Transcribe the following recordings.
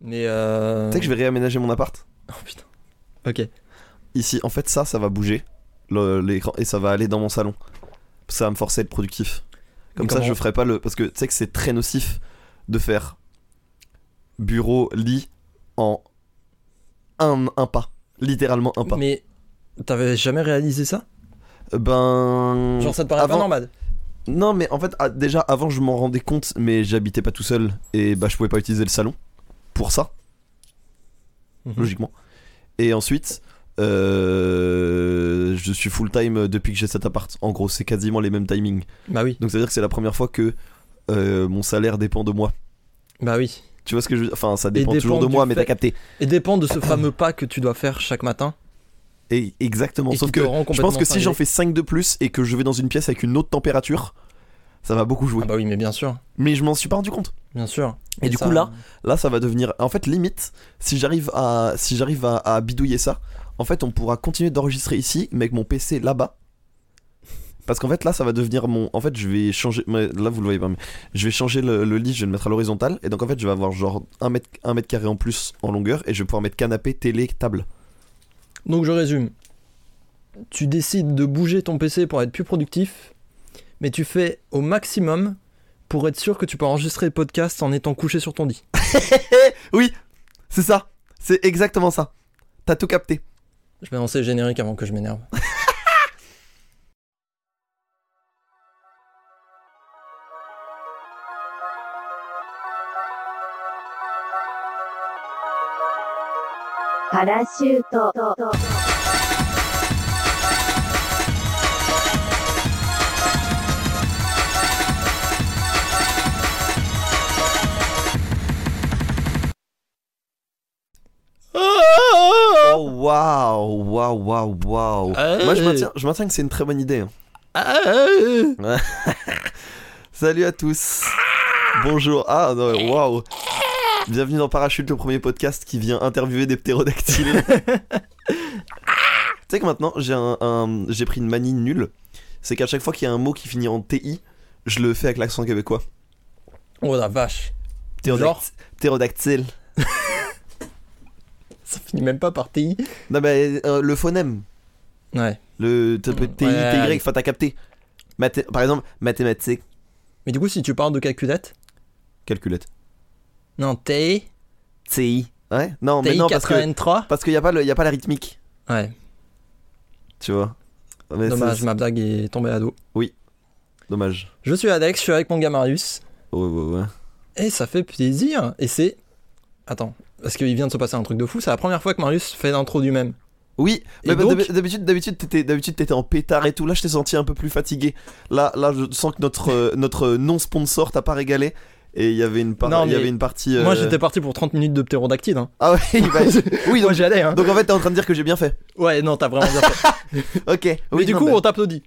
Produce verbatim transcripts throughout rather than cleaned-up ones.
Mais euh... Tu sais que je vais réaménager mon appart. Oh putain. Ok. Ici, en fait, ça, ça va bouger, le, l'écran, et ça va aller dans mon salon. Ça va me forcer à être productif. Comme ça, je ferai pas le... Parce que tu sais que c'est très nocif de faire bureau, lit en un, un pas. Littéralement un pas. Mais t'avais jamais réalisé ça ? Ben... Genre ça te paraît avant... pas normal ? Non, mais en fait, ah, déjà, avant, je m'en rendais compte, mais j'habitais pas tout seul, et bah, je pouvais pas utiliser le salon pour ça, mmh. logiquement. Et ensuite, euh, je suis full time depuis que j'ai cet appart. En gros, c'est quasiment les mêmes timings. Bah oui. Donc ça veut dire que c'est la première fois que euh, mon salaire dépend de moi. Bah oui. Tu vois ce que je veux dire ? Enfin, ça dépend, dépend toujours de moi, mais fait... t'as capté. Et dépend de ce fameux pas que tu dois faire chaque matin. Et exactement. Et sauf que je pense que si j'en fais cinq de plus et que je vais dans une pièce avec une autre température, ça va beaucoup jouer. Ah bah oui, mais bien sûr. Mais je m'en suis pas rendu compte. Bien sûr. Et, et du ça... coup là, là ça va devenir... En fait limite, si j'arrive à, si j'arrive à, à bidouiller ça, en fait on pourra continuer d'enregistrer ici, mais avec mon P C là-bas. Parce qu'en fait là ça va devenir mon... En fait je vais changer... Là vous le voyez pas, mais je vais changer le, le lit, je vais le mettre à l'horizontale. Et donc en fait je vais avoir genre un mètre, un mètre carré en plus en longueur. Et je vais pouvoir mettre canapé, télé, table. Donc je résume. Tu décides de bouger ton P C pour être plus productif, mais tu fais au maximum pour être sûr que tu peux enregistrer le podcast en étant couché sur ton lit. Oui, c'est ça. C'est exactement ça. T'as tout capté. Je vais lancer le générique avant que je m'énerve. Parachute. Oh waouh, waouh, waouh, waouh. Moi je maintiens, je maintiens que c'est une très bonne idée. Hein. Salut à tous. Bonjour. Ah non, waouh. Bienvenue dans Parachute, le premier podcast qui vient interviewer des ptérodactyles. Tu sais que maintenant j'ai un, un j'ai pris une manie nulle. C'est qu'à chaque fois qu'il y a un mot qui finit en T I, je le fais avec l'accent québécois. Oh la vache. Ptérodact- Genre Ptérodactyle. Ça finit même pas par T I. Non mais euh, le phonème. Ouais. Le T I, ouais, T Y, enfin t'as capté. Mathé- par exemple, mathématiques. Mais du coup, si tu parles de calculette. Calculette. Non, T I. T I. Ouais. Non, T I mais non parce quatre-vingt-trois. que parce qu'il y a pas le, y a pas la rythmique. Ouais. Tu vois. Mais dommage, c'est... ma blague est tombée à dos. Oui. Dommage. Je suis Alex, je suis avec mon gars Marius. Ouais, ouais, ouais. Et ça fait plaisir. Et c'est... Attends, parce qu'il vient de se passer un truc de fou. C'est la première fois que Marius fait l'intro du même. Oui, mais donc... d'habitude, d'habitude, t'étais, d'habitude t'étais en pétard et tout. Là, je t'ai senti un peu plus fatigué. Là, là, je sens que notre, euh, notre non-sponsor t'a pas régalé. Et il y avait une, par... non, il y avait une partie... Euh... Moi, j'étais parti pour trente minutes de ptérodactyle. Hein. Ah ouais, bah... oui, donc moi, j'y allais. Hein. Donc en fait, t'es en train de dire que j'ai bien fait. Ouais, non, t'as vraiment bien fait. Ok. Mais oui, du non, coup, bah... on t'applaudit.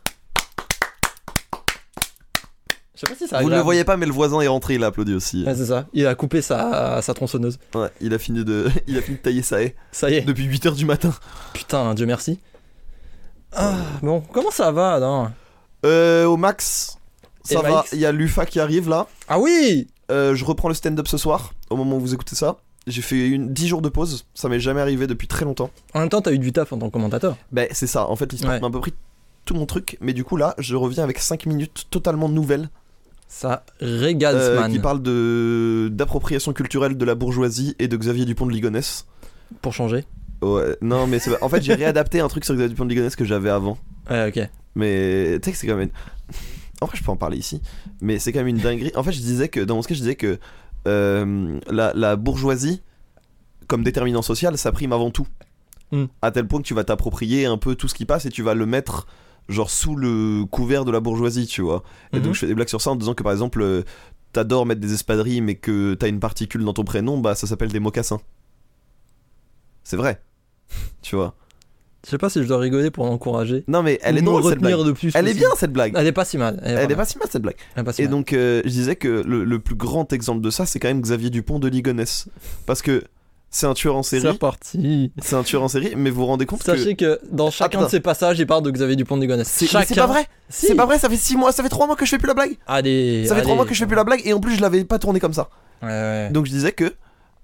Je sais pas si ça. Vous ne le voyez pas, mais le voisin est rentré, il a applaudi aussi. Ouais, c'est ça. Il a coupé sa, sa tronçonneuse. Ouais, il a fini de, il a fini de tailler sa haie. Ça y est. Depuis huit heures du matin. Putain, Dieu merci. Ah, bon, comment ça va, non ? Euh, au max, ça Et va. Il y a l'U F A qui arrive là. Ah oui. Euh, je reprends le stand-up ce soir, au moment où vous écoutez ça. J'ai fait une dix jours de pause, ça m'est jamais arrivé depuis très longtemps. En même temps, t'as eu du taf en tant que commentateur. Bah, c'est ça, en fait, l'histoire Ouais. m'a un peu pris tout mon truc, mais du coup, là, je reviens avec cinq minutes totalement nouvelles. Ça régale, euh, man. Qui parle de d'appropriation culturelle de la bourgeoisie et de Xavier Dupont de Ligonnès. Pour changer. Ouais, non, mais c'est... en fait, j'ai réadapté un truc sur Xavier Dupont de Ligonnès que j'avais avant. Ouais, ok. Mais tu sais que c'est quand même. En vrai, je peux en parler ici, mais c'est quand même une dinguerie. En fait, je disais que dans mon sketch, je disais que euh, la, la bourgeoisie, comme déterminant social, ça prime avant tout. Mm. À tel point que tu vas t'approprier un peu tout ce qui passe et tu vas le mettre genre sous le couvert de la bourgeoisie, tu vois. Et Mm-hmm. donc, je fais des blagues sur ça en disant que par exemple, euh, t'adores mettre des espadrilles, mais que t'as une particule dans ton prénom, bah ça s'appelle des mocassins. C'est vrai, tu vois. Je sais pas si je dois rigoler pour l'encourager. Non, mais elle est me drôle cette blague. retenir de plus Elle est possible. bien cette blague. Elle est pas si mal. Elle est, Elle pas, est pas si mal cette blague. Elle est pas si Et mal. donc euh, je disais que le, le plus grand exemple de ça, c'est quand même Xavier Dupont de Ligonnès, parce que c'est un tueur en série. C'est reparti. C'est un tueur en série, mais vous vous rendez compte Sachez que, que dans chacun Attends. de ces passages, il parle de Xavier Dupont de Ligonnès. c'est, Chacun. mais c'est pas vrai. Si. C'est pas vrai. Ça fait six mois, ça fait trois mois que je fais plus la blague. Allez. Ça fait allez. trois mois que je fais plus la blague, et en plus je l'avais pas tourné comme ça. Ouais, ouais. Donc je disais que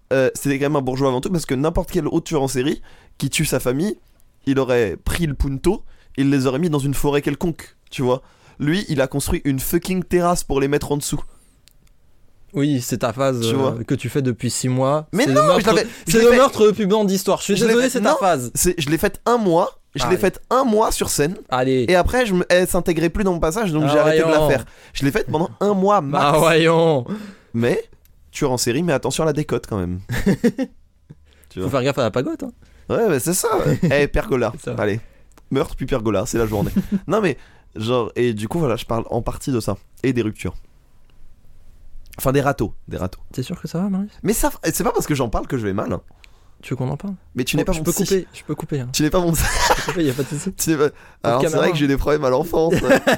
euh, c'était quand même un bourgeois avant tout, parce que n'importe quel autre tueur en série qui tue sa famille, il aurait pris le punto, il les aurait mis dans une forêt quelconque, tu vois. Lui, il a construit une fucking terrasse pour les mettre en dessous. Oui, c'est ta phase tu euh, que tu fais depuis six mois. Mais c'est non, le meurtre, je c'est je le fait... meurtre plus blanc d'histoire. Je suis je désolé, fait... c'est non, ta phase. C'est... Je l'ai faite un mois, je Allez. l'ai faite un mois sur scène. Allez. Et après, je me... elle s'intégrait plus dans mon passage, donc ah, j'ai arrêté voyons. de la faire. Je l'ai faite pendant un mois max. Ah voyons. Mais, tueur en série, mais attention à la décote quand même. Tu Faut faire gaffe à la pagote. Hein. Ouais, mais c'est ça. Eh, hey, pergola. Allez, meurtre puis pergola, c'est la journée. Non mais, genre, et du coup, voilà, je parle en partie de ça. Et des ruptures. Enfin, des râteaux. Des râteaux. T'es sûr que ça va, Marius? Mais ça, c'est pas parce que j'en parle que je vais mal. Hein. Tu veux qu'on en parle? Mais tu bon, n'es pas je mon peux psy. couper, je peux couper. Hein. Tu n'es pas mon Je peux couper, y a pas de soucis. tu n'es pas... Alors, c'est vrai que j'ai des problèmes à l'enfance.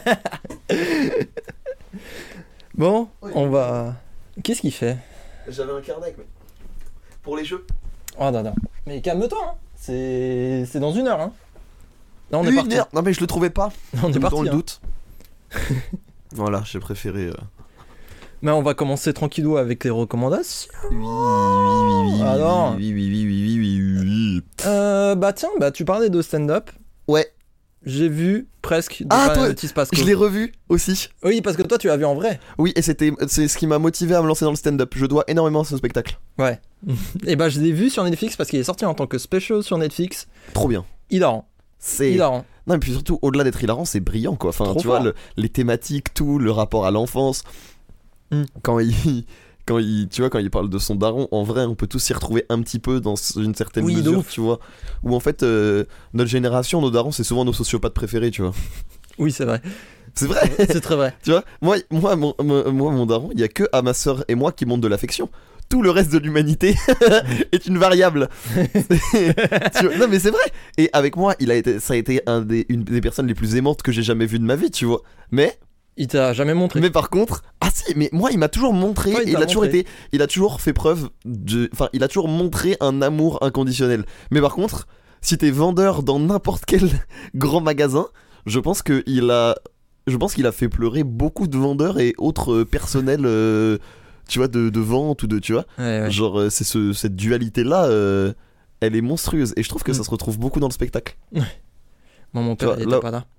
Bon, oui. On va... Qu'est-ce qu'il fait? J'avais un carnet, mais... Pour les jeux. Oh, non, non. Mais calme-toi, hein. C'est... C'est dans une heure, hein. Là, on une est parti. heure. Non, mais je le trouvais pas. On est Dans parti, le hein. doute. Voilà, j'ai préféré... Euh... Mais on va commencer tranquillou avec les recommandations. Oui, oui, oui, oui, Alors oui, oui, oui, oui, oui, oui, oui. Euh, bah tiens, bah tu parlais de stand-up. Ouais. J'ai vu presque Ah, toi, Otis Pasco. Je l'ai revu aussi. Oui, parce que toi tu l'as vu en vrai. Oui, et c'était c'est ce qui m'a motivé à me lancer dans le stand-up. Je dois énormément à ce spectacle. Ouais. Et bah je l'ai vu sur Netflix parce qu'il est sorti en tant que special sur Netflix. Trop bien. Hilarant. C'est hilarant. Non, et puis surtout, au-delà d'être hilarant, c'est brillant quoi. Enfin, Trop tu vois, fort. le, les thématiques, tout, le rapport à l'enfance. Mm. Quand il. Quand il, tu vois, quand il parle de son daron, en vrai, on peut tous s'y retrouver un petit peu dans une certaine Oui, de mesure, ouf. tu vois. Où en fait, euh, notre génération, nos darons, c'est souvent nos sociopathes préférés, tu vois. Oui, c'est vrai. C'est vrai. C'est très vrai. Tu vois, moi, moi, mon, mon, moi, mon daron, il y a que à ma sœur et moi qui montre de l'affection. Tout le reste de l'humanité est une variable. Tu vois, non, mais c'est vrai. Et avec moi, il a été, ça a été un des, une des personnes les plus aimantes que j'ai jamais vues de ma vie, tu vois. Mais, Il t'a jamais montré. mais par contre, ah si, mais moi, il m'a toujours montré. Ouais, il et il t'a a toujours montré. été, il a toujours fait preuve de, enfin, il a toujours montré un amour inconditionnel. Mais par contre, si t'es vendeur dans n'importe quel grand magasin, je pense que il a, je pense qu'il a fait pleurer beaucoup de vendeurs et autres euh, personnels. Euh, tu vois, de, de vente ou de, tu vois, Ouais, ouais. genre euh, c'est ce, cette dualité là euh, elle est monstrueuse et je trouve que Mm. ça se retrouve beaucoup dans le spectacle. Moi, mon père, vois, il était là- pas là.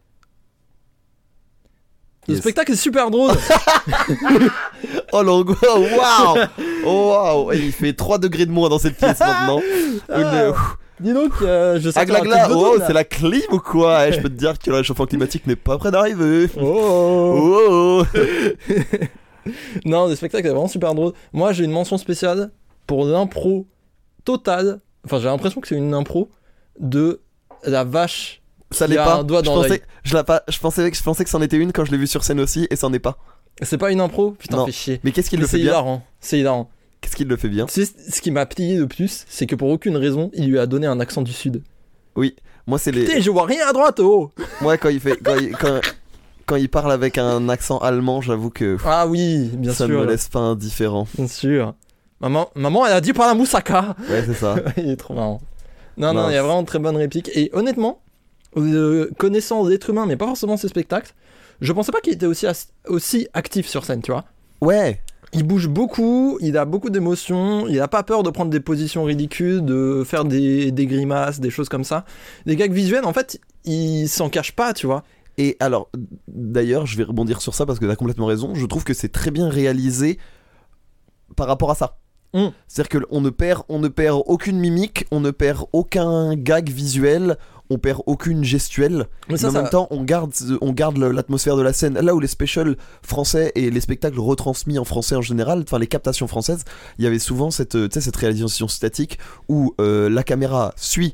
Le Yes. spectacle est super drôle. Oh l'angoisse, waouh, oh, waouh, il fait trois degrés de moins dans cette pièce maintenant. Ah. Une- Dis donc, euh, je sais Aglagla, oh c'est la clim ou quoi? Eh, je peux te dire que le réchauffement climatique n'est pas près d'arriver. Oh. Oh, oh. Non, le spectacle est vraiment super drôle. Moi, j'ai une mention spéciale pour l'impro totale. Enfin, j'ai l'impression que c'est une impro de la vache. Ça Il l'est y a pas. un doigt je, dans pensais, l'œil. je, l'ai pas je, pensais, je pensais que c'en était une quand je l'ai vu sur scène aussi et c'en est pas. C'est pas une impro? Putain, Non. fais chier. Mais qu'est-ce qu'il Mais le c'est fait bien? hilarant. C'est hilarant. Qu'est-ce qu'il le fait bien? Tu sais, ce qui m'a plié le plus, c'est que pour aucune raison, il lui a donné un accent du sud. Oui, moi c'est les. Putain, je vois rien à droite, oh. Moi quand il fait. Quand il, quand, quand il parle avec un accent allemand, j'avoue que. Ah oui, bien ça sûr. ne me laisse pas indifférent. Bien sûr. Maman, maman, elle a dit par la moussaka. Ouais, c'est ça. Il est trop marrant. Non, non, Non, il y a c'est- vraiment de très bonnes répliques. Et honnêtement, euh, connaissant l'être humain, mais pas forcément ses spectacles, je pensais pas qu'il était aussi, as- aussi actif sur scène, tu vois. Ouais. Il bouge beaucoup, il a beaucoup d'émotions, il a pas peur de prendre des positions ridicules, de faire des, des grimaces, des choses comme ça. Les gags visuels, en fait, il s'en cache pas, tu vois. Et alors, d'ailleurs, je vais rebondir sur ça parce que t'as complètement raison. Je trouve que c'est très bien réalisé par rapport à ça. Mm. C'est-à-dire qu'on ne perd, on ne perd aucune mimique, on ne perd aucun gag visuel, on perd aucune gestuelle. Mais Mais ça, en ça... même temps, on garde, on garde le- l'atmosphère de la scène. Là où les specials français et les spectacles retransmis en français en général, enfin les captations françaises, il y avait souvent cette, euh, tu sais, cette réalisation statique où euh, la caméra suit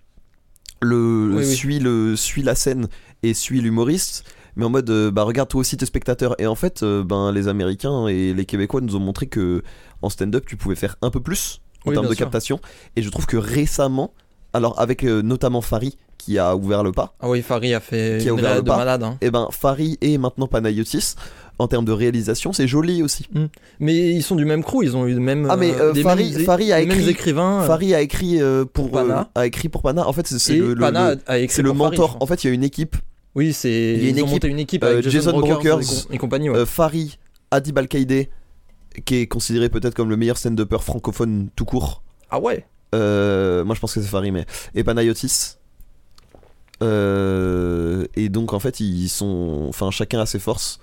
le, Oui, oui. suit le, suit la scène et suit l'humoriste. Mais en mode, euh, bah regarde toi aussi tes spectateurs. Et en fait, euh, ben les Américains et les Québécois nous ont montré que en stand-up, tu pouvais faire un peu plus en Oui, termes bien de sûr. captation. Et je trouve que récemment, alors avec euh, notamment Fari qui a ouvert le pas. Ah oui, Farid a fait Qui a une ouvert réal le de pas. malade. Hein. Et ben Fari et maintenant Panayotis, en termes de réalisation, c'est joli aussi. Mais ils sont du même crew, ils ont eu le même. Ah mais euh, des Fari, mêmes, Fari a les mêmes écrit, écrivains. euh, Fari a écrit euh, pour, pour Pana. euh, a écrit pour Pana. En fait, c'est c'est et le, le- Pana le- a écrit c'est le pour Farid, mentor. je crois. En fait, il y a une équipe. Oui, c'est. il y a une ils ont équipe, monté une équipe euh, avec Jason, Jason Brokers, Brokers, et, com- et compagnie. Ouais. euh, Fari, Adib Al-Qaïdé qui est considéré peut-être comme le meilleur stand-upper francophone tout court. Ah ouais. Euh, moi je pense que c'est Fary, mais et Panayotis. Euh, et donc en fait ils sont, enfin chacun a ses forces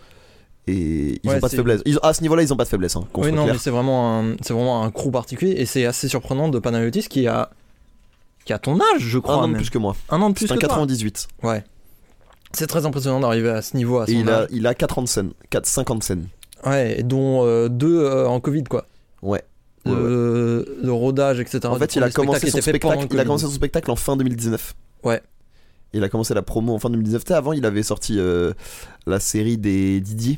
et ils ouais, ont pas c'est... de faiblesse. Ils, à ce niveau-là ils ont pas de faiblesse. Hein, oui non clair. Mais c'est vraiment un, c'est vraiment un crew particulier et c'est assez surprenant de Panayotis qui a, qui a ton âge je crois. Un an de même. plus que moi. Un an de plus c'est que un quatre-vingt-dix-huit. Toi. Ouais. C'est très impressionnant d'arriver à ce niveau à son et il âge. a, il a quatre ans de scène, quatre, cinquante scènes. Ouais, dont euh, deux euh, en Covid quoi. Ouais. Le, ouais, ouais. le rodage, et cetera. En fait, il a, commencé son spectacle, il a commencé son spectacle en fin deux mille dix-neuf. Ouais. Il a commencé la promo en fin deux mille dix-neuf. Avant, il avait sorti euh, la série des Didier.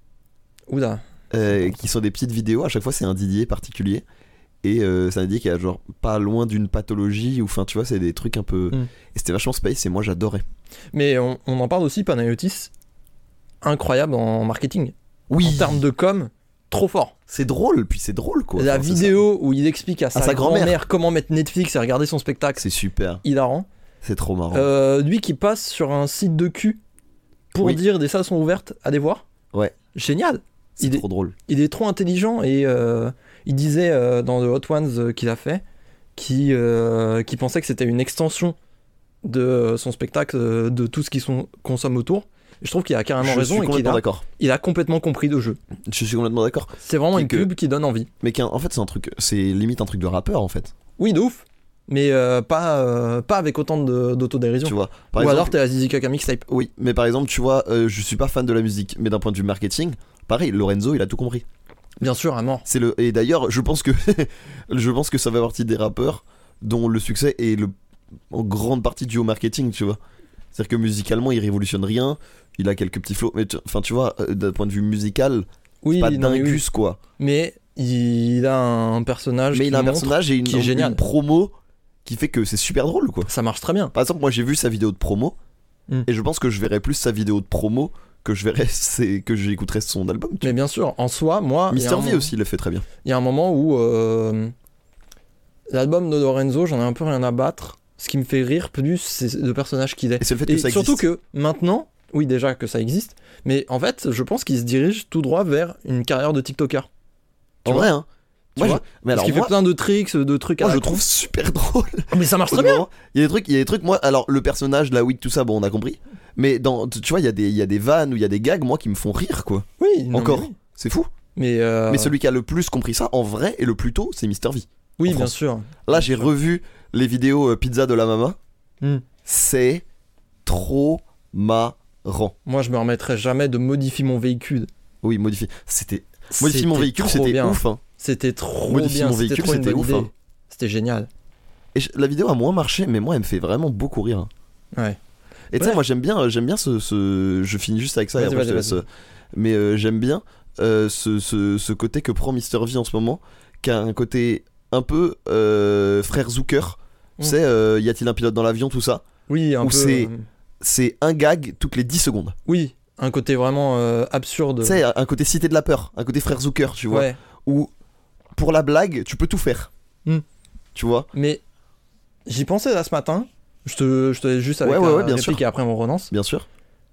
Oula. Euh, qui sont des petites vidéos. À chaque fois, c'est un Didier particulier. Et euh, c'est un Didier qui est genre pas loin d'une pathologie. Ou enfin, tu vois, c'est des trucs un peu. Mm. Et c'était vachement space et moi, j'adorais. Mais on, on en parle aussi, Panayotis. Incroyable en marketing. Oui. En termes de com. Trop fort. C'est drôle, puis c'est drôle quoi. La enfin, vidéo où il explique à sa, à sa grand-mère. grand-mère comment mettre Netflix et regarder son spectacle. C'est super. Hilarant. C'est trop marrant. Euh, lui qui passe sur un site de cul pour oui. dire des salles sont ouvertes à des voir. Ouais. Génial. C'est il trop est, drôle. Il est trop intelligent et euh, il disait euh, dans The Hot Ones euh, qu'il a fait qui, euh, qui pensait que c'était une extension de euh, son spectacle, euh, de tout ce qu'il consomme autour. Je trouve qu'il a carrément je raison suis et qu'il a, d'accord. il a complètement compris le jeu. Je suis complètement d'accord. C'est vraiment et une que... pub qui donne envie. Mais en fait, c'est un truc, c'est limite un truc de rappeur en fait. Oui, de ouf. Mais euh, pas, euh, pas avec autant de, d'autodérision. Tu vois. Par Ou exemple, alors t'es la Zizi Kaka mixtape. Oui, mais par exemple, tu vois, euh, je suis pas fan de la musique, mais d'un point de vue marketing, pareil, Lorenzo, il a tout compris. Bien sûr, à mort. C'est le et d'ailleurs, je pense que je pense que ça fait partie des rappeurs dont le succès est le en grande partie dû au marketing, tu vois. C'est-à-dire que musicalement, il révolutionne rien. Il a quelques petits flots, mais enfin, tu, tu vois, euh, d'un point de vue musical, oui, c'est pas non, dingus oui. quoi. Mais il a un personnage. Mais qui il a un personnage et une, qui est génial. une promo qui fait que c'est super drôle quoi. Ça marche très bien. Par exemple, moi j'ai vu sa vidéo de promo mm. et je pense que je verrai plus sa vidéo de promo que je verrai c'est que j'écouterai son album. Mais bien sûr, en soi, moi. Mister V aussi, il le fait très bien. Il y a un moment où euh, l'album de Lorenzo, j'en ai un peu rien à battre. Ce qui me fait rire plus, c'est le personnage qu'il est. Et c'est le fait et que ça surtout existe. que maintenant, oui déjà que ça existe, mais en fait, je pense qu'il se dirige tout droit vers une carrière de TikToker. Tu en vrai, hein. Moi, je... mais alors, Parce qu'il moi... fait plein de tricks, de trucs à moi, la je trouve super drôle. Mais ça marche très bien. Il y a des trucs, il y a des trucs. Moi, alors le personnage, la wig, tout ça, bon, on a compris. Mais dans, tu vois, il y a des, il y a des vannes ou il y a des gags, moi, qui me font rire, quoi. Oui. Non, encore. Mais oui. C'est fou. Mais, euh... mais celui qui a le plus compris ça, en vrai, et le plus tôt, c'est Mister V. Oui, bien sûr. Là, j'ai revu les vidéos euh, pizza de la mama. Mm. C'est trop marrant. Moi, je me remettrai jamais de modifier mon véhicule. Oui, modifier. C'était. Modifier mon véhicule, c'était bien. ouf. Hein. C'était trop modifier bien. Mon véhicule, c'était, c'était ouf. Hein. C'était génial. Et je, la vidéo a moins marché, mais moi, elle me fait vraiment beaucoup rire. Hein. Ouais. Et tu sais, moi, j'aime bien, j'aime bien ce, ce. Je finis juste avec ça. Vas-y, et après, vas-y, je te laisse. Mais euh, j'aime bien euh, ce, ce, ce côté que prend Mister V en ce moment, qui a un côté un peu euh, frère Zucker. Tu mmh. sais, euh, y a-t-il un pilote dans l'avion, tout ça. Oui, un où peu. C'est, euh... c'est un gag toutes les dix secondes. Oui, un côté vraiment euh, absurde. Tu sais, un côté cité de la peur, un côté frère Zucker, tu vois. Ouais. Où pour la blague, tu peux tout faire. Mmh. Tu vois. Mais j'y pensais là ce matin. Je te, je te laisse juste avec ouais, ouais, la ouais, bien réplique sûr. Et après on relance. Bien sûr.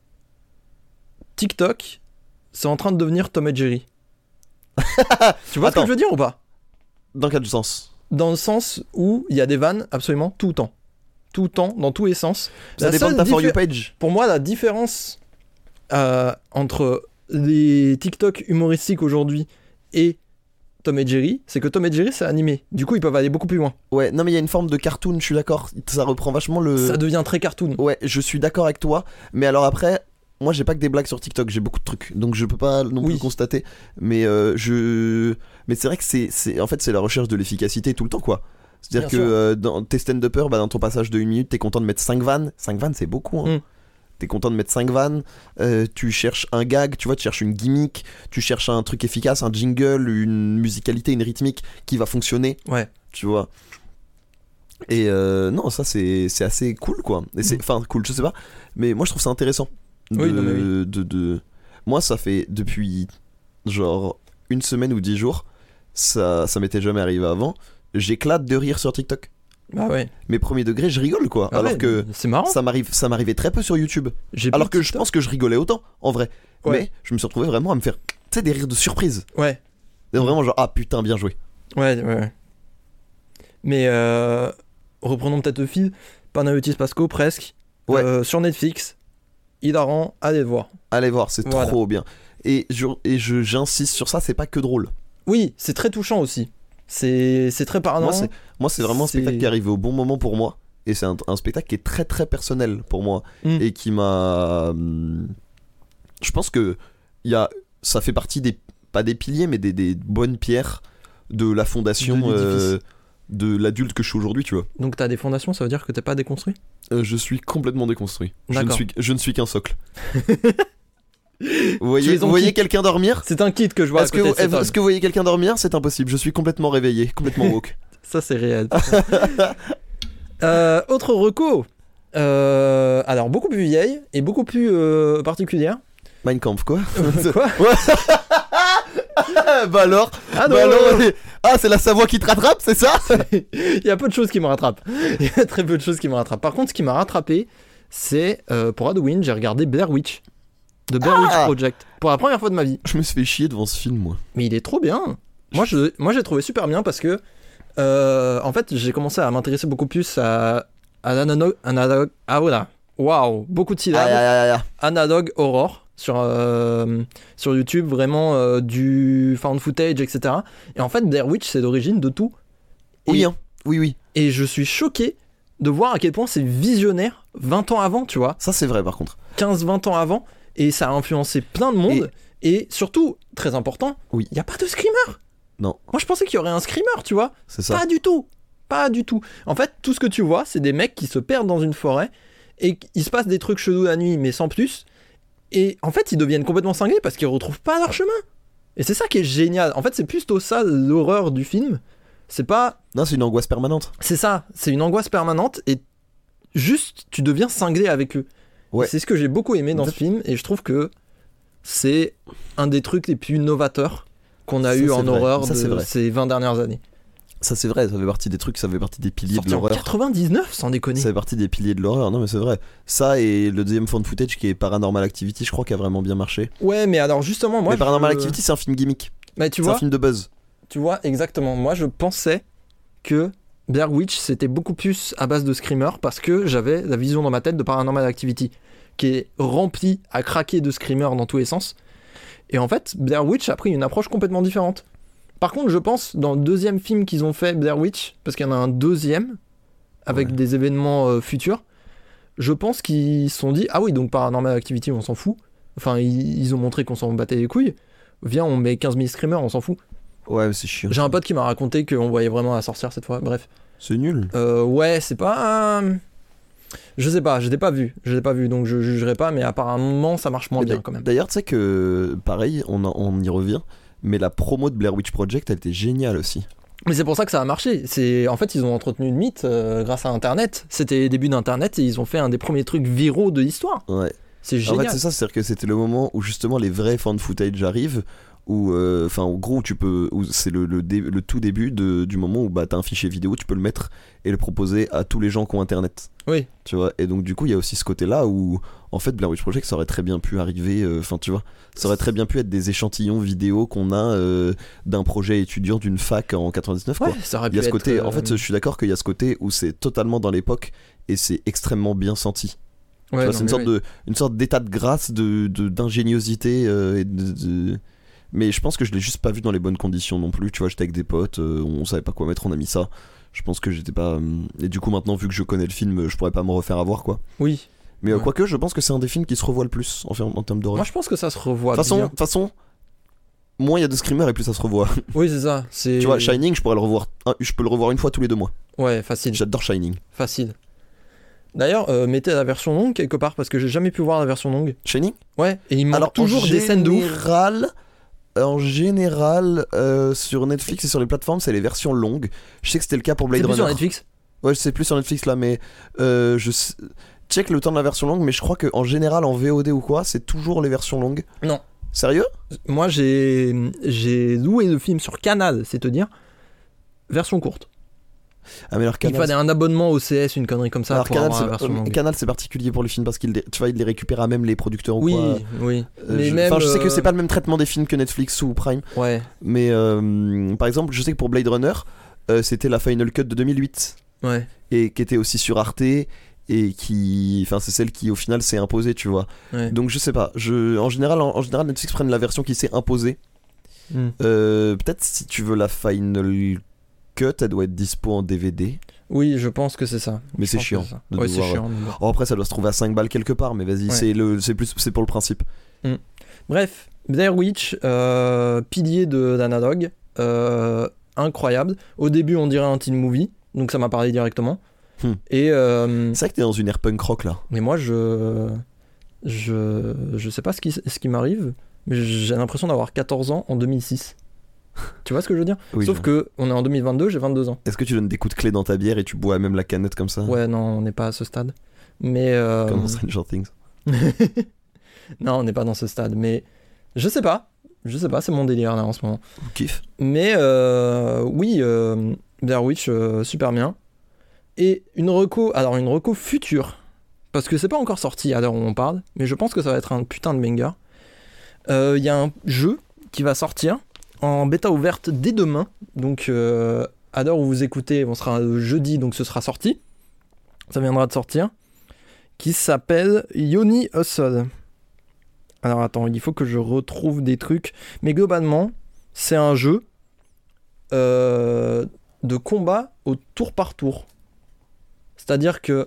TikTok, c'est en train de devenir Tom et Jerry. Tu vois Attends. ce que je veux dire ou pas? Dans quel sens? Dans le sens où il y a des vannes absolument tout le temps. Tout le temps, dans tous les sens. Ça la dépend de ta diffé- For You page. Pour moi, la différence euh, entre les TikTok humoristiques aujourd'hui et Tom et Jerry, c'est que Tom et Jerry c'est animé. Du coup, ils peuvent aller beaucoup plus loin. Ouais, non mais il y a une forme de cartoon, je suis d'accord. Ça reprend vachement le... Ça devient très cartoon. Ouais, je suis d'accord avec toi. Mais alors après, moi j'ai pas que des blagues sur TikTok, j'ai beaucoup de trucs. Donc je peux pas non plus oui. constater. Mais euh, je... Mais c'est vrai que c'est, c'est... En fait, c'est la recherche de l'efficacité tout le temps, quoi. C'est-à-dire Bien que euh, dans tes stand-uppers, bah, dans ton passage de une minute, t'es content de mettre cinq vannes. cinq vannes, c'est beaucoup, hein. Mm. T'es content de mettre cinq vannes, euh, tu cherches un gag, tu vois, tu cherches une gimmick, tu cherches un truc efficace, un jingle, une musicalité, une rythmique qui va fonctionner. Ouais. Tu vois. Et euh, non, ça c'est, c'est assez cool, quoi. Et c'est, enfin, cool, je sais pas. Mais moi je trouve ça intéressant. De, oui, non, mais oui. de, de, de... Moi ça fait depuis genre une semaine ou dix jours, ça, ça m'était jamais arrivé avant. J'éclate de rire sur TikTok. Bah ouais. Mais premier degré, je rigole quoi. Ah alors ouais, que c'est marrant. Ça m'arrive, ça m'arrivait très peu sur YouTube. J'ai alors que je pense que je rigolais autant en vrai. Ouais. Mais je me suis retrouvé vraiment à me faire, tu sais, des rires de surprise. Ouais. C'est vraiment genre, ah putain, bien joué. Ouais, ouais, ouais. Mais euh, reprenons peut-être le fil. Panayotis Pasco, presque. Ouais. Euh, sur Netflix. Hilarant, allez le voir. Allez voir, c'est Voilà. trop bien. Et, je, et je, j'insiste sur ça, c'est pas que drôle. Oui, c'est très touchant aussi. C'est, c'est très parlant. Moi, c'est, moi, c'est vraiment un C'est- spectacle qui est arrivé au bon moment pour moi. Et c'est un, un spectacle qui est très très personnel pour moi. Mm. Et qui m'a. hum, Je pense que y a, ça fait partie des. Pas des piliers, mais des, des bonnes pierres de la fondation De l'édifice. euh, de l'adulte que je suis aujourd'hui, tu vois. Donc t'as des fondations, ça veut dire que t'es pas déconstruit? Euh, je suis complètement déconstruit. Je ne, D'accord. suis, je ne suis qu'un socle. vous Tu voyez, es en vous voyez kit. quelqu'un dormir? C'est un kit que je vois Est-ce à que, côté vous, de cet homme. est-ce que vous voyez quelqu'un dormir? C'est impossible. Je suis complètement réveillé, complètement woke. Ça c'est réel. euh, autre reco. Euh, alors beaucoup plus vieille et beaucoup plus euh, particulière. Mein Kampf, quoi? Quoi? Bah alors, Ah non, bah alors, ah, c'est la Savoie qui te rattrape, c'est ça? Il y a peu de choses qui me rattrapent. Il y a très peu de choses qui me rattrapent. Par contre, ce qui m'a rattrapé, c'est euh, pour Halloween, j'ai regardé Blair Witch. The Blair Ah Witch Project. Pour la première fois de ma vie. Je me suis fait chier devant ce film, moi. Mais il est trop bien. Moi, je, moi j'ai trouvé super bien parce que, euh, en fait, j'ai commencé à m'intéresser beaucoup plus à, à l'analogue. Analogue. Ah voilà. Waouh. Beaucoup de syllabes. Aïe, aïe, aïe, aïe. Analog Horror sur, euh, sur YouTube, vraiment euh, du found footage, et cetera. Et en fait, Blair Witch, c'est l'origine de tout. Et, Oui, hein. Oui, oui. et je suis choqué de voir à quel point c'est visionnaire vingt ans avant, tu vois, Ça, c'est vrai, par contre. quinze vingt ans avant, et ça a influencé plein de monde. Et, surtout, très important, Oui. il n'y a pas de screamer. Non. Moi, je pensais qu'il y aurait un screamer, tu vois. C'est ça. Pas du tout. Pas du tout. En fait, tout ce que tu vois, c'est des mecs qui se perdent dans une forêt et il se passe des trucs chelous la nuit, mais sans plus. Et en fait, ils deviennent complètement cinglés parce qu'ils retrouvent pas leur chemin. Et c'est ça qui est génial. En fait, c'est plutôt ça l'horreur du film. C'est pas. Non, c'est une angoisse permanente. C'est ça. C'est une angoisse permanente et juste, tu deviens cinglé avec eux. Ouais. Et c'est ce que j'ai beaucoup aimé dans ce film et je trouve que c'est un des trucs les plus novateurs qu'on a Ça, eu c'est en vrai. horreur Ça, c'est de vrai. ces vingt dernières années. Ça, c'est vrai. Ça fait partie des trucs, ça fait partie des piliers Sorti de en l'horreur. quatre-vingt-dix-neuf, sans déconner. Ça fait partie des piliers de l'horreur. Non, mais c'est vrai. Ça et le deuxième found footage qui est Paranormal Activity, je crois, qui a vraiment bien marché. Ouais, mais alors justement, moi. mais Paranormal je... Activity, c'est un film gimmick. Mais tu C'est un vois, film de buzz. tu vois, exactement. Moi, je pensais que Blair Witch, c'était beaucoup plus à base de screamers parce que j'avais la vision dans ma tête de Paranormal Activity qui est remplie à craquer de screamers dans tous les sens. Et en fait, Blair Witch a pris une approche complètement différente. Par contre, je pense, dans le deuxième film qu'ils ont fait, Blair Witch, parce qu'il y en a un deuxième, avec Ouais. des événements euh, futurs, je pense qu'ils se sont dit, ah oui, donc Paranormal Activity, on s'en fout. Enfin, ils, ils ont montré qu'on s'en battait les couilles. Viens, on met quinze mille screamers, on s'en fout. Ouais, mais c'est chiant. J'ai un pote qui m'a raconté qu'on voyait vraiment la sorcière cette fois, bref. C'est nul. Euh, ouais, c'est pas... euh, Je sais pas, je l'ai pas vu, je l'ai pas vu, donc je jugerai pas, mais apparemment ça marche moins Mais bien d'a- quand même. D'ailleurs, tu sais que, pareil, on, en- on y revient, mais la promo de Blair Witch Project, elle était géniale aussi. Mais c'est pour ça que ça a marché. C'est en fait ils ont entretenu le mythe euh, grâce à Internet. C'était les débuts d'Internet et ils ont fait un des premiers trucs viraux de l'histoire. Ouais. C'est En génial. fait, c'est ça, c'est-à-dire que c'était le moment où justement les vrais found footage arrivent, où, euh, enfin, en gros, tu peux, où c'est le, le, dé- le tout début de, du moment où bah, t'as un fichier vidéo, tu peux le mettre et le proposer à tous les gens qui ont Internet. Oui. Tu vois, et donc du coup, il y a aussi ce côté-là où, en fait, Blair Witch Project, ça aurait très bien pu arriver, enfin, tu vois, ça aurait très bien pu être des échantillons vidéo qu'on a euh, d'un projet étudiant d'une fac en quatre-vingt-dix-neuf, quoi. Ouais, ça aurait Il pu y a ce être, côté, euh, en fait, je suis d'accord qu'il y a ce côté où c'est totalement dans l'époque et c'est extrêmement bien senti. Tu ouais, vois, non, c'est une mais sorte, oui. de, une sorte d'état de grâce, de, de- d'ingéniosité. euh, et de, de- Mais je pense que je l'ai juste pas vu dans les bonnes conditions non plus. Tu vois, j'étais avec des potes, euh, on savait pas quoi mettre, on a mis ça. Je pense que j'étais pas. euh, Et du coup, maintenant, vu que je connais le film, je pourrais pas me refaire avoir, quoi. Oui. Mais euh, Ouais. quoique, je pense que c'est un des films qui se revoit le plus en, en termes d'horreur. Moi je pense que ça se revoit De toute façon, bien. de toute façon, moins il y a de screamers et plus ça se revoit. Oui, c'est ça. C'est... Tu vois, Shining, je pourrais le revoir. un- Je peux le revoir une fois tous les deux mois. Ouais, facile. J'adore Shining. Facile. D'ailleurs, euh, mettez la version longue quelque part parce que j'ai jamais pu voir la version longue. Shining. Ouais, et il manque Alors toujours en des scènes de ouf. général, en général, euh, sur Netflix et sur les plateformes, c'est les versions longues. Je sais que c'était le cas pour Blade C'est plus Runner. sur Netflix. Ouais, je sais plus sur Netflix là, mais euh, je sais- check le temps de la version longue, mais je crois qu'en général, en V O D ou quoi, c'est toujours les versions longues. Non. Sérieux? Moi j'ai j'ai loué le film sur Canal, c'est te dire, version courte. Ah, mais alors, Canal, il fallait un abonnement au C S, une connerie comme ça. Alors pour Canal, avoir c'est, euh, Canal, c'est particulier pour les films parce qu'il tu vois, il les récupère à même les producteurs ou oui, quoi. Oui, euh, oui. Je, même, je sais euh... que c'est pas le même traitement des films que Netflix ou Prime. Ouais. Mais euh, par exemple, je sais que pour Blade Runner, euh, c'était la Final Cut de deux mille huit. Ouais. Et qui était aussi sur Arte. Et qui, enfin, c'est celle qui au final s'est imposée, tu vois. Ouais. Donc je sais pas. Je, en général, en, en général, Netflix prennent la version qui s'est imposée. Mm. Euh, peut-être si tu veux la Final Cut, elle doit être dispo en D V D. Oui, je pense que c'est ça. Mais je c'est chiant. C'est ouais, c'est chiant. Mais... Oh, après, ça doit se trouver à cinq balles quelque part, mais vas-y, ouais. c'est, le, c'est, plus, c'est pour le principe. Mm. Bref, Blair Witch, euh, pilier de d'Anadog, euh, incroyable. Au début, on dirait un teen movie, donc ça m'a parlé directement. Hmm. Et euh, c'est vrai que t'es dans une air punk rock là. Mais moi, je. Je, je sais pas ce qui, ce qui m'arrive, mais j'ai l'impression d'avoir quatorze ans en deux mille six. Tu vois ce que je veux dire? Oui, Sauf je... que on est en deux mille vingt-deux, j'ai vingt-deux ans. Est-ce que tu donnes des coups de clé dans ta bière et tu bois même la canette comme ça? Ouais, non, on n'est pas à ce stade. Mais euh... Comme dans Stranger Things. Non, on n'est pas dans ce stade. Mais je sais pas. Je sais pas, c'est mon délire là en ce moment. Kiff. Mais euh... oui, euh... Blair Witch, euh, super bien. Et une reco, alors une reco future. Parce que c'est pas encore sorti à l'heure où on parle. Mais je pense que ça va être un putain de banger. Il euh, y a un jeu qui va sortir en bêta ouverte dès demain, donc euh, à l'heure où vous écoutez, on sera jeudi, donc ce sera sorti, ça viendra de sortir, qui s'appelle Yoni Hustle. Alors attends, il faut que je retrouve des trucs, mais globalement, c'est un jeu euh, de combat au tour par tour. C'est-à-dire que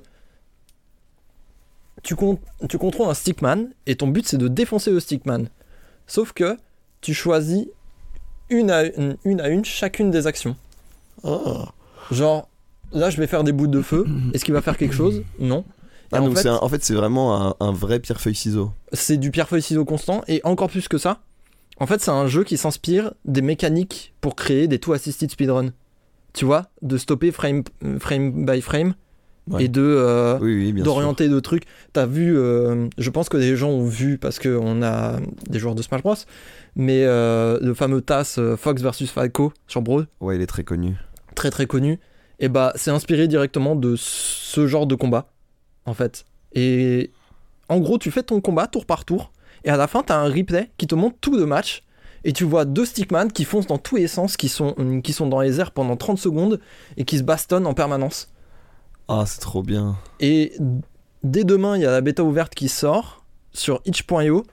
tu, con- tu contrôles un stickman, et ton but c'est de défoncer le stickman. Sauf que tu choisis une à une, une à une chacune des actions. Oh. Genre, là je vais faire des bouts de feu. Est-ce qu'il va faire quelque chose? Non. Ah, en, donc fait, c'est un, en fait, c'est vraiment un, un vrai pierre-feuille-ciseau. C'est du pierre-feuille-ciseau constant, et encore plus que ça. En fait, c'est un jeu qui s'inspire des mécaniques pour créer des two-assisted speedrun. Tu vois, de stopper frame, frame by frame. Ouais. Et de euh, oui, oui, d'orienter sûr. de trucs. T'as vu, euh, je pense que les gens ont vu parce qu'on a des joueurs de Smash Bros. Mais euh, le fameux T A S euh, Fox versus Falco sur Brawl. Ouais, il est très connu. Très très connu. Et bah, c'est inspiré directement de ce genre de combat, en fait. Et en gros, tu fais ton combat tour par tour. Et à la fin, t'as un replay qui te montre tout le match. Et tu vois deux stickman qui foncent dans tous les sens, qui sont, qui sont dans les airs pendant trente secondes et qui se bastonnent en permanence. Ah, c'est trop bien. Et dès demain, il y a la bêta ouverte qui sort sur itch point io.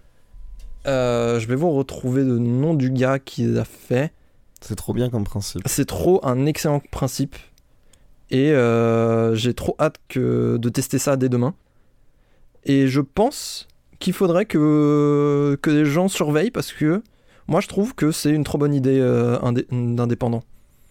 Euh, je vais vous retrouver le nom du gars qui l'a fait. C'est trop bien comme principe. C'est trop un excellent principe. Et euh, j'ai trop hâte que, de tester ça dès demain. Et je pense qu'il faudrait que, que les gens surveillent parce que moi je trouve que c'est une trop bonne idée euh, indé- d'indépendant.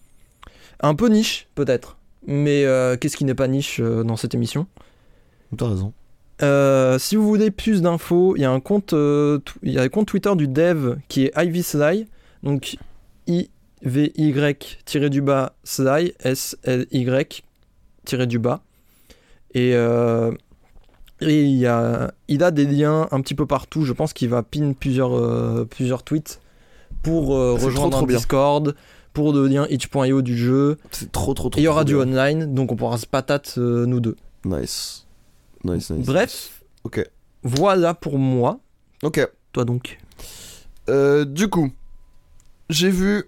Un peu niche peut-être. Mais euh, qu'est-ce qui n'est pas niche euh, dans cette émission? T'as raison. Euh, si vous voulez plus d'infos, il y a un compte, euh, t- il y a un compte Twitter du dev qui est Ivy Sly, donc I V Y du bas Sly, S L Y du bas. Et euh, et il y a, il a des liens un petit peu partout. Je pense qu'il va pin plusieurs euh, plusieurs tweets pour euh, rejoindre un Discord. Pour le lien itch point io du jeu. C'est trop trop trop. Et il y aura du bien. online, donc on pourra se patate euh, nous deux. Nice. Nice, nice. Bref. Ok. Voilà pour moi. Ok. Toi donc. Euh, du coup, j'ai vu.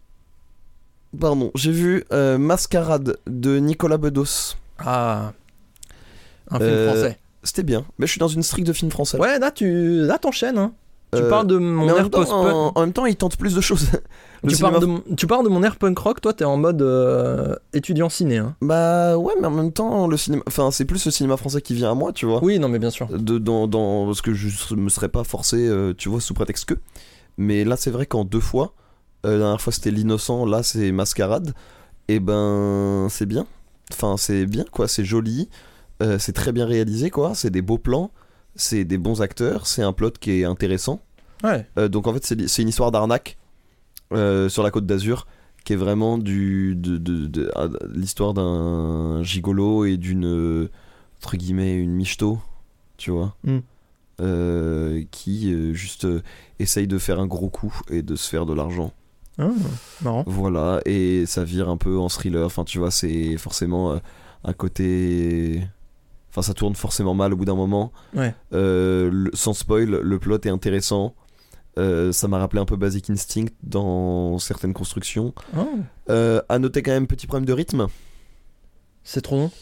Pardon, j'ai vu euh, Mascarade de Nicolas Bedos. Ah. Un film euh, français. C'était bien. Mais je suis dans une streak de films français. Ouais, là tu, là t'enchaînes. Hein. Tu Euh, parles de mon mais en air même, temps, post-punk. en, en même temps, il tente plus de choses. Le Tu cinéma- parles, de, mon- tu parles de mon air punk rock, toi t'es en mode euh, étudiant ciné. Hein. Bah ouais, mais en même temps, le cinéma, enfin, c'est plus le cinéma français qui vient à moi, tu vois. Oui, non mais bien sûr. De, dans, dans, parce que je me serais pas forcé, euh, tu vois, sous prétexte que. Mais là, c'est vrai qu'en deux fois, euh, la dernière fois c'était L'Innocent, là c'est Mascarade, et ben c'est bien. Enfin, c'est bien quoi, c'est joli, euh, c'est très bien réalisé quoi, c'est des beaux plans, c'est des bons acteurs, c'est un plot qui est intéressant. Ouais. Euh, donc en fait, c'est, c'est une histoire d'arnaque euh, sur la Côte d'Azur qui est vraiment du, de, de, de, de, l'histoire d'un gigolo et d'une, euh, entre guillemets, une michto, tu vois, Mm. euh, qui euh, juste euh, essaye de faire un gros coup et de se faire de l'argent. Ah, marrant. Voilà, et ça vire un peu en thriller. Enfin, tu vois, c'est forcément euh, un côté. Enfin, ça tourne forcément mal au bout d'un moment. Ouais. Euh, le, sans spoil, le plot est intéressant. Euh, ça m'a rappelé un peu Basic Instinct dans certaines constructions. Oh. Euh, à noter quand même, petit problème de rythme. C'est trop long?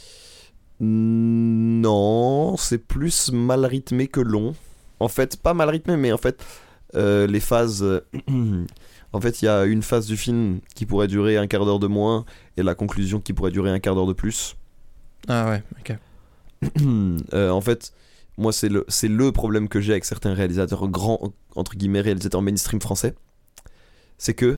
Non, c'est plus mal rythmé que long. En fait, pas mal rythmé, mais en fait, euh, les phases. Euh, en fait, il y a une phase du film qui pourrait durer un quart d'heure de moins et la conclusion qui pourrait durer un quart d'heure de plus. Ah ouais, ok. euh, en fait, moi, c'est le, c'est le problème que j'ai avec certains réalisateurs grands, entre guillemets, réalisateurs mainstream français. C'est que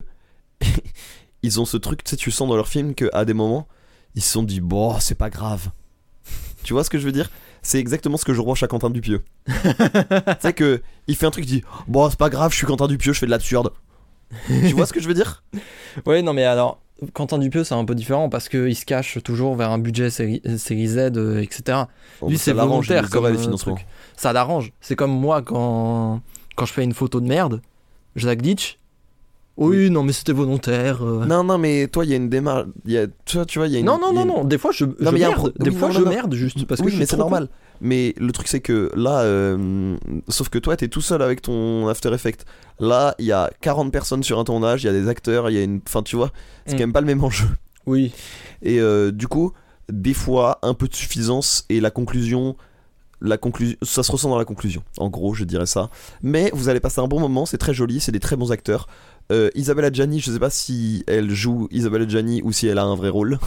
ils ont ce truc, tu sais, tu sens dans leur film qu'à des moments, ils se sont dit, bon, c'est pas grave. Tu vois ce que je veux dire? C'est exactement ce que je reproche à Quentin Dupieux. Tu sais que il fait un truc, il dit, bon, c'est pas grave, je suis Quentin Dupieux, je fais de l'absurde. Tu vois ce que je veux dire? Ouais, non mais alors, Quentin Dupieux c'est un peu différent parce qu'il se cache toujours vers un budget série, série Z, euh, et cetera. Bon, Lui bah, c'est ça l'arrange, volontaire il comme aurait les euh, financements. truc. Ça l'arrange. C'est comme moi quand, quand je fais une photo de merde, Jacques Ditch. Oui, Oui. non mais c'était volontaire. euh. Non, non, mais toi, il y a une démarche. Il y a, tu vois, tu vois, il y a une. Non, non, il y a non, une- non, des fois je, je mais il y a un merde. pro- Des oui, fois non, je non, non. merde juste parce que oui, je mais suis c'est trop normal. Mais le truc, c'est que là, euh, sauf que toi, t'es tout seul avec ton After Effects. Là, il y a quarante personnes sur un tournage, il y a des acteurs, il y a une. Enfin, tu vois, c'est Mm. quand même pas le même enjeu. con. Oui. Et euh, du coup, des fois, un peu de suffisance et la conclusion. La conclusion, ça se ressent dans la conclusion. En gros, je dirais ça. Mais vous allez passer un bon moment, c'est très joli, c'est des très bons acteurs. Euh, Isabelle Adjani, je sais pas si elle joue Isabelle Adjani ou si elle a un vrai rôle.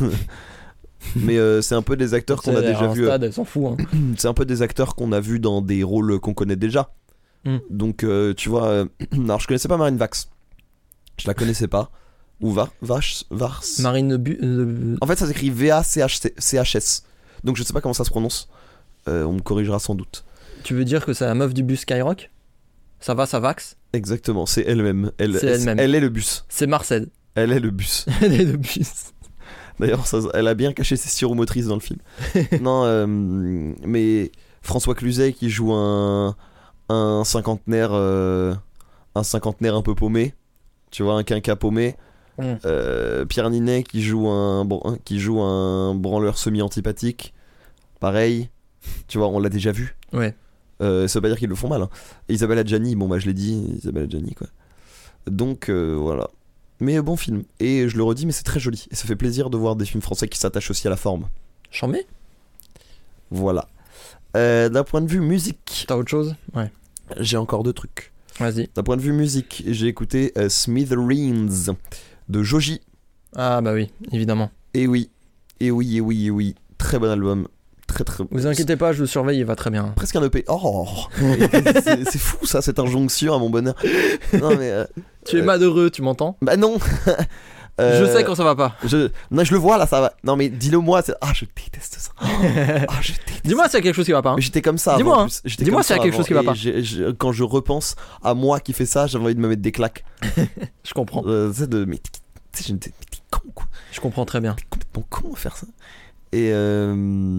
Mais euh, c'est un peu des acteurs qu'on a C'est déjà un vus. stade, elle s'en fout. Hein. C'est un peu des acteurs qu'on a vus dans des rôles qu'on connaît déjà. Mm. Donc, euh, tu vois. euh, Alors, je connaissais pas Marine Vax. Je la connaissais pas. Ou Va Vache Vars. Marine Bu- euh, En fait, ça s'écrit V A C H S. Donc, je sais pas comment ça se prononce. Euh, on me corrigera sans doute. Tu veux dire que c'est la meuf du bus Skyrock? Ça va, ça vax? Exactement, c'est elle-même. Elle, C'est elle-même. elle est le bus. C'est Marcel. Elle est le bus. Elle est le bus. D'ailleurs, ça- elle a bien caché ses syromotrices dans le film. Non, euh, mais François Cluzet qui joue un, un cinquantenaire, euh, un cinquantenaire un peu paumé. Tu vois, un quinquas paumé. Mm. Euh, Pierre Ninet qui joue un, br- qui joue un branleur semi-antipathique. Pareil. Tu vois, on l'a déjà vu. Ouais. Euh, ça veut pas dire qu'ils le font mal. Hein. Et Isabelle Adjani, bon bah je l'ai dit, Isabelle Adjani quoi. Donc euh, voilà. Mais bon film. Et je le redis, mais c'est très joli. Et ça fait plaisir de voir des films français qui s'attachent aussi à la forme. Chambé? Voilà. Euh, d'un point de vue musique, T'as autre chose? Ouais. j'ai encore deux trucs. Vas-y. D'un point de vue musique, j'ai écouté euh, Smithereens de Joji. Ah bah oui, évidemment. Et oui, et oui, et oui, et oui. Très bon album. Très très Vous inquiétez pas, je le surveille, il va très bien. Presque un E P. Oh, c'est, c'est fou ça, cette injonction à mon bonheur. Non mais. euh, Tu es euh, malheureux, tu m'entends? Bah non. Je Euh, sais quand ça va pas. Je, non, je le vois là, ça va. Non, mais dis-le moi. c'est- Ah, je déteste ça. Ah, je déteste. Dis-moi s'il y a quelque chose qui va pas. Hein. Mais j'étais comme ça. Dis-moi, avant, en hein. plus. J'étais Dis-moi comme s'il y a ça quelque avant, chose qui va et pas. j'ai- j'ai- quand je repense à moi qui fais ça, j'avais envie de me mettre des claques. Je comprends. Euh, tu sais, de. Mais tu sais, je me disais, mais t'es con quoi. Je comprends très bien. T'es complètement con à faire ça. Et euh...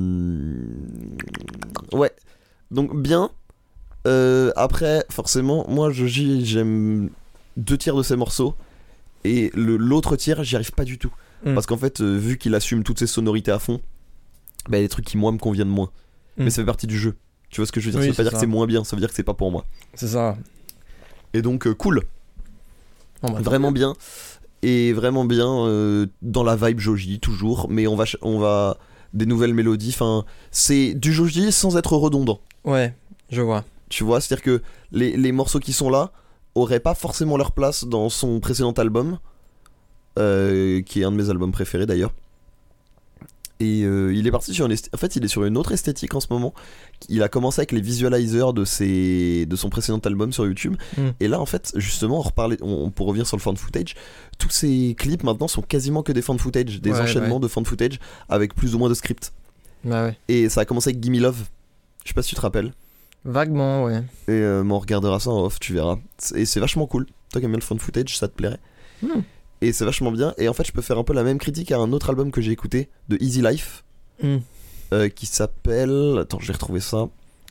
ouais. Donc bien. Euh, après, forcément, moi, Joji, j'aime deux tiers de ses morceaux. Et le, l'autre tiers, j'y arrive pas du tout. Mm. Parce qu'en fait, euh, vu qu'il assume toutes ses sonorités à fond, bah, il y a des trucs qui, moi, me conviennent moins. Mm. Mais ça fait partie du jeu. Tu vois ce que je veux dire? Oui, Ça veut pas c'est dire ça. que c'est moins bien, ça veut dire que c'est pas pour moi. C'est ça. Et donc, euh, cool. Bon, bah, Vraiment bien. Et vraiment bien euh, dans la vibe Joji, toujours. Mais on va, ch- on va. Des nouvelles mélodies. Enfin, c'est du Joji sans être redondant. Ouais, je vois. Tu vois, c'est-à-dire que les, les morceaux qui sont là auraient pas forcément leur place dans son précédent album, euh, qui est un de mes albums préférés d'ailleurs. Et euh, il est parti sur une esth- en fait, il est sur une autre esthétique en ce moment. Il a commencé avec les visualizers de ses de son précédent album sur YouTube. Mm. Et là, en fait, justement, on reparlait, on, pour revenir sur le fan footage, tous ces clips maintenant sont quasiment que des fan footage, des Ouais, enchaînements ouais. de fan footage avec plus ou moins de script. Bah ouais. Et ça a commencé avec Gimme Love. Je sais pas si tu te rappelles. Vaguement, ouais. Et euh, mais on regardera ça en off, tu verras. Et c'est vachement cool. Toi qui aimes bien le fan footage, ça te plairait. Mm. Et c'est vachement bien. Et en fait, je peux faire un peu la même critique à un autre album que j'ai écouté de Easy Life, Mm. euh, qui s'appelle. Attends, je vais retrouver ça.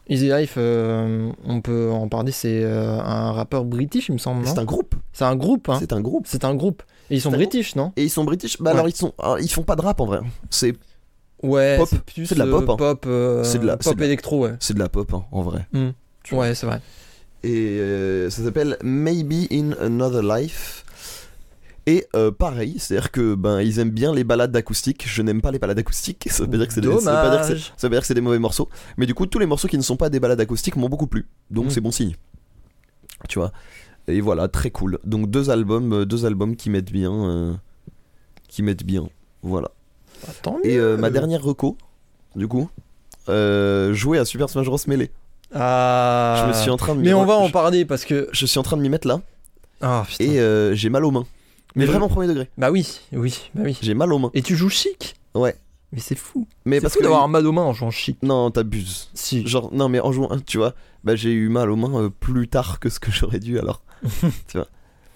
Easy Life, euh, on peut en parler, c'est euh, un rappeur british, il me semble, non ? C'est un groupe. C'est un groupe, hein. C'est un groupe. C'est un groupe. Et ils sont british, non ? Et ils sont british. Bah ouais. alors ils sont, alors, ils font pas de rap en vrai. C'est ouais, pop. c'est plus c'est de la pop. Hein. Pop, euh, c'est de la pop c'est électro, de la, ouais. C'est de la pop hein, en vrai. Mm. Ouais, c'est vrai. Et euh, ça s'appelle Maybe in Another Life. Et euh, pareil, c'est-à-dire que ben ils aiment bien les balades acoustiques. Je n'aime pas les balades acoustiques. Ça veut pas dire que c'est des, ça veut pas dire que c'est, ça veut dire que c'est des mauvais morceaux. Mais du coup, tous les morceaux qui ne sont pas des balades acoustiques m'ont beaucoup plu. Donc mm. c'est bon signe. Tu vois. Et voilà, très cool. Donc deux albums, deux albums qui mettent bien, euh, qui mettent bien. Voilà. Attends. Et euh, ma dernière reco, du coup, euh, jouer à Super Smash Bros Melee. Ah. Je me suis en train de. Mais on va en parler parce que je suis en train de m'y mettre là. Ah, putain. Et euh, j'ai mal aux mains. Mais, mais vraiment je... premier degré. Bah oui, oui, bah oui. J'ai mal aux mains. Et tu joues chic ? Ouais. Mais c'est fou. Mais c'est parce fou que d'avoir mal aux mains en jouant chic. Non, t'abuses. Si. Genre non mais en jouant, tu vois, bah j'ai eu mal aux mains euh, plus tard que ce que j'aurais dû alors. Tu vois.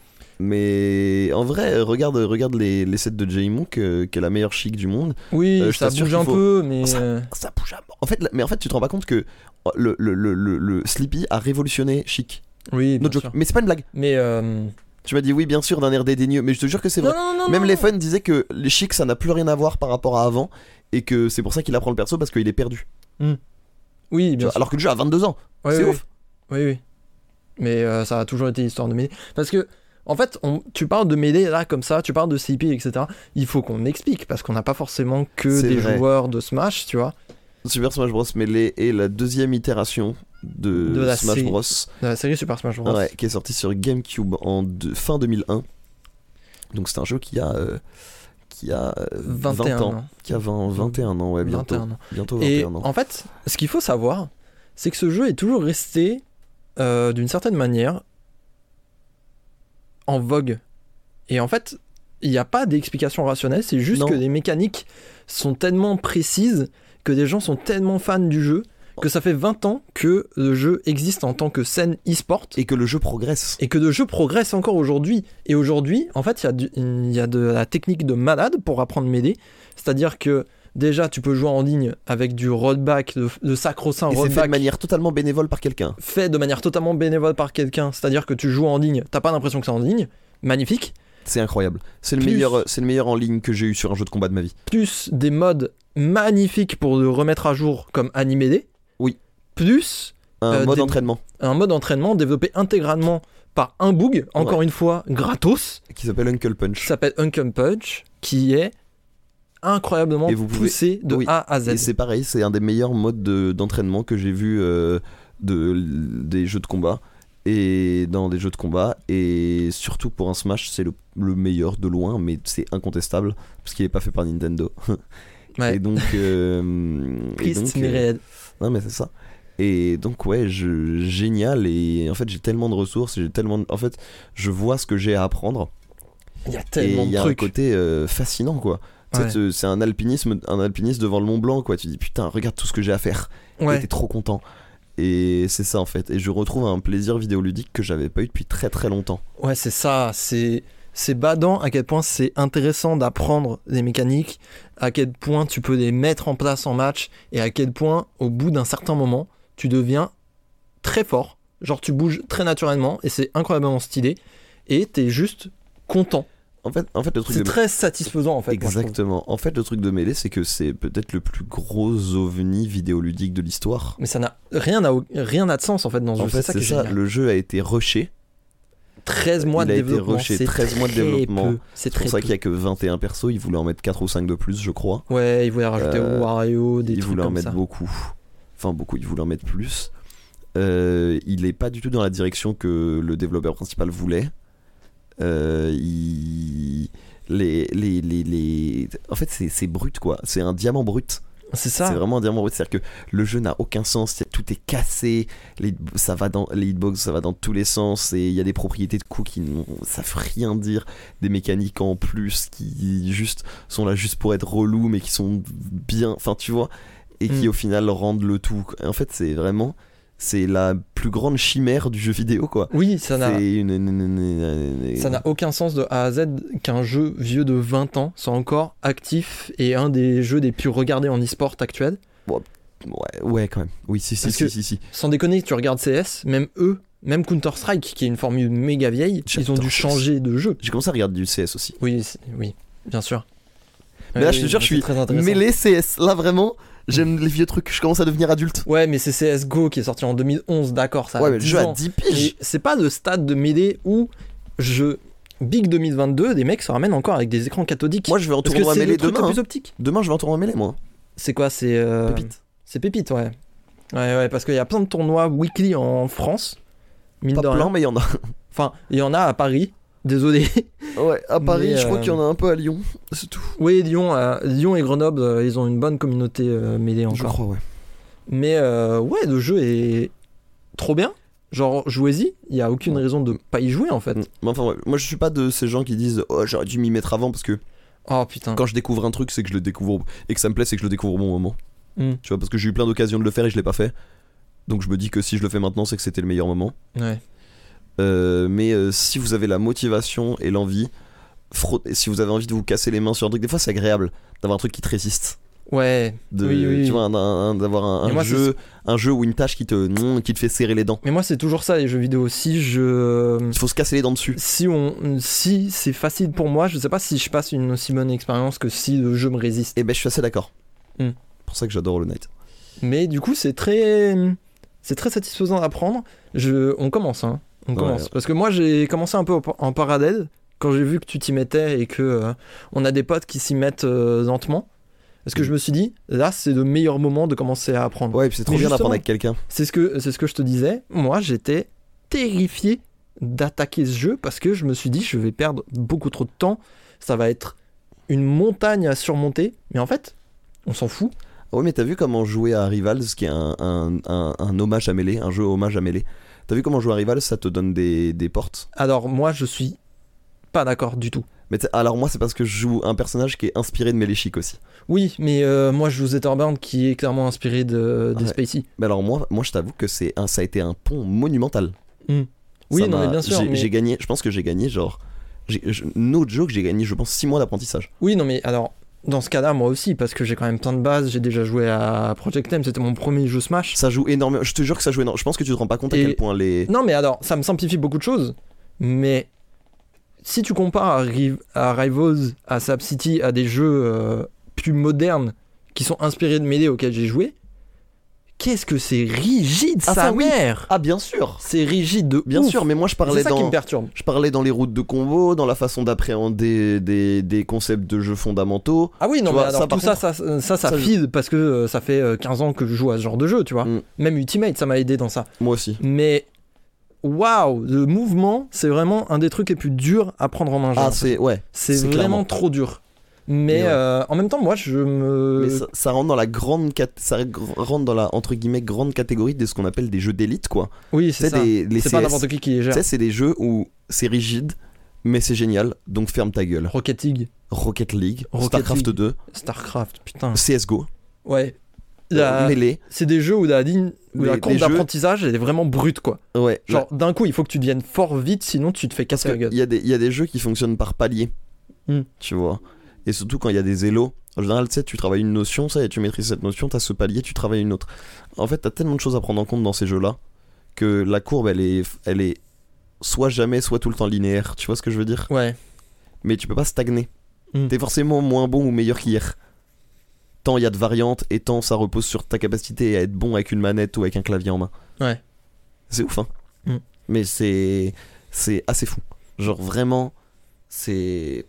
Mais en vrai, regarde, regarde les, les sets de J-Mook, euh, qui est la meilleure chic du monde. Oui, euh, ça bouge un faut... peu, mais ça, ça bouge un peu. En fait, mais en fait, tu te rends pas compte que le le le le, le Sleepy a révolutionné chic. Oui, bien no sûr. Mais c'est pas une blague. Mais euh... tu m'as dit oui, bien sûr, d'un air dédaigneux, mais je te jure que c'est vrai. Non, non, non, Même non. les fans disaient que les chic, ça n'a plus rien à voir par rapport à avant, et que c'est pour ça qu'il apprend le perso parce qu'il est perdu. Mm. Oui, bien vois, sûr. Alors que le jeu a vingt-deux ans. Ouais, c'est oui, ouf. Oui, oui. Mais euh, ça a toujours été l'histoire de Melee. Parce que, en fait, on, tu parles de Melee là, comme ça, tu parles de C P, et cetera. Il faut qu'on explique, parce qu'on n'a pas forcément que c'est des vrai. joueurs de Smash, tu vois. Super Smash Bros Melee est la deuxième itération de, de la Smash série, Bros. De la série Super Smash Bros. Ouais, qui est sortie sur GameCube en de, fin deux mille un. Donc c'est un jeu qui a, euh, qui a euh, vingt et un vingt ans. ans. Qui a vingt, vingt et un ans, ouais, bientôt. vingt et un ans. Bientôt vingt et et un ans. En fait, ce qu'il faut savoir, c'est que ce jeu est toujours resté, euh, d'une certaine manière, en vogue. Et en fait, il n'y a pas d'explication rationnelle, c'est juste non. que les mécaniques sont tellement précises, que des gens sont tellement fans du jeu, que ça fait vingt ans que le jeu existe en tant que scène e-sport. Et que le jeu progresse. Et que le jeu progresse encore aujourd'hui. Et aujourd'hui, en fait, il y, y a de la technique de malade pour apprendre Melee. C'est-à-dire que déjà, tu peux jouer en ligne avec du rollback, de, de sacro-saint rollback. Et c'est fait de manière totalement bénévole par quelqu'un. Fait de manière totalement bénévole par quelqu'un. C'est-à-dire que tu joues en ligne, t'as pas l'impression que c'est en ligne. Magnifique. C'est incroyable. C'est le, meilleur, c'est le meilleur en ligne que j'ai eu sur un jeu de combat de ma vie. Plus des modes magnifiques pour le remettre à jour comme Animédé. Oui. Plus un euh, mode d'entraînement. Un mode d'entraînement développé intégralement par un bug, encore ouais. une fois, gratos. Qui s'appelle Uncle Punch. Qui s'appelle Uncle Punch, qui est incroyablement pouvez... poussé de oui. A à Z. Et c'est pareil, c'est un des meilleurs modes de, d'entraînement que j'ai vu euh, de, des jeux de combat. Et dans des jeux de combat, et surtout pour un Smash, c'est le, le meilleur de loin, mais c'est incontestable parce qu'il est pas fait par Nintendo. Ouais. Et donc, euh, et donc mais réel. Euh, non mais c'est ça. Et donc ouais, je, génial. Et en fait, j'ai tellement de ressources, j'ai tellement, de, en fait, je vois ce que j'ai à apprendre. Il y a tellement et de trucs. Il y a un côté euh, fascinant quoi. Ouais. C'est, c'est un alpinisme, un alpiniste devant le Mont Blanc quoi. Tu dis putain, regarde tout ce que j'ai à faire. Ouais. Et t'es trop content. Et c'est ça en fait, et je retrouve un plaisir vidéoludique que j'avais pas eu depuis très très longtemps. Ouais, c'est ça, c'est, c'est badant à quel point c'est intéressant d'apprendre les mécaniques, à quel point tu peux les mettre en place en match, et à quel point au bout d'un certain moment, tu deviens très fort, genre tu bouges très naturellement, et c'est incroyablement stylé, et t'es juste content. En fait, en fait, le truc c'est de... très satisfaisant en fait. Exactement. En fait, le truc de Melee, c'est que c'est peut-être le plus gros ovni vidéoludique de l'histoire. Mais ça n'a rien n'a rien n'a de sens en fait dans ce en jeu. fait, c'est ça. C'est ça. Le jeu a été rushé. treize mois Il de a développement. été rushé. C'est treize mois de développement. Peu. C'est, c'est pour ça peu. Qu'il y a que vingt et un persos. Ils voulaient en mettre quatre ou cinq de plus, je crois. Ouais, ils voulaient rajouter euh, Wario, des ils trucs voulaient en comme mettre ça. beaucoup. Enfin, beaucoup. Ils voulaient en mettre plus. Euh, il est pas du tout dans la direction que le développeur principal voulait. Euh, il Les, les, les, les... En fait, c'est, c'est brut quoi. C'est un diamant brut. C'est ça. C'est vraiment un diamant brut. C'est-à-dire que le jeu n'a aucun sens. Tout est cassé. Les, ça va dans, les hitbox, ça va dans tous les sens. Et il y a des propriétés de coups qui ne savent rien dire. Des mécaniques en plus qui juste sont là juste pour être relous, mais qui sont bien. Enfin, tu vois. Et qui mm. au final rendent le tout. En fait, c'est vraiment. C'est la plus grande chimère du jeu vidéo quoi. Oui, ça n'a une, une, une, une... ça n'a aucun sens de A à Z qu'un jeu vieux de vingt ans soit encore actif et un des jeux les plus regardés en e-sport actuel. Bon, Ouais, ouais, quand même. Oui, si, si, Parce si, que, si, si. Sans déconner, tu regardes C S, même eux, même Counter-Strike, qui est une formule méga vieille, J'adore ils ont dû C S. changer de jeu. J'ai commencé à regarder du C S aussi. Oui, oui, bien sûr. Mais ouais, là, je te oui, jure, je suis mêlé C S. Là, vraiment, j'aime les vieux trucs. Je commence à devenir adulte. Ouais, mais c'est C S G O qui est sorti en deux mille onze, d'accord, ça Ouais, a mais le dix jeu ans. a dix piges. Et c'est pas le stade de mêlée où je... Big deux mille vingt-deux, des mecs se ramènent encore avec des écrans cathodiques. Moi, je vais en Parce que tournoi c'est mêlé le truc demain. le plus hein. optique. Demain, je vais en tournoi mêlé, moi. C'est quoi, c'est... euh, Pépite. C'est Pépite, ouais. Ouais, ouais, parce qu'il y a plein de tournois weekly en France. Mine Pas de plein, rien. mais il y en a. Enfin, il y en a à Paris. Désolé. Ouais, à Paris, Mais, je crois euh, qu'il y en a un peu à Lyon. C'est tout. Oui, Lyon, euh, Lyon et Grenoble, euh, ils ont une bonne communauté euh, mêlée encore. Je crois, ouais. Mais euh, ouais, le jeu est trop bien. Genre, jouez-y. Il y a aucune raison de pas y jouer en fait. Mm. Mais enfin, ouais. Moi, je suis pas de ces gens qui disent oh, j'aurais dû m'y mettre avant parce que Oh putain. quand je découvre un truc, c'est que je le découvre au- et que ça me plaît, c'est que je le découvre au bon moment. Mm. Tu vois, parce que j'ai eu plein d'occasions de le faire et je l'ai pas fait. Donc je me dis que si je le fais maintenant, c'est que c'était le meilleur moment. Ouais. Euh, mais euh, si vous avez la motivation et l'envie, frotte- si vous avez envie de vous casser les mains sur un truc, des fois c'est agréable d'avoir un truc qui te résiste. Ouais. De, oui, oui. Tu vois, un- un- d'avoir un, Mais un moi, jeu, un jeu ou une tâche qui te, mm, qui te fait serrer les dents. Mais moi, c'est toujours ça les jeux vidéo. Si je. Il faut se casser les dents dessus. Si, on... si c'est facile pour moi, je sais pas si je passe une aussi bonne expérience que si le jeu me résiste. Et ben je suis assez d'accord. Mm. C'est pour ça que j'adore Hollow Knight. Mais du coup, c'est très. C'est très satisfaisant à apprendre. Je... On commence, hein. On Ouais. commence. Parce que moi, j'ai commencé un peu en parallèle quand j'ai vu que tu t'y mettais et que euh, on a des potes qui s'y mettent euh, lentement. Parce que je me suis dit, là, c'est le meilleur moment de commencer à apprendre. Ouais, et puis c'est trop Mais bien justement, d'apprendre avec quelqu'un. C'est ce que c'est ce que je te disais. Moi, j'étais terrifié d'attaquer ce jeu parce que je me suis dit, je vais perdre beaucoup trop de temps. Ça va être une montagne à surmonter. Mais en fait, on s'en fout. Ouais, mais t'as vu comment jouer à Rivals, qui est un, un, un, un hommage à mêlée, un jeu hommage à mêlée. T'as vu comment jouer à Rivals, ça te donne des, des portes. Alors moi, je suis pas d'accord du tout. Mais t'sais, alors moi, c'est parce que je joue un personnage qui est inspiré de Melee Chic aussi. Oui, mais euh, moi, je joue Zetterbound qui est clairement inspiré de, des Ouais. Spacey. Mais alors moi, moi je t'avoue que c'est un, ça a été un pont monumental. Mm. Oui, Ça non, m'a- mais bien sûr. J'ai, mais- j'ai gagné, je pense que j'ai gagné genre... J'ai, je, no joke, j'ai gagné, je pense, six mois d'apprentissage. Oui, non, mais alors, dans ce cas-là, moi aussi, parce que j'ai quand même plein de bases. J'ai déjà joué à Project M, c'était mon premier jeu Smash. Ça joue énormément, je te jure que ça joue énormément. Je pense que tu te rends pas compte à Et- quel point les... Non, mais alors, ça me simplifie beaucoup de choses. Mais si tu compares à, Riv- à Rivals, à Sap City, à des jeux euh, plus modernes qui sont inspirés de Melee auxquels j'ai joué, qu'est-ce que c'est rigide, Ah, sa ça, oui. mère. Ah bien sûr. C'est rigide de Bien ouf. sûr, mais moi je C'est parlais ça qui dans... me perturbe. Je parlais dans les routes de combo, dans la façon d'appréhender des, des concepts de jeux fondamentaux. Ah oui, non, Tu mais vois, alors ça, par tout ça, ça, ça, ça, ça, je- file parce que euh, ça fait euh, quinze ans que je joue à ce genre de jeu, tu vois. Mm. Même Ultimate, ça m'a aidé dans ça. Moi aussi. Mais waouh, le mouvement, c'est vraiment un des trucs les plus durs à prendre en main. j'ai Ah l'impression. c'est... Ouais. c'est c'est vraiment clairement. trop dur. Mais Mais ouais. euh, en même temps, moi, je me. Mais ça, ça rentre dans la grande... cat- Ça gr- rentre dans la, entre guillemets, grande catégorie de ce qu'on appelle des jeux d'élite, quoi. Oui, c'est Tu sais, ça. des- les C'est C pas S, n'importe qui qui les Tu gère. sais, c'est des jeux où c'est rigide, mais c'est génial, donc ferme ta gueule. Rocket League, Rocket League, Rocket Starcraft League. deux, Starcraft, putain. C S G O, Ouais. euh, La- Melee. C'est des jeux où la ligne, où Les- la courbe les jeux- d'apprentissage elle est vraiment brute, quoi. Ouais. Genre, d'un coup, il faut que tu deviennes fort vite, sinon tu te fais Parce casser la gueule. qu'il y, a des- il y a des jeux qui fonctionnent par palier. Hmm. Tu vois. Et surtout quand il y a des élos. En général, tu sais, tu travailles une notion, ça, et tu maîtrises cette notion, t'as ce palier, tu travailles une autre. En fait, t'as tellement de choses à prendre en compte dans ces jeux-là que la courbe, elle est, elle est soit jamais, soit tout le temps linéaire. Tu vois ce que je veux dire? Ouais. Mais tu peux pas stagner. Hmm. T'es forcément moins bon ou meilleur qu'hier. Tant il y a de variantes, et tant ça repose sur ta capacité à être bon avec une manette ou avec un clavier en main. Ouais. C'est ouf, hein. Hmm. Mais c'est c'est assez fou. Genre vraiment, c'est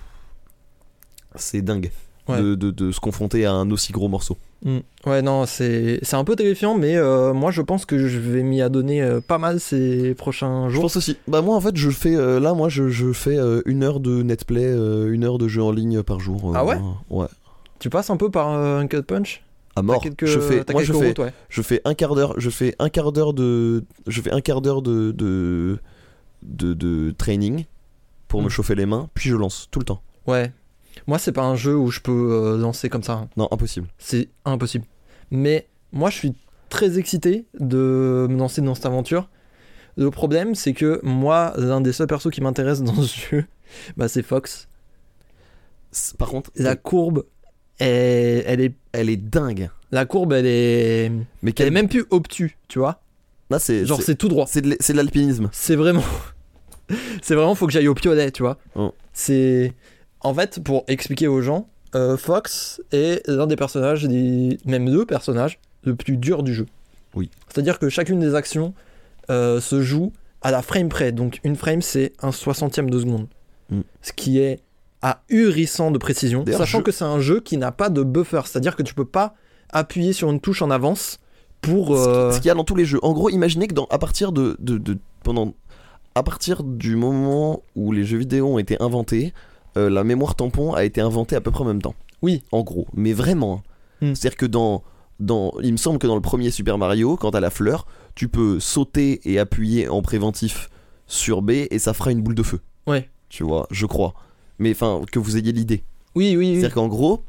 c'est dingue Ouais. de, de, de se confronter à un aussi gros morceau. Mm. Ouais, non, c'est c'est un peu terrifiant, mais euh, moi je pense que je vais m'y adonner euh, pas mal ces prochains Je jours. pense aussi. Bah moi en fait je fais euh, là moi je, je fais euh, une heure de netplay, euh, une heure de jeu en ligne par jour. euh, Ah ouais Ouais. Tu passes un peu par euh, un cut punch. À T'as mort. quelques, je fais, t'as moi je quelques fais, routes, ouais. je fais un quart d'heure, je fais un quart d'heure de, je fais un quart d'heure de de, de, de training pour Mm. me chauffer les mains, puis je lance tout le temps. Ouais. Moi c'est pas un jeu où je peux euh, lancer comme ça. hein. Non impossible. C'est impossible. Mais moi je suis très excité de me lancer dans cette aventure. Le problème c'est que moi l'un des seuls persos qui m'intéresse dans ce jeu, bah c'est Fox. C'est- Par contre, La courbe elle, elle est. Elle est dingue. La courbe, elle est. Mais Elle quel... est même plus obtuse, tu vois. Là, c'est. Genre, c'est... c'est tout droit. C'est de, l... c'est de l'alpinisme. C'est vraiment. c'est vraiment, faut que j'aille au piolet, tu vois. Oh. C'est. En fait, pour expliquer aux gens, euh, Fox est l'un des personnages, des... même deux personnages, le plus dur du jeu. Oui. C'est-à-dire que chacune des actions euh, se joue à la frame près. Donc, une frame, c'est un soixantième de seconde. Mm. Ce qui est ahurissant de précision. D'ailleurs, sachant je... que c'est un jeu qui n'a pas de buffer. C'est-à-dire que tu peux pas appuyer sur une touche en avance pour. Euh... Ce qu'il y a dans tous les jeux. En gros, imaginez que dans, à partir de, de, de pendant, à partir du moment où les jeux vidéo ont été inventés, euh, la mémoire tampon a été inventée à peu près en même temps. Oui. En gros, mais vraiment. Mm. C'est-à-dire que dans, dans, il me semble que dans le premier Super Mario, quand t'as la fleur, tu peux sauter et appuyer en préventif sur B et ça fera une boule de feu. Ouais. Tu vois, je crois. Mais enfin, que vous ayez l'idée. Oui, oui, oui. C'est-à-dire qu'en gros,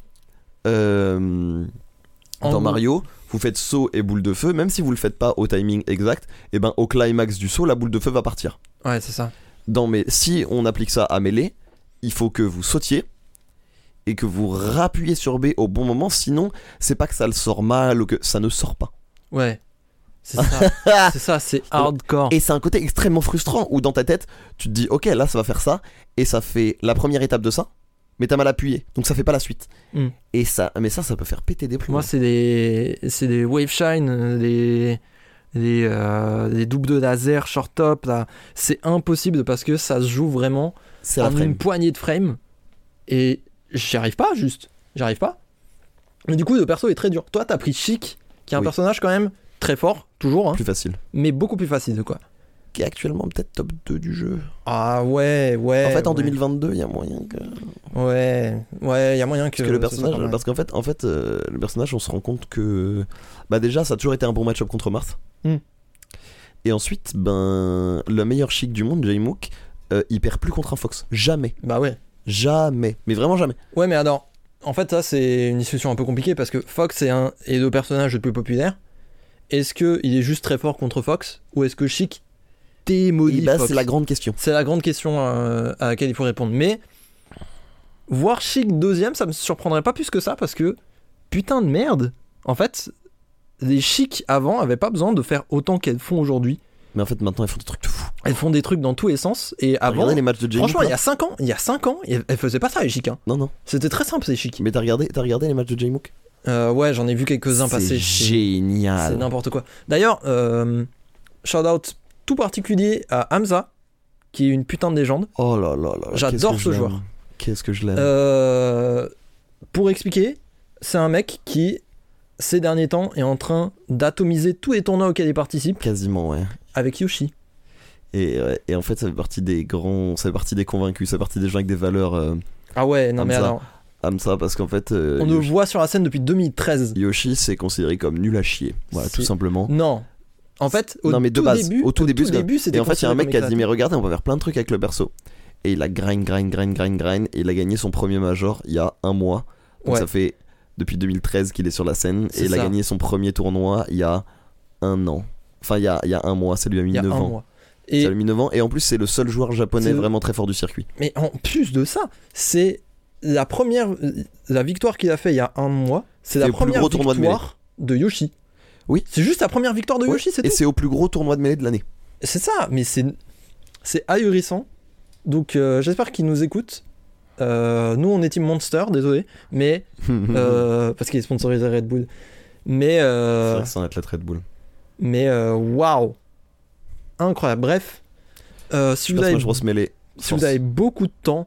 euh, en dans gros. Mario, vous faites saut et boule de feu, même si vous le faites pas au timing exact, et ben au climax du saut, la boule de feu va partir. Ouais, c'est ça. Dans, mais si on applique ça à mêlée, il faut que vous sautiez et que vous rappuyez sur B au bon moment, sinon c'est pas que ça le sort mal ou que ça ne sort pas. Ouais. C'est ça, c'est ça, c'est hardcore. Et c'est un côté extrêmement frustrant où dans ta tête, tu te dis ok, là ça va faire ça, et ça fait la première étape de ça, mais t'as mal appuyé, donc ça fait pas la suite. Mm. Et ça, mais ça, ça peut faire péter des plombs. Moi, c'est des, c'est des wave shine, des, des, euh, des doubles de laser short top là. C'est impossible parce que ça se joue vraiment c'est en la frame. Une poignée de frames et j'y arrive pas, juste, j'y arrive pas. Mais du coup, le perso est très dur. Toi, t'as pris Chic, qui est un oui. personnage quand même très fort, toujours. Hein, plus facile. Mais beaucoup plus facile, quoi. Qui est actuellement peut-être top deux du jeu. Ah ouais, ouais. En fait, en ouais. deux mille vingt-deux, il y a moyen que. Ouais, ouais, il y a moyen que. Parce que le personnage, parce qu'en fait, en fait euh, le personnage, on se rend compte que. Bah, déjà, ça a toujours été un bon match-up contre Marth. Mm. Et ensuite, ben. Le meilleur Chic du monde, Jmook, euh, il perd plus contre un Fox. Jamais. Bah ouais. Jamais. Mais vraiment jamais. Ouais, mais alors. En fait, ça, c'est une discussion un peu compliquée parce que Fox est, un, est le personnage le plus populaire. Est-ce qu'il est juste très fort contre Fox ou est-ce que Chic démolit bah, Fox ? C'est la grande question. C'est la grande question euh, à laquelle il faut répondre. Mais voir Chic deuxième, ça me surprendrait pas plus que ça parce que putain de merde. En fait, les Chic avant avaient pas besoin de faire autant qu'elles font aujourd'hui. Mais en fait, maintenant, elles font des trucs de fou. Elles font des trucs dans tous les sens. Et avant, regardez les matchs de Jmook, franchement, il y a cinq ans, il y a cinq ans, elles faisaient pas ça les Chic. Hein. Non, non. C'était très simple ces Chic. Mais t'as regardé, t'as regardé les matchs de Jmook ? Euh, ouais, j'en ai vu quelques-uns c'est passer. Génial. C'est n'importe quoi. D'ailleurs, euh, shout out tout particulier à Hamza, qui est une putain de légende. Oh là là là. J'adore ce joueur. Qu'est-ce que je l'aime. Euh, pour expliquer, c'est un mec qui, ces derniers temps, est en train d'atomiser tous les tournois auxquels il participe. Quasiment, ouais. Avec Yoshi. Et, ouais, et en fait, ça fait partie des grands, ça fait partie des convaincus, ça fait partie des gens avec des valeurs. Euh, ah ouais, non mais alors. Hamza, parce qu'en fait. Euh, on Yoshi, le voit sur la scène depuis deux mille treize. Yoshi, c'est considéré comme nul à chier. Voilà, c'est... tout simplement. Non. En fait, au non, mais tout de base, début, au tout au début, tout début c'était. Et en fait, il y a un mec qui a dit mais regardez, on peut faire plein de trucs avec le perso. Et il a grind, grind, grind, grind, grind, et il a gagné son premier major il y a un mois. Donc ouais. ça fait depuis deux mille treize qu'il est sur la scène, c'est et il ça. a gagné son premier tournoi il y a un an. Enfin, il y a, il y a un mois, ça lui a mis neuf ans. Mois. Et ça lui a mis neuf ans, et en plus, c'est le seul joueur japonais c'est... vraiment très fort du circuit. Mais en plus de ça, c'est la première, la victoire qu'il a fait il y a un mois, c'est, c'est la première gros victoire de, de Yoshi. Oui. C'est juste la première victoire de oui. Yoshi, c'est et tout. Et c'est au plus gros tournoi de mêlée de l'année. C'est ça, mais c'est, c'est ahurissant. Donc euh, j'espère qu'il nous écoute. Euh, nous on est Team Monster, désolé, mais euh, parce qu'il est sponsorisé Red Bull. Mais euh, c'est vrai que c'est un athlète Red Bull. Mais waouh, wow. Incroyable. Bref, euh, si, vous avez, mêlée, si vous avez beaucoup de temps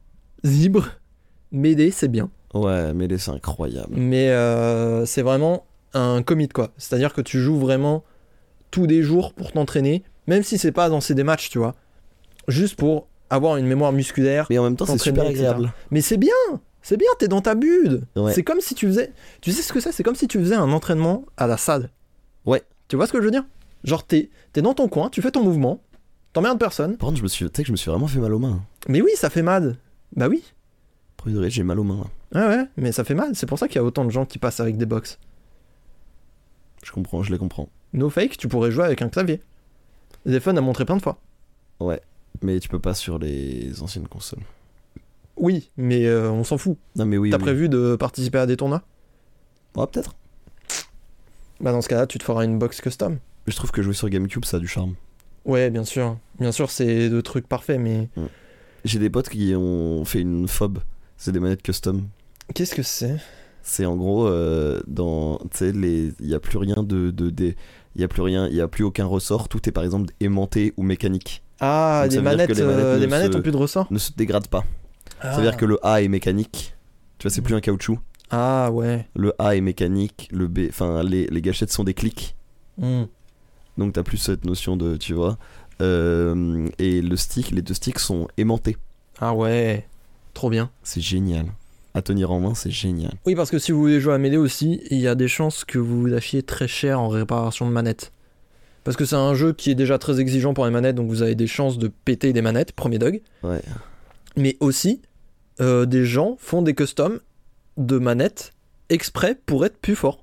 libre, m'aider c'est bien. Ouais, mêlée c'est incroyable. Mais euh, c'est vraiment un commit quoi. C'est-à-dire que tu joues vraiment tous les jours pour t'entraîner, même si c'est pas lancer des matchs, tu vois. Juste pour avoir une mémoire musculaire. Mais en même temps, c'est super agréable. et cetera. Mais c'est bien, c'est bien, t'es dans ta bulle. Ouais. C'est comme si tu faisais. Tu sais ce que c'est ? C'est comme si tu faisais un entraînement à la salle. Ouais. Tu vois ce que je veux dire ? Genre, t'es, t'es dans ton coin, tu fais ton mouvement, t'emmerdes personne. Par contre, je me suis, tu sais que je me suis vraiment fait mal aux mains. Mais oui, ça fait mal. Bah oui. Premier degré, j'ai mal aux mains là. Ouais, ouais, mais ça fait mal. C'est pour ça qu'il y a autant de gens qui passent avec des box. Je comprends, je les comprends. No fake, tu pourrais jouer avec un clavier. Zephen a montré plein de fois. Ouais. Mais tu peux pas sur les anciennes consoles. Oui, mais euh, on s'en fout. Non, mais oui. T'as oui. prévu de participer à des tournois ? Ouais, peut-être. Bah dans ce cas-là, tu te feras une box custom. Je trouve que jouer sur GameCube, ça a du charme. Ouais, bien sûr. Bien sûr, c'est le truc parfait, mais... Mm. J'ai des potes qui ont fait une fob. C'est des manettes custom. Qu'est-ce que c'est ? C'est en gros, euh, dans... Tu sais, les... il n'y a plus rien de... de, de... Il n'y a plus rien, il n'y a plus aucun ressort. Tout est par exemple aimanté ou mécanique. Ah, Donc, des ça veut dire manettes, que les manettes euh, ne les manettes se- ont plus de ressort. Ne se dégradent pas. Ah. Ça veut dire que le A est mécanique. Tu vois, c'est plus un caoutchouc. Ah ouais. Le A est mécanique. Le B... Enfin, les, les gâchettes sont des clics. Hmm. Donc t'as plus cette notion de... Tu vois. Euh, et le stick, les deux sticks sont aimantés. Ah ouais. Trop bien. C'est génial. À tenir en main, c'est génial. Oui, parce que si vous voulez jouer à Melee aussi, il y a des chances que vous vous lâchiez très cher en réparation de manettes. Parce que c'est un jeu qui est déjà très exigeant pour les manettes, donc vous avez des chances de péter des manettes, premier dog. Ouais. Mais aussi, euh, des gens font des customs de manettes exprès pour être plus forts.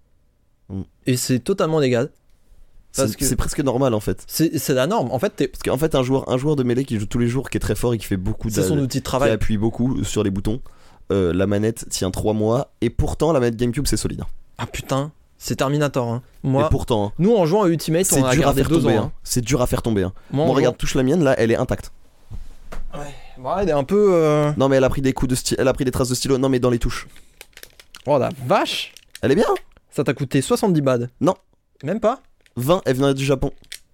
Mm. Et c'est totalement légal. Parce C'est que- c'est presque normal en fait. C'est c'est la norme. En fait, t'es- Parce qu'en fait, un joueur, un joueur de mêlée qui joue tous les jours, qui est très fort et qui fait beaucoup c'est d'a- son outil de qui travail. appuie beaucoup sur les boutons, euh, la manette tient trois mois et pourtant la manette GameCube c'est solide. Ah putain, c'est Terminator. Hein. Et Moi, pourtant, hein, nous en jouant à Ultimate, c'est on a dur à gardé faire deux tomber. ans. hein. C'est dur à faire tomber. hein. Moi, Moi, en regarde, touche la mienne là, elle est intacte. jouant- Ouais, bah, elle est un peu. euh, Non mais elle a pris des coups de stylo, elle a pris des traces de stylo. Non mais dans les touches. Oh la vache. Elle est bien. hein. Ça t'a coûté soixante-dix bad. Non. Même pas. vingt, elle vient du Japon.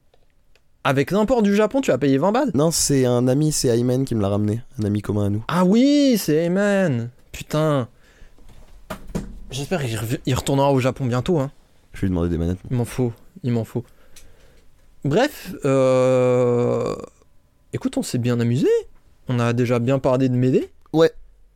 Avec l'import du Japon, tu as payé vingt bad. Non, c'est un ami, c'est Ayman qui me l'a ramené, un ami commun à nous. Ah oui, c'est Ayman. Putain. J'espère qu'il rev- il retournera au Japon bientôt. Hein. Je vais lui demander des manettes. Il m'en faut. Il m'en faut. Bref, euh... écoute, on s'est bien amusé. On a déjà bien parlé de Melee. Ouais.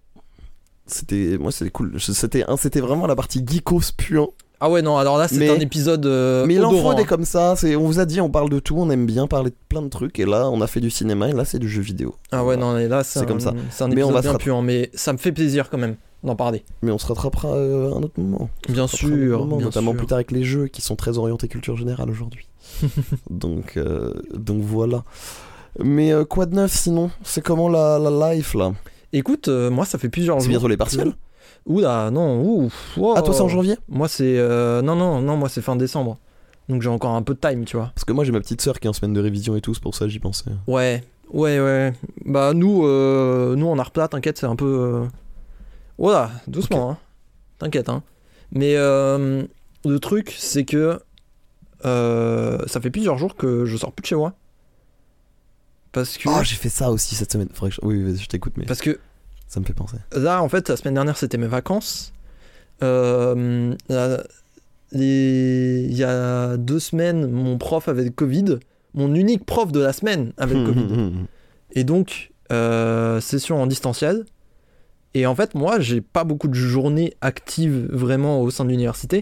C'était, moi c'était cool. Je- C'était, hein, c'était vraiment la partie geekos puant. Ah ouais, non, alors là, c'est Mais- un épisode euh, Mais il en odorant, faut des hein. comme ça. C'est, on vous a dit, on parle de tout, on aime bien parler de plein de trucs. Et là, on a fait du cinéma et là, c'est du jeu vidéo. Ah ouais, non, et là, c'est C'est un, comme ça. c'est un Mais on épisode va se bien rattra- puant, mais ça me fait plaisir quand même d'en parler. Mais on se rattrapera euh, à un autre moment. Bien On se rattrapera à un autre sûr, moment, bien notamment sûr. plus tard avec les jeux qui sont très orientés culture générale aujourd'hui. donc, euh, donc voilà. Mais euh, quoi de neuf sinon? C'est comment la, la life là? Écoute, euh, moi, ça fait plusieurs C'est jours. bientôt les partiels? Oula, non, ouf. wow. Ah, toi c'est en janvier? Moi, c'est. euh, Non, non, non, moi, c'est fin décembre. Donc, j'ai encore un peu de time, tu vois. Parce que moi j'ai ma petite sœur qui est en semaine de révision et tout, c'est pour ça que j'y pensais. Ouais, ouais, ouais. Bah, nous, euh, nous en art plat, t'inquiète, c'est un peu. euh, Voilà, doucement, hein. T'inquiète, hein. Mais euh, le truc, c'est que. euh, ça fait plusieurs jours que je sors plus de chez moi. Parce que. Oh, j'ai fait ça aussi cette semaine. Faudrait que je... Oui, vas-y, je t'écoute, mais Parce que ça me fait penser. là, en fait, la semaine dernière, c'était mes vacances. Euh, la- les- Il y a deux semaines, mon prof avait le Covid. Mon unique prof de la semaine avait le Covid. Et donc, euh, session en distanciel. Et en fait, moi, j'ai pas beaucoup de journées actives vraiment au sein de l'université.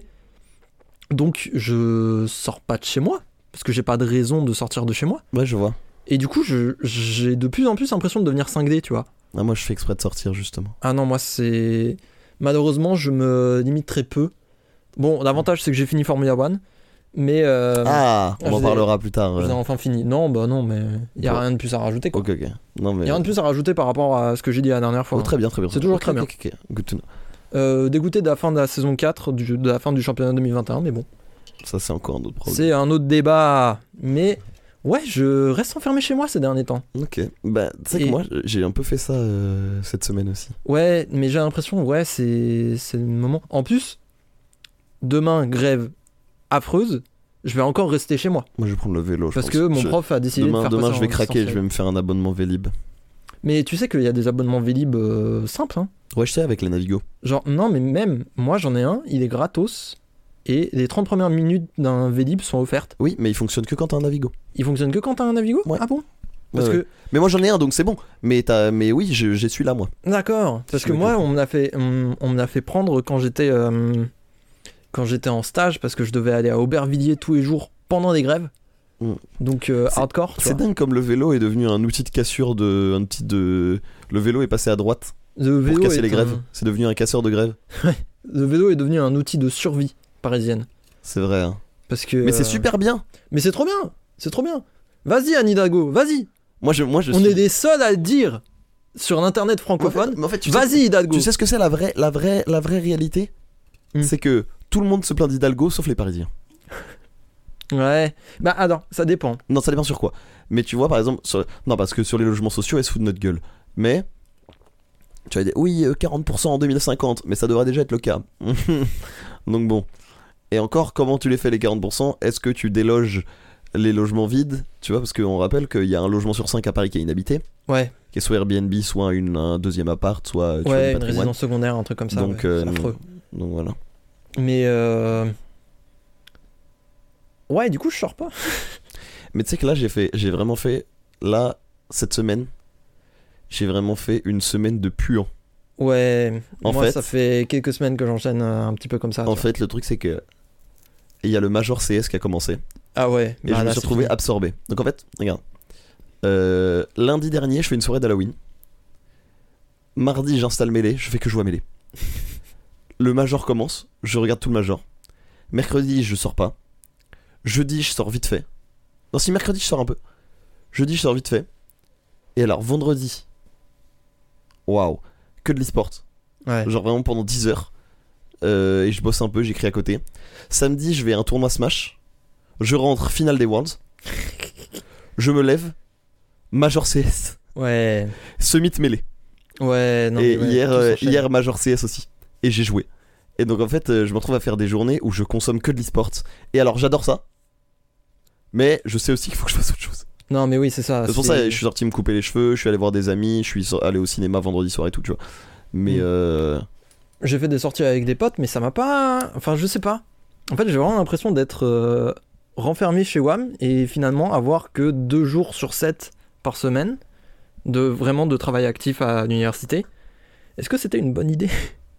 Donc, je sors pas de chez moi. Parce que j'ai pas de raison de sortir de chez moi. Ouais, je vois. Et du coup, je- j'ai de plus en plus l'impression de devenir cinglé, tu vois. Ah, moi je fais exprès de sortir justement. Ah non, moi, c'est. Malheureusement, je me limite très peu. Bon, l'avantage, c'est que j'ai fini Formula One. Mais. euh, Ah, on je en l'ai- parlera plus tard. Je l'ai ouais. enfin fini. Non, bah non, mais il y a Bon. rien de plus à rajouter, quoi. Ok, ok. Non, mais. Il y a rien de plus à rajouter par rapport à ce que j'ai dit la dernière fois. Oh, très bien, très bien. C'est toujours Ok, très ok, bien. ok, ok. Good to know. Euh, dégoûté de la fin de la saison quatre, du- de la fin du championnat deux mille vingt et un, mais bon. Ça, c'est encore un autre problème. C'est un autre débat. Mais ouais, je reste enfermé chez moi ces derniers temps. Ok. Bah, tu sais Et- que moi, j'ai un peu fait ça euh, cette semaine aussi. Ouais, mais j'ai l'impression, ouais, c'est c'est le moment. En plus, demain, grève affreuse, je vais encore rester chez moi. Moi, je vais prendre le vélo. je Parce pense. que mon Je- prof a décidé de Demain, faire demain passer je en vais craquer, distanciel. je vais me faire un abonnement Vélib. Mais tu sais qu'il y a des abonnements Vélib euh, simples, hein. Ouais, je sais, avec les Navigo. Genre, non, mais même, moi j'en ai un, il est gratos. Et les trente premières minutes d'un Vélib sont offertes. Oui, mais il fonctionne que quand t'as un Navigo. Il fonctionne que quand t'as un Navigo? Ouais. Ah bon? Parce Ouais, que ouais. Mais moi, j'en ai un, donc c'est bon. Mais, t'as... mais oui, je- j'ai celui-là, moi. D'accord, parce Je que me moi, comprends. on me l'a fait, on, on me l'a fait prendre quand j'étais, euh, quand j'étais en stage, parce que je devais aller à Aubervilliers tous les jours pendant les grèves. Mm. Donc euh, C'est- hardcore, tu C'est vois. dingue comme le vélo est devenu un outil de cassure de. Un petit de... Le vélo est passé à droite Le vélo pour casser est les grèves. un- C'est devenu un casseur de grève. le vélo est devenu un outil de survie parisienne, C'est vrai. Hein. parce que. Mais c'est euh, super bien. Mais c'est trop bien, c'est trop bien. Vas-y Anne Hidalgo, vas-y. Moi, je, moi, je On suis. est les seuls à le dire. sur un internet francophone. En fait, mais en fait, tu vas-y sais, Hidalgo. Tu sais ce que c'est la vraie, la vraie, la vraie réalité mm. C'est que tout le monde se plaint d'Hidalgo sauf les Parisiens. Ouais, bah attends, ça dépend. Non, ça dépend sur quoi. Mais tu vois, par exemple, sur... non, parce que sur les logements sociaux, elle se fout de notre gueule. Mais tu vas dire, oui, quarante pour cent en deux mille cinquante, mais ça devrait déjà être le cas. Donc bon. Et encore, comment tu les fais les quarante pour cent? Est-ce que tu déloges les logements vides? Tu vois, parce qu'on rappelle qu'il y a un logement sur cinq à Paris qui est inhabité. Ouais. Qui est soit Airbnb, soit une, un deuxième appart, soit tu ouais, vois, une résidence secondaire, un truc comme ça. Donc, ouais, euh, c'est affreux. Donc voilà. Mais euh... ouais, du coup, je sors pas. Mais tu sais que là, j'ai fait, j'ai vraiment fait, là, cette semaine, j'ai vraiment fait une semaine de puant. Ouais, en moi fait, ça fait quelques semaines que j'enchaîne un petit peu comme ça. En fait, le truc c'est que il y a le Major C S qui a commencé. Ah ouais. Et bah je là, me suis retrouvé fini. absorbé. Donc en fait, regarde. Euh, lundi dernier, je fais une soirée d'Halloween. Mardi, j'installe Melee, je fais que jouer à Melee. Le Major commence, je regarde tout le Major. Mercredi, je sors pas. Jeudi, je sors vite fait. Non, si mercredi, je sors un peu. Jeudi, je sors vite fait. Et alors, vendredi, waouh, que de l'e-sport. Ouais. Genre vraiment pendant dix heures. Euh, et je bosse un peu, j'écris à côté. Samedi, je vais à un tournoi Smash. Je rentre, finale des Worlds. Je me lève, Major C S. Ouais. Summit Melee. Ouais, non. Et ouais, hier, euh, hier, Major C S aussi. Et j'ai joué. Et donc en fait, euh, je me retrouve à faire des journées où je consomme que de l'e-sport. Et alors, j'adore ça. Mais je sais aussi qu'il faut que je fasse autre chose. Non, mais oui, c'est ça. C'est pour ça que je suis sorti me couper les cheveux, je suis allé voir des amis, je suis allé au cinéma vendredi soir et tout, tu vois. Mais mmh. euh... j'ai fait des sorties avec des potes, mais ça m'a pas. Enfin, je sais pas. En fait, j'ai vraiment l'impression d'être euh, renfermé chez W A M et finalement avoir que deux jours sur sept par semaine de vraiment de travail actif à l'université. Est-ce que c'était une bonne idée?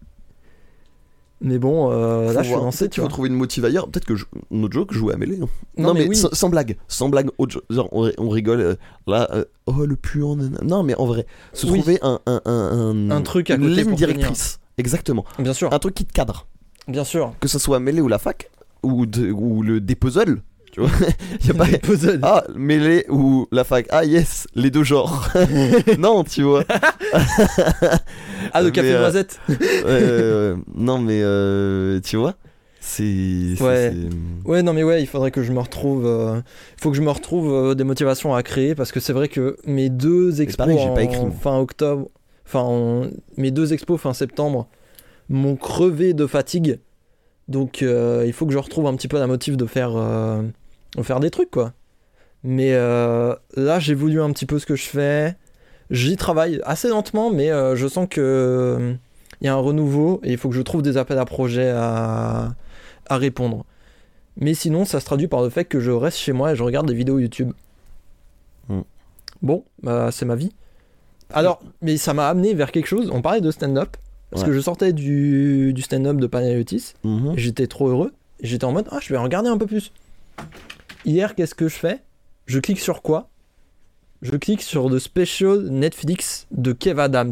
Mais bon, euh, là je suis lancé, tu vois. Faut trouver une motive ailleurs. Peut-être que je... notre joke jouer à Melee. Hein. Non, non, mais, mais oui. sans, sans blague, sans blague. Autre... Genre, on, on rigole. Euh, là, euh, oh le puant. Non, mais en vrai, se oui. trouver un un un un, un truc à une côté ligne pour directrice. Tenir. Exactement. Bien sûr. Un truc qui te cadre. Bien sûr. Que ce soit Melee ou la fac ou de, ou le des puzzles. Tu vois, y a pas des puzzles. Ah, Melee ou la fac. Ah yes, les deux genres. Non, tu vois. Ah, le café euh, noisette. euh, non, mais euh, tu vois, c'est. Ouais. c'est... Ouais, non, mais ouais, il faudrait que je me retrouve. Il euh, faut que je me retrouve euh, des motivations à créer parce que c'est vrai que mes deux expos pareil, j'ai en pas écrit, fin octobre, enfin, en... mes deux expos fin septembre m'ont crevé de fatigue. Donc, euh, il faut que je retrouve un petit peu la motive de faire, euh, de faire des trucs, quoi. Mais euh, là, j'ai voulu un petit peu ce que je fais. J'y travaille assez lentement, mais euh, je sens que euh, y a un renouveau et il faut que je trouve des appels à projets à, à répondre. Mais sinon, ça se traduit par le fait que je reste chez moi et je regarde des vidéos YouTube. Mm. Bon, bah, c'est ma vie. Alors, mais ça m'a amené vers quelque chose. On parlait de stand-up. Parce ouais. que je sortais du, du stand-up de Panayotis. Mm-hmm. Et j'étais trop heureux. Et j'étais en mode, ah, je vais regarder un peu plus. Hier, qu'est-ce que je fais? Je clique sur quoi? Je clique sur le special Netflix de Kev Adams.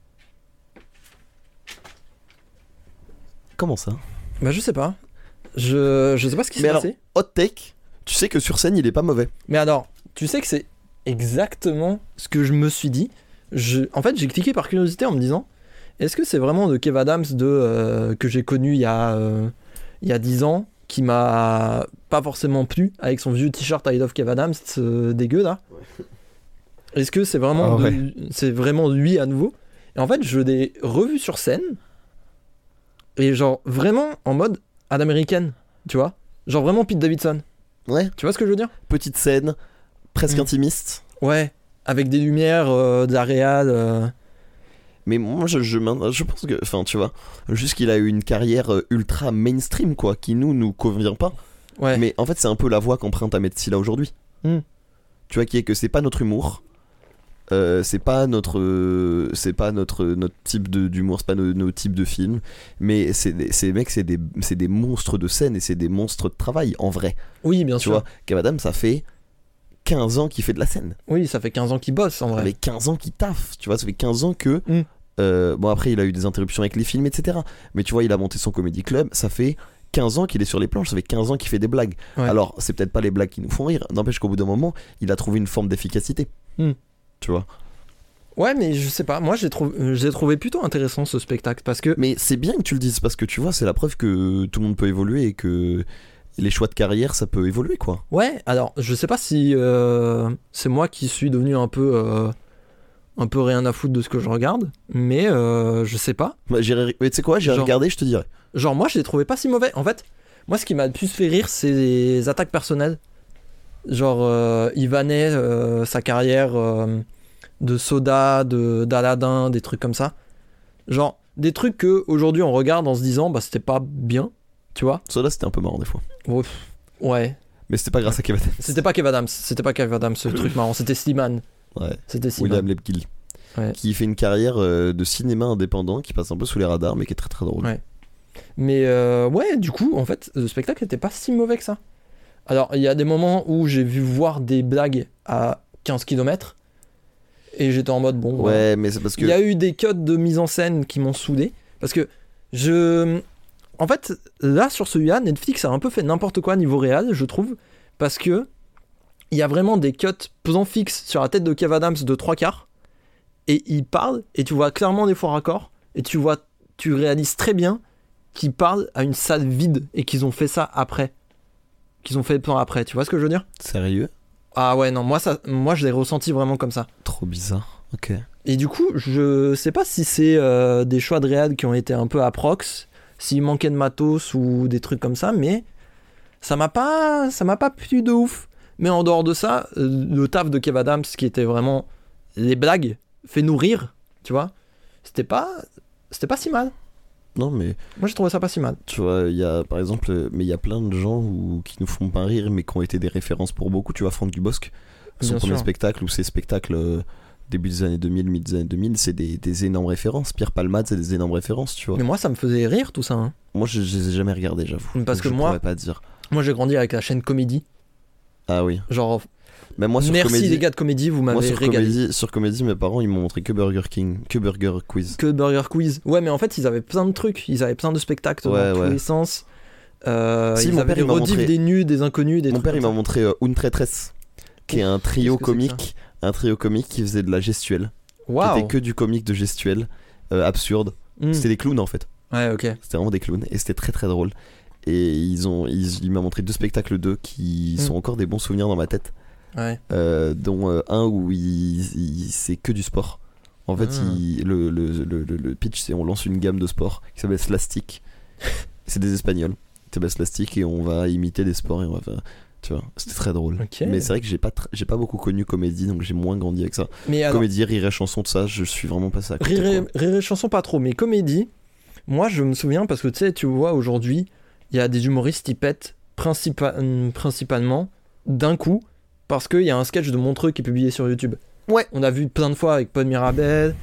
Comment ça? Bah je sais pas. Je, je sais pas ce qui s'est passé. Hot take, tu sais que sur scène il est pas mauvais. Mais alors, tu sais que c'est exactement ce que je me suis dit. Je, en fait, j'ai cliqué par curiosité en me disant, est-ce que c'est vraiment de Kev Adams de, euh, que j'ai connu il y a, euh, il y a dix ans, qui m'a pas forcément plu, avec son vieux t-shirt I Love Kev Adams euh, dégueu là. Ouais. Est-ce que c'est vraiment, oh, de, ouais. c'est vraiment lui à nouveau? Et en fait, je l'ai revu sur scène, et genre vraiment en mode à l'américaine, tu vois? Genre vraiment Pete Davidson. Ouais. Tu vois ce que je veux dire? Petite scène, presque mmh. intimiste. Ouais, avec des lumières, euh, de la réal. Euh... Mais moi, je, je, je pense que, enfin, tu vois, juste qu'il a eu une carrière ultra mainstream, quoi, qui nous, nous convient pas. Ouais. Mais en fait, c'est un peu la voix qu'emprunte Ahmed Silla aujourd'hui. Mmh. Tu vois, qui est que c'est pas notre humour, euh, c'est pas notre, euh, c'est pas notre notre type de, d'humour, c'est pas nos, nos types de films, mais c'est des, ces mecs, c'est des, c'est des monstres de scène et c'est des monstres de travail en vrai. Oui, bien tu sûr. Tu vois, Kev Adams, ça fait quinze ans qu'il fait de la scène. Oui, ça fait quinze ans qu'il bosse en vrai. Ça fait quinze ans qu'il taffe, tu vois, ça fait quinze ans que. Mmh. Euh, bon, après, il a eu des interruptions avec les films, et cetera. Mais tu vois, il a monté son comedy club, ça fait quinze ans qu'il est sur les planches, ça fait quinze ans qu'il fait des blagues. Ouais. Alors, c'est peut-être pas les blagues qui nous font rire, n'empêche qu'au bout d'un moment, il a trouvé une forme d'efficacité. Mm. Tu vois. Ouais, mais je sais pas, moi j'ai trouvé, j'ai trouvé plutôt intéressant ce spectacle parce que. Mais c'est bien que tu le dises parce que tu vois, c'est la preuve que tout le monde peut évoluer et que les choix de carrière ça peut évoluer quoi. Ouais, alors je sais pas si euh, c'est moi qui suis devenu un peu. Euh, un peu rien à foutre de ce que je regarde, mais euh, je sais pas. Bah, j'irai... Mais tu sais quoi, j'ai regardé, je te dirai. Genre, moi je l'ai trouvé pas si mauvais. En fait, moi ce qui m'a le plus fait rire, c'est les attaques personnelles. Genre, euh, Ivanet, euh, sa carrière. Euh, de Soda, de d'Aladin, des trucs comme ça. Genre, des trucs que aujourd'hui on regarde en se disant, bah c'était pas bien, tu vois. Soda c'était un peu marrant des fois. Ouf, ouais. Mais c'était pas grâce à Kev Adams. C'était pas Kev Adams, c'était pas Kev Adams ce truc marrant, c'était Slimane. Ouais. C'était Slimane. William Lepkill. Ouais. Qui fait une carrière euh, de cinéma indépendant qui passe un peu sous les radars mais qui est très très drôle. Ouais. Mais euh, ouais, du coup, en fait, le spectacle était pas si mauvais que ça. Alors, il y a des moments où j'ai vu voir des blagues à quinze kilomètres. Et j'étais en mode bon. Ouais, ouais, mais c'est parce que. Il y a eu des cuts de mise en scène qui m'ont saoulé. Parce que je. En fait, là, sur celui-là, Netflix a un peu fait n'importe quoi niveau réel, je trouve. Parce que. Il y a vraiment des cuts plan fixe sur la tête de Kev Adams de trois quarts. Et il parle, et tu vois clairement des faux raccords. Et tu vois. Tu réalises très bien qu'ils parlent à une salle vide. Et qu'ils ont fait ça après. Qu'ils ont fait le plan après. Tu vois ce que je veux dire ? Sérieux ? Ah ouais, non, moi, ça, moi je l'ai ressenti vraiment comme ça. Trop bizarre, ok. Et du coup, je sais pas si c'est euh, des choix de réal qui ont été un peu à prox, s'il manquait de matos ou des trucs comme ça, mais ça m'a pas, ça m'a pas plu de ouf. Mais en dehors de ça, le taf de Kev Adams, qui était vraiment les blagues, fait nous rire, tu vois, c'était pas, c'était pas si mal. Non mais moi j'ai trouvé ça pas si mal. Tu vois, il y a par exemple, mais il y a plein de gens où, qui nous font pas rire mais qui ont été des références pour beaucoup. Tu vois, Franck Dubosc, son Bien premier sûr. spectacle ou ses spectacles euh, début des années deux mille, milieu des années deux mille, c'est des, des énormes références. Pierre Palmade, c'est des énormes références, tu vois. Mais moi ça me faisait rire tout ça. Hein. Moi je, je les ai jamais regardés, j'avoue. Parce Donc, que je moi, pourrais pas dire. Moi j'ai grandi avec la chaîne Comédie. Ah oui. Genre. Même moi, sur Merci Comédie, les gars de Comédie, vous m'avez moi, sur régalé. Comédie, sur Comédie, mes parents ils m'ont montré que Burger King, que Burger Quiz. Que Burger Quiz. Ouais, mais en fait, ils avaient plein de trucs. Ils avaient plein de spectacles ouais, dans ouais. tous les sens. Euh, si, ils mon avaient père, des rediffs, des nus, des inconnus, des Mon trucs père, comme il m'a ça. montré euh, Une Traîtresse, qui est un trio que comique, un trio comique qui faisait de la gestuelle. Wow. Qui était que du comique de gestuelle, euh, absurde. Mm. C'était des clowns en fait. Ouais, ok. C'était vraiment des clowns et c'était très très drôle. Et ils ont, ils, il m'a montré deux spectacles d'eux qui mm. sont encore des bons souvenirs dans ma tête. Ouais. Euh, dont euh, un où il, il, c'est que du sport. En fait, ah. il, le, le, le, le pitch, c'est on lance une gamme de sports qui s'appelle Slastic. C'est des Espagnols. Qui s'appelle Slastic et on va imiter des sports et on va faire. Tu vois, c'était très drôle. Okay. Mais c'est vrai que j'ai pas, tr- j'ai pas beaucoup connu Comédie, donc j'ai moins grandi avec ça. Mais alors, Comédie, Rire et Chanson, tout ça, je suis vraiment passé à côté. Rire et, Rire et Chanson, pas trop, mais Comédie, moi je me souviens parce que tu sais, tu vois, aujourd'hui, il y a des humoristes qui pètent principa- principalement d'un coup. Parce qu'il y a un sketch de Montreux qui est publié sur YouTube. Ouais. On a vu plein de fois avec Paul Mirabel.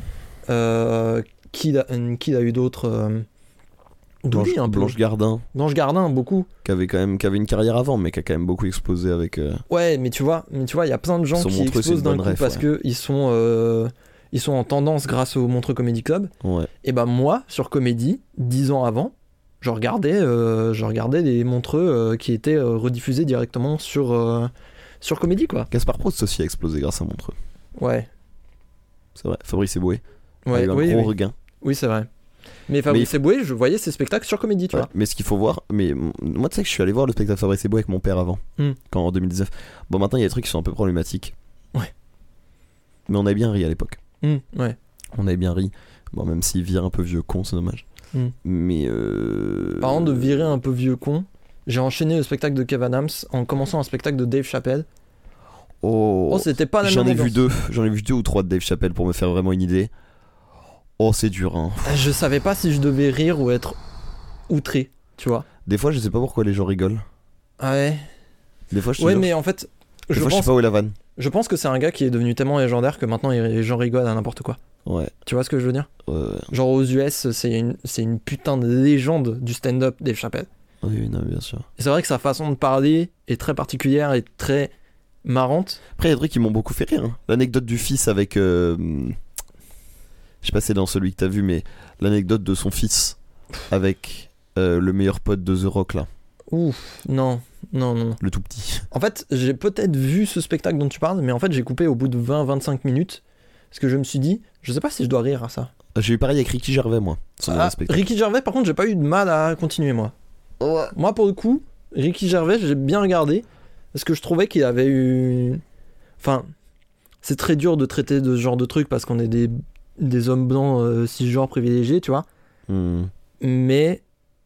Euh, qui, a, qui a eu d'autres euh, Blanche, un peu. Blanche Gardin. Blanche Gardin, beaucoup. Qui avait quand même, qui avait une carrière avant, mais qui a quand même beaucoup explosé avec. Euh... Ouais, mais tu vois, mais tu vois, il y a plein de gens qui Montreux, explosent d'un coup ref, parce ouais. que ils sont, euh, ils sont en tendance grâce au Montreux Comedy Club. Ouais. Et ben moi, sur Comédie, dix ans avant, je regardais, euh, je regardais les Montreux euh, qui étaient euh, rediffusés directement sur. Euh, Sur Comédie quoi. Gaspard Proust aussi a explosé grâce à Montreux. Ouais. C'est vrai. Fabrice Eboué ouais, a eu un oui, gros oui. regain. Oui c'est vrai. Mais Fabrice mais... Eboué, je voyais ses spectacles sur Comédie, tu ouais, vois. Mais ce qu'il faut voir, mais moi tu sais que je suis allé voir le spectacle de Fabrice Eboué avec mon père avant, mm. quand en deux mille dix-neuf. Bon maintenant il y a des trucs qui sont un peu problématiques. Ouais. Mais on avait bien ri à l'époque. Mm, ouais. On avait bien ri. Bon même s'il vire un peu vieux con, c'est dommage. Mm. Mais euh... Parlant de virer un peu vieux con, j'ai enchaîné le spectacle de Kev Adams en commençant un spectacle de Dave Chappelle. Oh, oh c'était pas la j'en même ai ambiance. vu deux, j'en ai vu deux ou trois de Dave Chappelle pour me faire vraiment une idée. Oh c'est dur hein. Je savais pas si je devais rire ou être outré, tu vois. Des fois je sais pas pourquoi les gens rigolent. Ah ouais. Des fois je. Ouais mais en fait. Des je fois pense, je sais pas où est la vanne. Je pense que c'est un gars qui est devenu tellement légendaire que maintenant les gens rigolent à n'importe quoi. Ouais. Tu vois ce que je veux dire? Ouais, ouais. Genre aux U S c'est une c'est une putain de légende du stand-up Dave Chappelle. Oui non bien sûr. Et c'est vrai que sa façon de parler est très particulière et très marrante. Après il y a des trucs qui m'ont beaucoup fait rire. Hein. L'anecdote du fils avec. Euh... Je sais pas si c'est dans celui que t'as vu, mais l'anecdote de son fils avec euh, le meilleur pote de The Rock là. Ouf, non, non, non. Le tout petit. En fait, j'ai peut-être vu ce spectacle dont tu parles, mais en fait, j'ai coupé au bout de vingt à vingt-cinq minutes Parce que je me suis dit, je sais pas si je dois rire à ça. J'ai eu pareil avec Ricky Gervais, moi. Ah, Ricky Gervais, par contre, j'ai pas eu de mal à continuer, moi. Ouais. Moi, pour le coup, Ricky Gervais, j'ai bien regardé. Parce que je trouvais qu'il avait eu... Enfin, c'est très dur de traiter de ce genre de trucs parce qu'on est des, des hommes blancs euh, cisgenres privilégiés, tu vois. Mm. Mais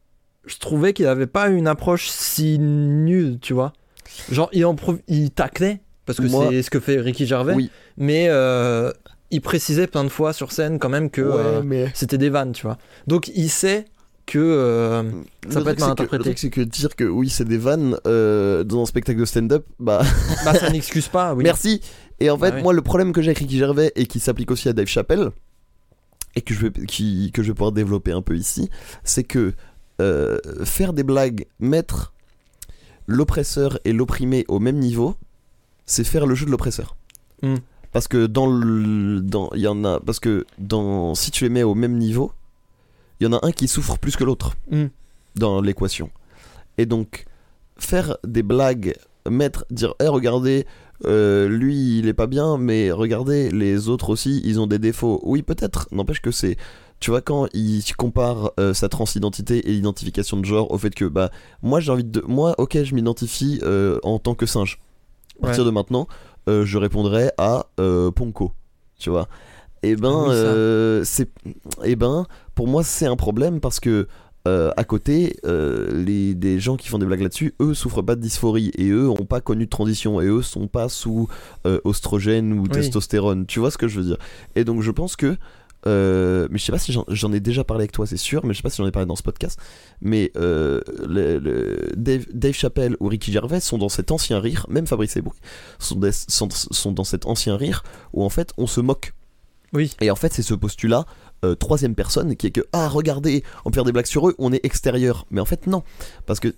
je trouvais qu'il avait pas une approche si nulle, tu vois. Genre, il, en pro... il taclait, parce que moi, c'est ce que fait Ricky Gervais. Oui. Mais... Euh... il précisait plein de fois sur scène quand même que ouais, euh, mais... c'était des vannes, tu vois. Donc il sait que euh, ça le peut être mal interprété. Le truc c'est que dire que oui c'est des vannes euh, dans un spectacle de stand-up, bah... bah ça n'excuse pas, oui. Merci. Et en fait, bah, oui. moi le problème que j'ai avec Ricky Gervais et qui s'applique aussi à Dave Chappelle, et que je vais, qui, que je vais pouvoir développer un peu ici, c'est que euh, faire des blagues, mettre l'oppresseur et l'opprimé au même niveau, c'est faire le jeu de l'oppresseur. Mm. Parce que dans le dans il y en a parce que dans si tu les mets au même niveau, il y en a un qui souffre plus que l'autre mm. dans l'équation. Et donc faire des blagues, mettre dire hey, regardez euh, lui il est pas bien mais regardez les autres aussi ils ont des défauts. Oui peut-être, n'empêche que c'est tu vois quand il compare euh, sa transidentité et l'identification de genre au fait que bah moi j'ai envie de moi OK, je m'identifie euh, en tant que singe. À partir ouais. de maintenant Euh, je répondrais à euh, Ponko, tu vois. Et ben, oui, euh, c'est, et ben, pour moi c'est un problème parce que euh, à côté, euh, les des gens qui font des blagues là-dessus, eux souffrent pas de dysphorie et eux ont pas connu de transition et eux sont pas sous euh, oestrogène ou oui. testostérone. Tu vois ce que je veux dire. Et donc je pense que Euh, mais je sais pas si j'en, j'en ai déjà parlé avec toi, c'est sûr, mais je sais pas si j'en ai parlé dans ce podcast. Mais euh, le, le Dave, Dave Chappelle ou Ricky Gervais sont dans cet ancien rire, même Fabrice Eboué sont, des, sont, sont dans cet ancien rire où en fait on se moque. Oui. Et en fait c'est ce postulat euh, troisième personne qui est que ah regardez, on peut faire des blagues sur eux, on est extérieur. Mais en fait non, parce que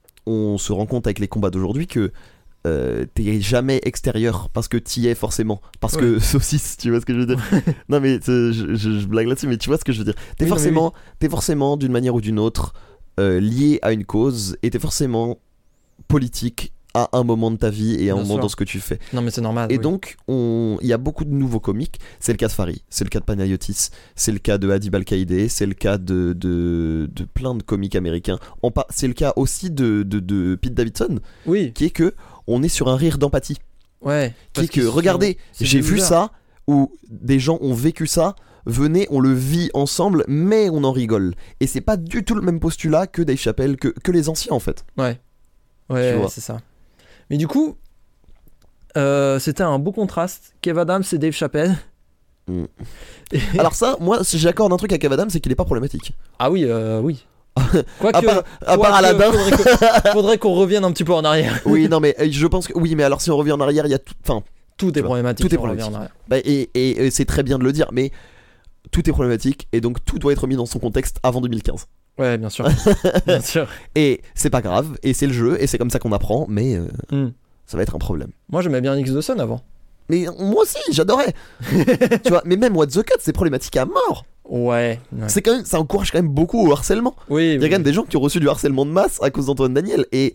on se rend compte avec les combats d'aujourd'hui que Euh, t'es jamais extérieur parce que t'y es forcément parce ouais. que saucisse, tu vois ce que je veux dire. Non mais je, je, je blague là-dessus mais tu vois ce que je veux dire. T'es oui, forcément oui, oui. t'es forcément d'une manière ou d'une autre euh, lié à une cause et t'es forcément politique à un moment de ta vie et à un Bien moment sûr. Dans ce que tu fais. Non mais c'est normal. Et oui. donc on il y a beaucoup de nouveaux comiques, c'est le cas de Fari, c'est le cas de Panayotis, c'est le cas de Hadib Al-Qaïdé, c'est le cas de de de plein de comiques américains. En pa- c'est le cas aussi de de de Pete Davidson. Oui. Qui est que on est sur un rire d'empathie. Ouais. Qui est que, regardez, c'est j'ai vu ça, où des gens ont vécu ça, venez, on le vit ensemble, mais on en rigole. Et c'est pas du tout le même postulat que Dave Chappelle, que, que les anciens en fait. Ouais. Ouais, ouais c'est ça. Mais du coup, euh, c'était un beau contraste. Kev Adams et Dave Chappelle. Mm. Alors ça, moi, si j'accorde un truc à Kev Adams, c'est qu'il est pas problématique. Ah oui, euh, oui. Quoi à que, part, à part Aladdin, faudrait, que, faudrait qu'on revienne un petit peu en arrière. Oui, non, mais je pense que oui, mais alors si on revient en arrière, il y a tout, enfin, tout est problématique. Tout est problématique. Bah, et, et, et c'est très bien de le dire, mais tout est problématique et donc tout doit être mis dans son contexte avant deux mille quinze. Ouais, bien sûr, bien sûr. Et c'est pas grave, et c'est le jeu, et c'est comme ça qu'on apprend, mais euh, mm. ça va être un problème. Moi, j'aimais bien X deux Sun avant. Mais moi aussi, j'adorais. Tu vois, mais même What the Cut, c'est problématique à mort. Ouais, ouais. C'est quand même, ça encourage quand même beaucoup au harcèlement. Oui, il y a oui, quand même oui. des gens qui ont reçu du harcèlement de masse à cause d'Antoine Daniel et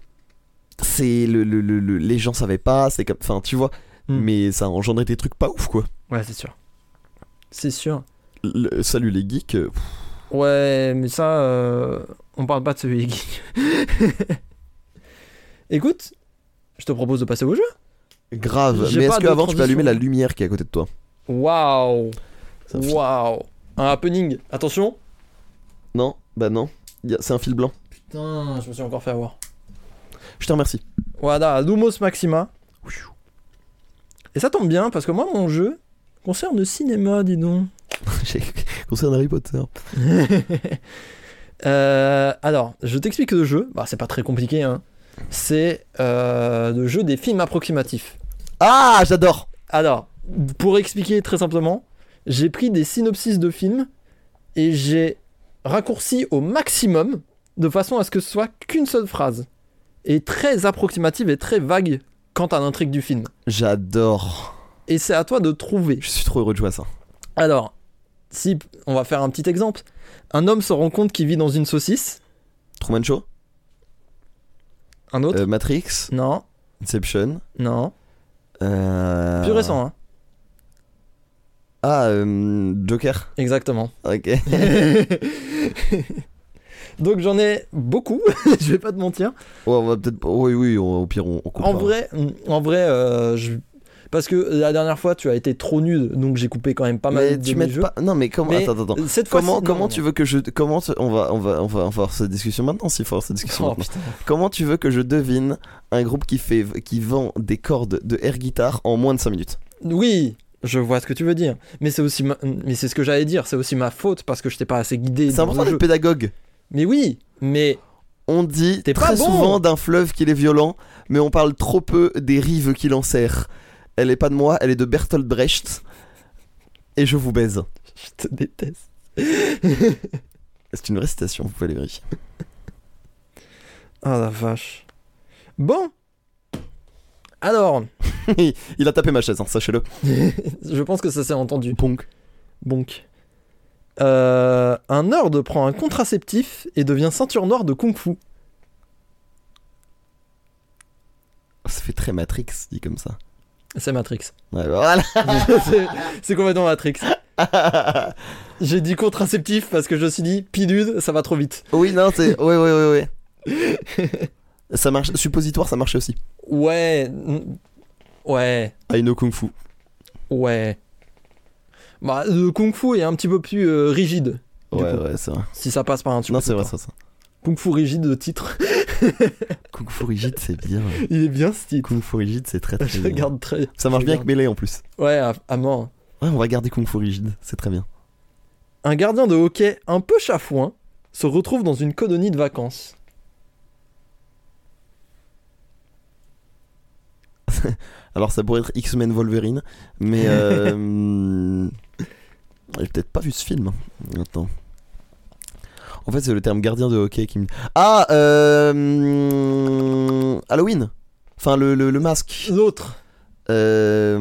c'est le, le, le, le les gens savaient pas, c'est comme, enfin tu vois, mm. mais ça a engendré des trucs pas ouf quoi. Ouais, c'est sûr. C'est sûr. Le, salut les geeks. Euh, ouais, mais ça, euh, on parle pas de celui les geeks. Écoute, je te propose de passer au jeu. Grave. J'ai mais est-ce qu'avant tu peux allumer la lumière qui est à côté de toi? Waouh. Waouh. Un happening, attention. Non, bah non, c'est un fil blanc. Putain, je me suis encore fait avoir. Je te remercie. Voilà, Lumos Maxima. Et ça tombe bien parce que moi mon jeu concerne le cinéma, dis donc. Concerne Harry Potter. euh, alors, je t'explique le jeu. Bah, c'est pas très compliqué, hein. C'est euh, le jeu des films approximatifs. Ah, j'adore. Alors, pour expliquer très simplement, j'ai pris des synopsis de films et j'ai raccourci au maximum de façon à ce que ce soit qu'une seule phrase et très approximative et très vague quant à l'intrigue du film. J'adore. Et c'est à toi de trouver. Je suis trop heureux de jouer à ça. Alors, si on va faire un petit exemple. Un homme se rend compte qu'il vit dans une saucisse. Truman Show. Un autre. euh, Matrix. Non. Inception. Non. Euh... Plus récent, hein. Ah, euh, Joker. Exactement. Ok. Donc j'en ai beaucoup, je vais pas te mentir. Ouais, on va peut-être. Oui, oui, on, au pire, on, on coupera. En vrai, en vrai euh, je... parce que la dernière fois tu as été trop nude, donc j'ai coupé quand même pas mais mal de tu mes mets jeux. pas. Non, mais comment. Mais attends, attends. cette comment fois-ci, comment non, tu non. veux que je. Comment tu- on, va, on, va, on, va, on va avoir cette discussion maintenant, s'il faut avoir cette discussion Oh, maintenant. putain. Comment tu veux que je devine un groupe qui, fait, qui vend des cordes de air guitare en moins de cinq minutes? Oui, je vois ce que tu veux dire, mais c'est aussi ma... mais c'est ce que j'allais dire, c'est aussi ma faute parce que je t'ai pas assez guidé. C'est important d'être pédagogue. Mais oui, mais On dit T'es très pas bon. souvent d'un fleuve qu'il est violent, mais on parle trop peu des rives qui l'enserrent. Elle est pas de moi, elle est de Bertolt Brecht. Et je vous baise. je te déteste. C'est une vraie citation, vous pouvez aller vérifier. Ah la vache. Bon. Alors, Il a tapé ma chaise, hein, sachez-le. je pense que ça s'est entendu. Ponk. Bonk. Euh, un nerd prend un contraceptif et devient ceinture noire de kung-fu. Ça fait très Matrix, dit comme ça. C'est Matrix. Ouais, voilà. c'est, c'est complètement Matrix. J'ai dit contraceptif parce que je me suis dit, pilude, ça va trop vite. Oui, non, c'est. Ouais, ouais, ouais, ouais. Ça marche. Suppositoire, ça marchait aussi. Ouais. Ouais. I know Kung Fu. Ouais. Bah, le kung-fu est un petit peu plus euh, rigide. du Ouais, coup, ouais, c'est vrai. Si ça passe par un Non, c'est vrai, ça, ça. Kung-fu rigide, le titre. Kung Fu rigide, c'est bien. Il est bien ce titre. Kung Fu rigide, c'est très très Je bien. regarde très. Ça marche je bien regarde. avec Melee en plus. Ouais, à, à mort. Ouais, on va garder Kung Fu rigide, c'est très bien. Un gardien de hockey un peu chafouin se retrouve dans une colonie de vacances. Alors ça pourrait être X-Men Wolverine, mais euh... j'ai peut-être pas vu ce film. Attends. En fait, c'est le terme gardien de hockey qui me. Ah, euh... Halloween. Enfin, le, le, le masque. L'autre. Euh...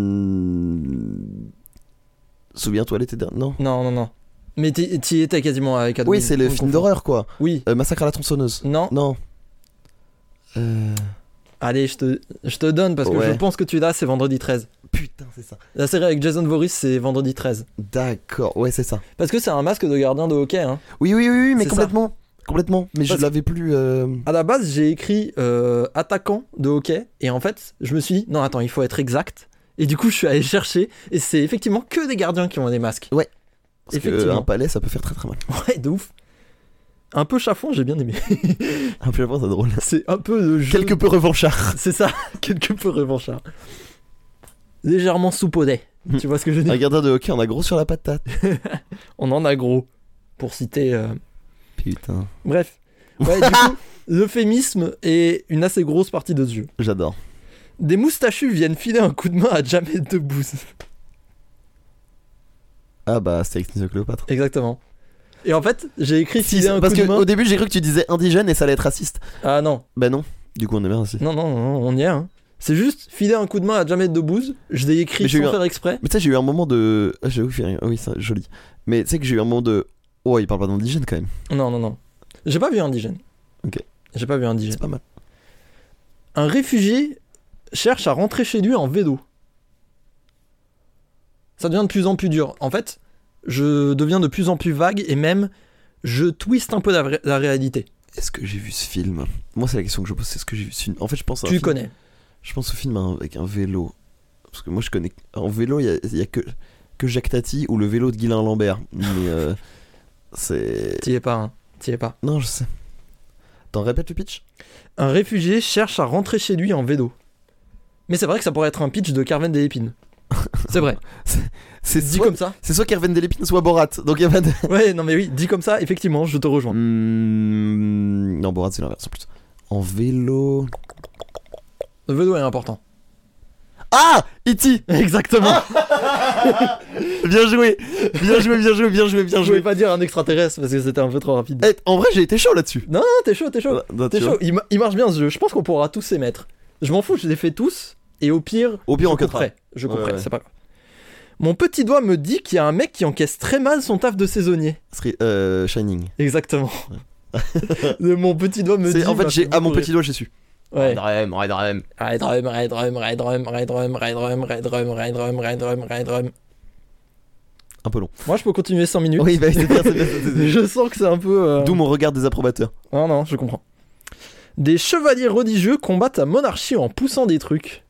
Souviens-toi l'été dernier. Non. Non, non, non. Mais t'y t'y étais quasiment avec Halloween. Oui, c'est le On film confond. d'horreur quoi. Oui. Euh, Massacre à la tronçonneuse. Non. Non. Euh... Allez, je te, je te donne parce que Ouais. je pense que tu l'as, c'est vendredi treize. Putain, c'est ça. La série avec Jason Voorhees, c'est vendredi treize. D'accord, ouais, c'est ça. Parce que c'est un masque de gardien de hockey, hein. Oui, oui, oui, oui mais C'est complètement. Complètement. Mais Parce- je l'avais plus. Euh... À la base, j'ai écrit euh, attaquant de hockey, et en fait, je me suis dit, non, attends, il faut être exact. Et du coup, je suis allé chercher, et c'est effectivement que des gardiens qui ont des masques. Parce que Effectivement. un palais, ça peut faire très très mal. Ouais, de ouf. Un peu chafon, j'ai bien aimé. Un peu c'est drôle. C'est un peu le jeu. Quelque peu revanchard. C'est ça, quelque peu revanchard. Légèrement saupoudé. Tu vois ce que je veux dire? Un gardien de hockey, on a gros sur la patate. On en a gros. Pour citer. euh, Putain, Bref. Ouais, du coup, l'euphémisme est une assez grosse partie de ce jeu. j'adore. Des moustachus viennent filer un coup de main à Jamel Debbouze. Ah bah, Astérix Mise Cléopâtre. Exactement. Et en fait, j'ai écrit Si, filer un parce coup de que main. au début, j'ai cru que tu disais indigène et ça allait être raciste. Ah non, Bah non. Du coup, on est bien aussi. non, non, non, on y est. Hein. C'est juste filer un coup de main à Jamel Debbouze. Je l'ai écrit Mais j'ai sans eu un- faire exprès. Mais tu sais, j'ai eu un moment de. Ah, j'ai oublié. Oui, ça, joli. Mais tu sais que j'ai eu un moment de. Oh, il parle pas d'indigène quand même. Non, non, non. J'ai pas vu indigène. Ok. J'ai pas vu indigène. C'est pas mal. Un réfugié cherche à rentrer chez lui en vélo. Ça devient de plus en plus dur. En fait, je deviens de plus en plus vague et même je twiste un peu la, vra- la réalité. Est-ce que j'ai vu ce film? Moi, c'est la question que je pose. C'est ce que j'ai vu ce film. En fait, je pense à un Tu film- connais. Je pense au film avec un vélo. Parce que moi, je connais. En vélo, il y a, il y a que, que Jacques Tati ou le vélo de Guylain Lambert. Mais euh, c'est. T'y es pas, hein. T'y es pas. Non, je sais. T'en répètes le pitch? Un réfugié cherche à rentrer chez lui en vélo. Mais c'est vrai que ça pourrait être un pitch de Carven des Épines. C'est vrai. C'est Dit soit, comme ça. c'est soit Kerven Delépine, soit Borat. Donc il y a pas de. Ouais, non mais oui, dit comme ça, effectivement, je te rejoins. Hmm, non, Borat, c'est l'inverse en plus. En vélo. Le vélo est important. Ah E T Exactement. Bien joué Bien joué, bien joué, bien joué, bien Je voulais joué. pas dire un extraterrestre parce que c'était un peu trop rapide. Eh, en vrai, j'ai été chaud là-dessus. Non, non, t'es chaud, t'es chaud. Non, non, T'es tu vois. chaud. Il, ma- il marche bien ce jeu. Je pense qu'on pourra tous émettre. Je m'en fous, je les fais tous. Et au pire, Au pire, je on cuttera. couperai. Je Ouais, couperai, ouais. c'est pas grave. Mon petit doigt me dit qu'il y a un mec qui encaisse très mal son taf de saisonnier. Sri- euh, Shining. Exactement. Le- Mon petit doigt me dit. C'est- en fait, m'a j'ai fait à mon beaucoup petit doigt, j'ai su. rire. Ouais. Redrum, Redrum. Red Rum, Red Rum, Red Rum, Red Rum, Red Rum, Red Rum, Red Rum, Red Rum, Red Rum, Red Rum. un peu long. Moi, je peux continuer cinq minutes. Oui, bah, c'est bien, c'est bien, c'est bien. Je sens que c'est un peu. Euh... D'où mon regard des approbateurs. Non, non, je comprends. Des chevaliers religieux combattent la monarchie en poussant des trucs.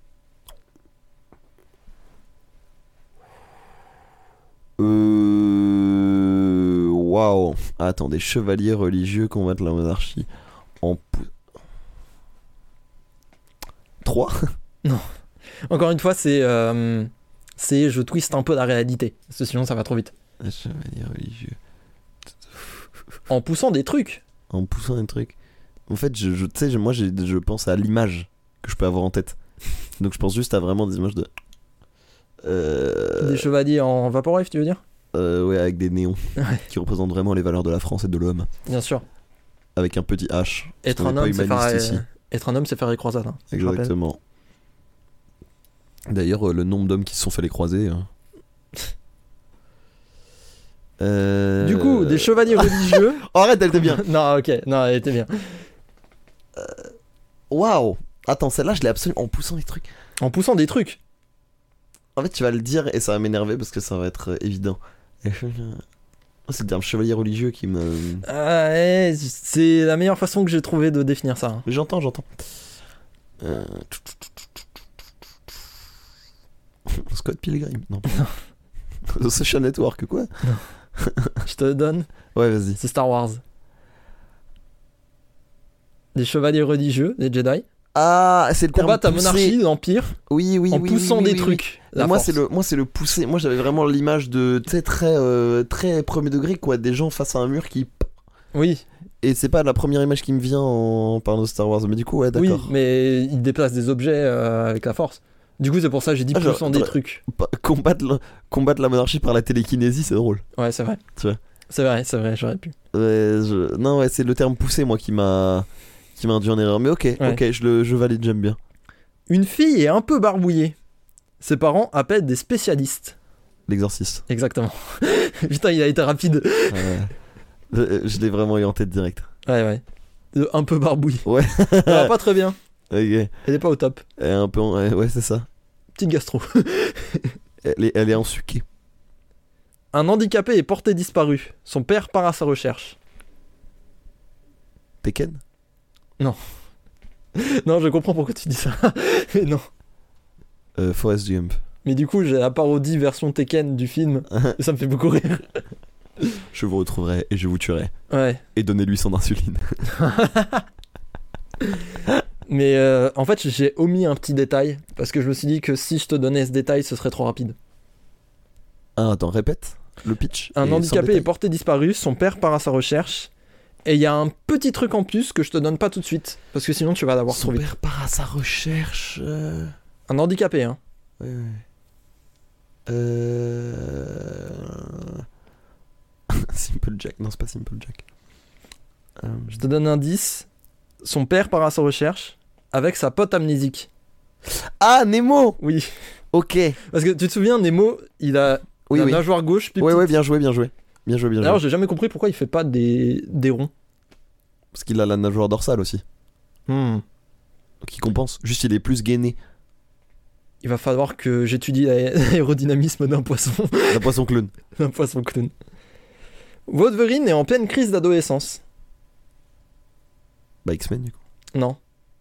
Euh. Waouh. Attends, des chevaliers religieux combattent la monarchie en pou... trois. Non. Encore une fois, c'est. Euh... C'est je twiste un peu la réalité. Parce que sinon, ça va trop vite. Des chevaliers religieux. En poussant des trucs. En poussant des trucs. En fait, je, je, tu sais, moi, j'ai, je pense à l'image que je peux avoir en tête. Donc, je pense juste à vraiment des images de. Euh... Des chevaliers en Vaporwave, tu veux dire? euh, Ouais, avec des néons ouais. qui représentent vraiment les valeurs de la France et de l'homme. Bien sûr. Avec un petit H. Être un, homme, c'est faire, euh, être un homme, c'est faire les croisades. Hein, exactement. D'ailleurs, euh, le nombre d'hommes qui se sont fait les croiser. Hein. euh... Du coup, des chevaliers religieux. Oh, arrête, elle était bien. Non, ok, non, elle était bien. Waouh wow. Attends, celle-là, je l'ai absolument en poussant les trucs. En poussant des trucs. En fait, tu vas le dire et ça va m'énerver parce que ça va être euh, évident. Oh, c'est un chevalier religieux qui me. Ah, ouais, c'est la meilleure façon que j'ai trouvé de définir ça. Hein. J'entends, j'entends. Euh... Scott Pilgrim. Non. The Social Network, quoi. Non. Je te le donne. Ouais, vas-y. C'est Star Wars. Des chevaliers religieux, des Jedi. Ah, c'est le combat ta monarchie, l'empire. Oui, oui, en oui. poussant oui, oui, des oui, trucs. Oui. Moi, c'est le, moi, c'est le pousser. Moi, j'avais vraiment l'image de, tu sais, très, euh, très premier degré, quoi. Des gens face à un mur qui. Oui. Et c'est pas la première image qui me vient en parlant de Star Wars. Mais du coup, ouais, d'accord. Oui, mais ils déplacent des objets euh, avec la force. Du coup, c'est pour ça que j'ai dit ah, poussant des trucs. Combattre la, combattre la monarchie par la télékinésie, c'est drôle. Ouais, c'est vrai. Tu vois. C'est vrai, c'est vrai, j'aurais pu. Ouais, je... Non, ouais, c'est le terme poussé, moi, qui m'a, qui m'a induit en erreur. Mais ok, ouais. ok, je le, je valide, j'aime bien. Une fille est un peu barbouillée. Ses parents appellent des spécialistes. L'exorciste. Exactement. Putain, il a été rapide. Ouais. Je, je l'ai vraiment eu en tête direct. Ouais, ouais. De un peu barbouillée. Ouais. Ça va pas très bien. Ok. Elle est pas au top. Elle est un peu en... ouais, c'est ça. Petite gastro. elle, est, elle est ensuquée. Un handicapé est porté disparu. Son père part à sa recherche. Tekken ? Non. Non, je comprends pourquoi tu dis ça. Mais non. Euh, Forrest Gump. Mais du coup, j'ai la parodie version Tekken du film. Et ça me fait beaucoup rire. Je vous retrouverai et je vous tuerai. Ouais. Et donnez-lui son insuline. Mais euh, en fait, j'ai omis un petit détail. Parce que je me suis dit que si je te donnais ce détail, ce serait trop rapide. Ah, attends, répète le pitch. Un handicapé est porté disparu. Son père part à sa recherche. Et il y a un petit truc en plus que je te donne pas tout de suite. Parce que sinon, tu vas l'avoir trop vite. Son père part à sa recherche. Euh... Un handicapé, hein. Ouais, ouais. Euh... Simple Jack. Non, c'est pas Simple Jack. Euh... Je te donne un indice. Son père part à sa recherche avec sa pote amnésique. Ah, Nemo. Oui. Ok. Parce que tu te souviens, Nemo, il a oui, la oui. nageoire gauche. Ouais, ouais, bien joué, bien joué. Bien joué, bien joué. D'ailleurs, j'ai jamais compris pourquoi il fait pas des, des ronds. Parce qu'il a la nageoire dorsale aussi. Hmm. Donc il compense. Juste, il est plus gainé. Il va falloir que j'étudie l'aérodynamisme d'un poisson. D'un poisson clown. D'un poisson clown. Wolverine est en pleine crise d'adolescence. Bah, X-Men, du coup. Non.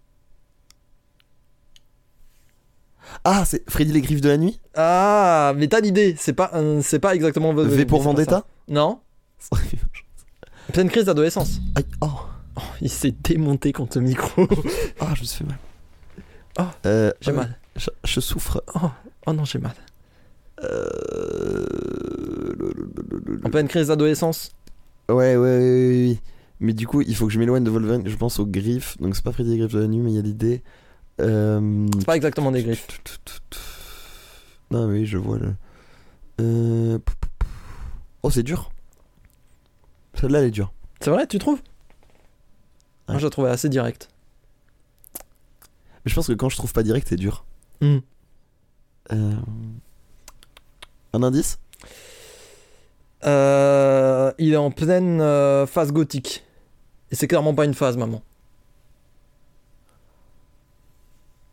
Ah, c'est Freddy les Griffes de la Nuit. Ah, mais t'as l'idée. C'est pas, euh, c'est pas exactement Wolverine. V pour Vendetta. Non. Pleine crise d'adolescence. Aïe, oh. Oh, il s'est démonté contre le micro. Ah, je me suis fait mal. Oh, euh, j'ai euh, mal. Je, je souffre. Oh, oh non, j'ai mal. Euh... En pleine crise d'adolescence. Ouais, ouais, ouais, ouais, ouais. Mais du coup, il faut que je m'éloigne de Wolverine. Je pense aux griffes. Donc, c'est pas Freddy les Griffes de la Nuit, mais il y a l'idée. Euh... C'est pas exactement des griffes. Non, oui, je vois le. Euh... Oh, c'est dur. Celle-là, elle est dure. C'est vrai, tu trouves? Ouais. Moi, je la trouvais assez directe. Mais je pense que quand je trouve pas direct, c'est dur. Mm. Euh... Un indice? euh, Il est en pleine euh, phase gothique. Et c'est clairement pas une phase, maman.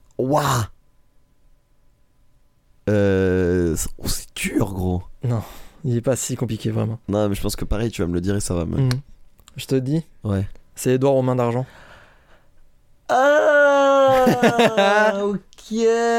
Waouh. Euh... Oh, c'est dur, gros. Non. il est pas si compliqué vraiment. Non, mais je pense que pareil, tu vas me le dire et ça va me. Mmh. Je te dis. Ouais. C'est Édouard aux mains d'argent. Ah ok.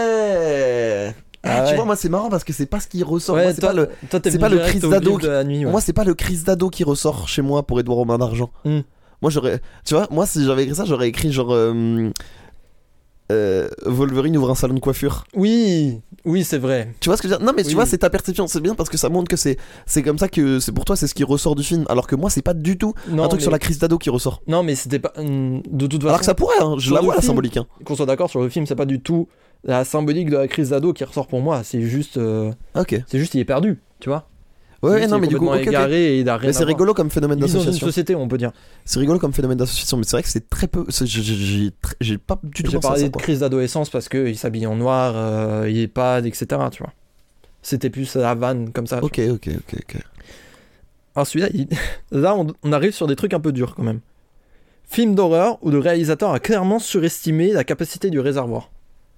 Ah, ouais. Tu vois, moi c'est marrant parce que c'est pas ce qui ressort. Ouais, moi, c'est toi, pas le, toi, c'est pas le direct Chris au Dado vif de la nuit, ouais. Moi c'est pas le Chris Dado qui ressort chez moi pour Édouard aux mains d'argent. Mm. Moi j'aurais, tu vois, moi si j'avais écrit ça, j'aurais écrit genre euh, euh, Wolverine ouvre un salon de coiffure. Oui, oui c'est vrai. Tu vois ce que je veux dire? Non mais tu oui. vois, c'est ta perception, c'est bien parce que ça montre que c'est, c'est comme ça que c'est pour toi, c'est ce qui ressort du film. Alors que moi c'est pas du tout non, un truc mais... sur la Chris Dado qui ressort. Non mais c'était pas de toute façon. Alors que ça pourrait, hein, je la vois la film, symbolique. Hein. Qu'on soit d'accord sur le film, c'est pas du tout la symbolique de la crise d'ado qui ressort pour moi. C'est juste, euh... ok. C'est juste il est perdu, tu vois. Ouais, non, mais du coup, okay, égaré okay. Et il a rien mais c'est rigolo comme phénomène d'association. Dans une société, on peut dire. C'est rigolo comme phénomène d'association, mais c'est vrai que c'est très peu. C'est, j'ai, j'ai, j'ai pas du tout J'ai pensé parlé à ça, de quoi. crise d'adolescence parce qu'il s'habille en noir, euh, il est pas, et cetera. Tu vois. C'était plus la vanne comme ça. Ok, ok, ok, ok. Alors celui-là, il... là, on, on arrive sur des trucs un peu durs quand même. Film d'horreur où le réalisateur a clairement surestimé la capacité du réservoir.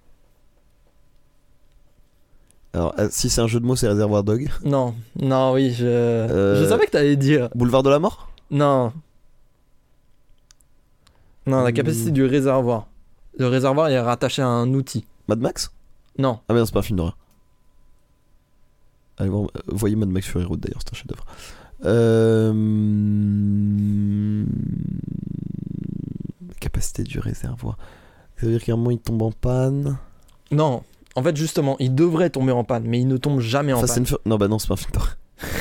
Alors, euh, si c'est un jeu de mots, c'est Réservoir Dog. Non, non, oui, je, euh... je savais que t'allais dire. Boulevard de la Mort. Non. Non, la capacité mmh. du réservoir. Le réservoir il est rattaché à un outil. Mad Max. Non. Ah mais non, c'est pas un film d'horreur. Allez voir, euh, voyez Mad Max Fury Road d'ailleurs, c'est un chef d'œuvre. Euh... Capacité du réservoir. Ça veut dire qu'à un moment il tombe en panne. Non. En fait, justement, il devrait tomber en panne, mais il ne tombe jamais en Fast panne. Fu- non, bah non, c'est pas un film d'horreur.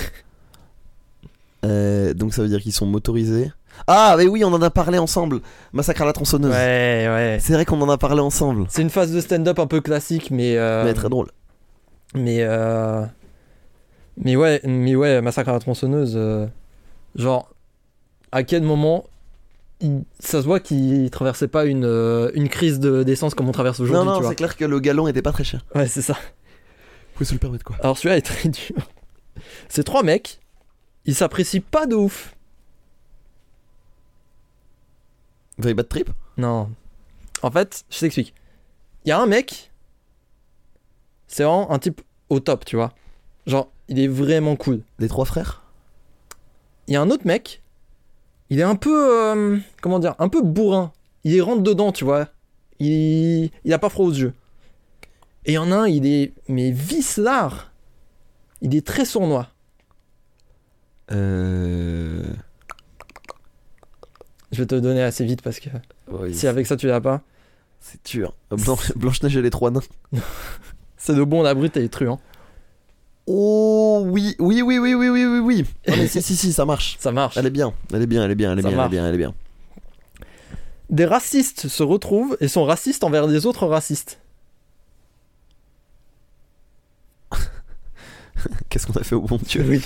euh, donc ça veut dire qu'ils sont motorisés. Ah, mais oui, on en a parlé ensemble. Massacre à la tronçonneuse. Ouais, ouais. C'est vrai qu'on en a parlé ensemble. C'est une phase de stand-up un peu classique, mais. Euh... Mais très drôle. Mais. Euh... Mais ouais, mais ouais, Massacre à la tronçonneuse. Euh... Genre, à quel moment. Il, ça se voit qu'il traversait pas une, euh, une crise de, d'essence comme on traverse aujourd'hui. Non, non, tu c'est vois. clair que le galon était pas très cher. Ouais, c'est ça. Vous pouvez se le permettre, quoi. Alors celui-là est très dur. Ces trois mecs, ils s'apprécient pas de ouf. Very Bad Trip ? Non. En fait, je t'explique. Il y a un mec, c'est vraiment un type au top, tu vois. Genre, il est vraiment cool. Les trois frères ? Il y a un autre mec. Il est un peu, euh, comment dire, un peu bourrin. Il est rentre dedans, tu vois. Il, il a pas froid aux yeux. Et il y en a un, il est, mais vicelard. Il est très sournois. Euh... Je vais te le donner assez vite parce que oui, si avec ça tu l'as pas. C'est dur. Blanc... Blanche-Neige et les trois nains. C'est de bon, la brute et les truands. Oh oui, oui, oui, oui, oui, oui, oui, oui. Non mais si, si, si, ça marche. Ça marche. Elle est bien, elle est bien, elle est bien, elle est bien, elle est bien, elle est bien. Des racistes se retrouvent et sont racistes envers des autres racistes. Qu'est-ce qu'on a fait au bon Dieu? Oui.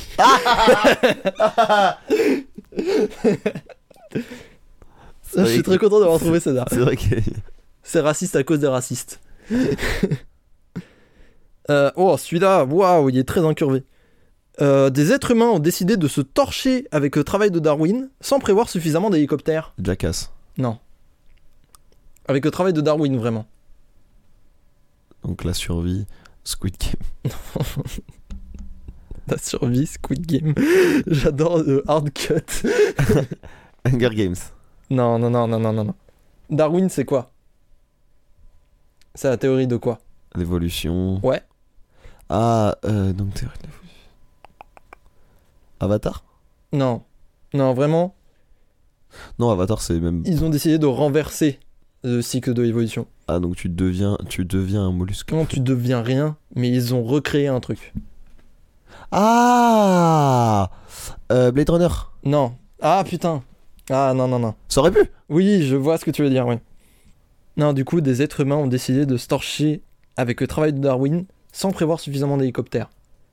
Je suis très content d'avoir trouvé César. C'est vrai que c'est raciste à cause des racistes. euh, oh, celui-là, waouh, il est très incurvé. Euh, des êtres humains ont décidé de se torcher avec le travail de Darwin sans prévoir suffisamment d'hélicoptères. Jackass. Non. Avec le travail de Darwin, vraiment. Donc la survie, Squid Game. La survie, Squid Game. J'adore le hard cut. Hunger Games. Non, non, non, non, non, non. Darwin, c'est quoi? C'est la théorie de quoi? L'évolution. Ouais. Ah, euh, donc théorie de l'évolution. Avatar? Non. Non, vraiment. Non, Avatar, c'est même... Ils ont décidé de renverser le cycle de l'évolution. Ah, donc tu deviens, tu deviens un mollusque. Non, tu deviens rien, mais ils ont recréé un truc. Ah euh, Blade Runner. Non. Ah, putain. Ah, non, non, non. Ça aurait pu. Oui, je vois ce que tu veux dire, oui. Non, du coup, des êtres humains ont décidé de se torcher avec le travail de Darwin sans prévoir suffisamment d'hélicoptères.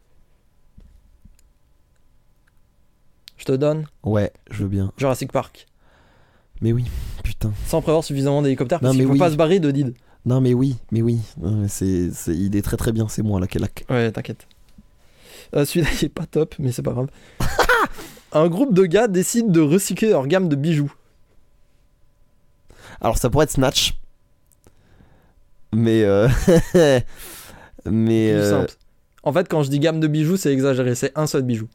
Je te donne? Ouais, je veux bien. Jurassic Park. Mais oui, putain. Sans prévoir suffisamment d'hélicoptères parce qu'il faut oui. pas se barrer de Did. Non mais oui, mais oui. C'est, c'est, il est très très bien, c'est moi là, Kelak. Ouais, t'inquiète. Euh, celui-là, il est pas top, mais c'est pas grave. Un groupe de gars décide de recycler leur gamme de bijoux. Alors ça pourrait être Snatch. Mais... Euh... mais... Plus euh... simple. En fait, quand je dis gamme de bijoux, c'est exagéré, c'est un seul bijou.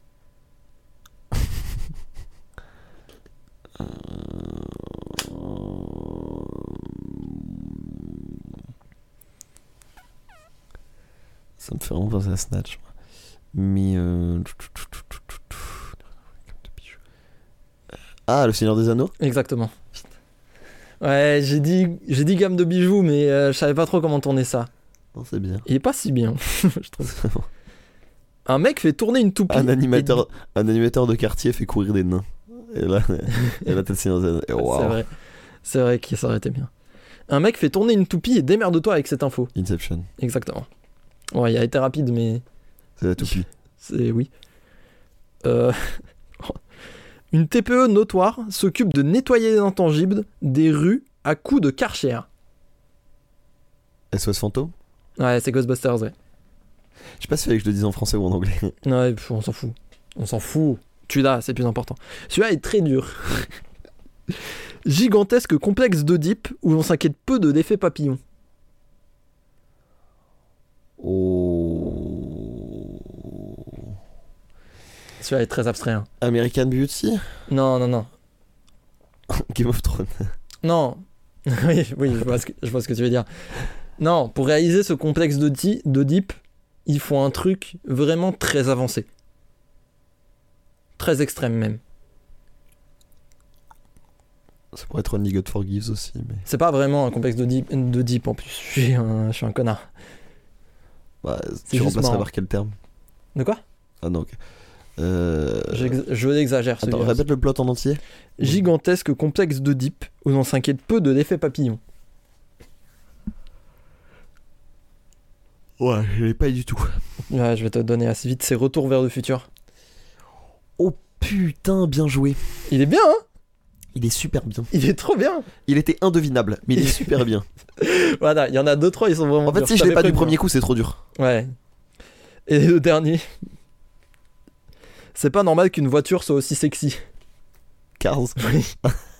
Ça me fait vraiment penser à Snatch. Mais... Euh... Ah, le Seigneur des Anneaux ? Exactement. Ouais, j'ai dit, j'ai dit gamme de bijoux, mais euh, je savais pas trop comment tourner ça. Non, c'est bien. Il est pas si bien, je trouve. Un mec fait tourner une toupie. Un animateur, et... un animateur de quartier fait courir des nains. Et là, et là t'as le Seigneur des Anneaux. Et wow. C'est vrai. C'est vrai que ça aurait été bien. Un mec fait tourner une toupie et démerde-toi avec cette info. Inception. Exactement. Ouais, il a été rapide, mais... C'est la toupie. C'est... Oui. Euh... Une T P E notoire s'occupe de nettoyer les intangibles des rues à coups de Karcher. S O S Fantôme ? Ouais, c'est Ghostbusters, ouais. Je sais pas si fallait que je le dise en français ou en anglais. Ouais, on s'en fout. On s'en fout. Tu l'as, c'est plus important. Celui-là est très dur. Gigantesque complexe d'Oedipe où l'on s'inquiète peu de l'effet papillon. Oh. Celui-là est très abstrait. Hein. American Beauty ? Non, non, non. Game of Thrones. Non. oui, oui, je vois, ce que, je vois ce que tu veux dire. Non, pour réaliser ce complexe d'Oedipe, il faut un truc vraiment très avancé. Très extrême même. Ça pourrait être Only God Forgives aussi, mais... C'est pas vraiment un complexe d'Oedipe en plus, je suis un, je suis un connard. Bah, tu remplacerais par quel terme ? De quoi ? Ah non, ok. Euh... Je l'exagère. Attends, répète le plot en entier. Gigantesque complexe d'Oedipe où l'on s'inquiète peu de l'effet papillon. Ouais, je l'ai pas eu du tout. Ouais, je vais te donner assez vite. C'est Retour vers le futur. Oh putain, bien joué. Il est bien, hein ? Il est super bien. Il est trop bien. Il était indevinable, mais il est super bien. Voilà, il y en a deux trois, ils sont vraiment. En fait, durs. si je l'ai pas du premier coup, c'est trop dur. Ouais. Et le dernier. C'est pas normal qu'une voiture soit aussi sexy. Cars. Oui.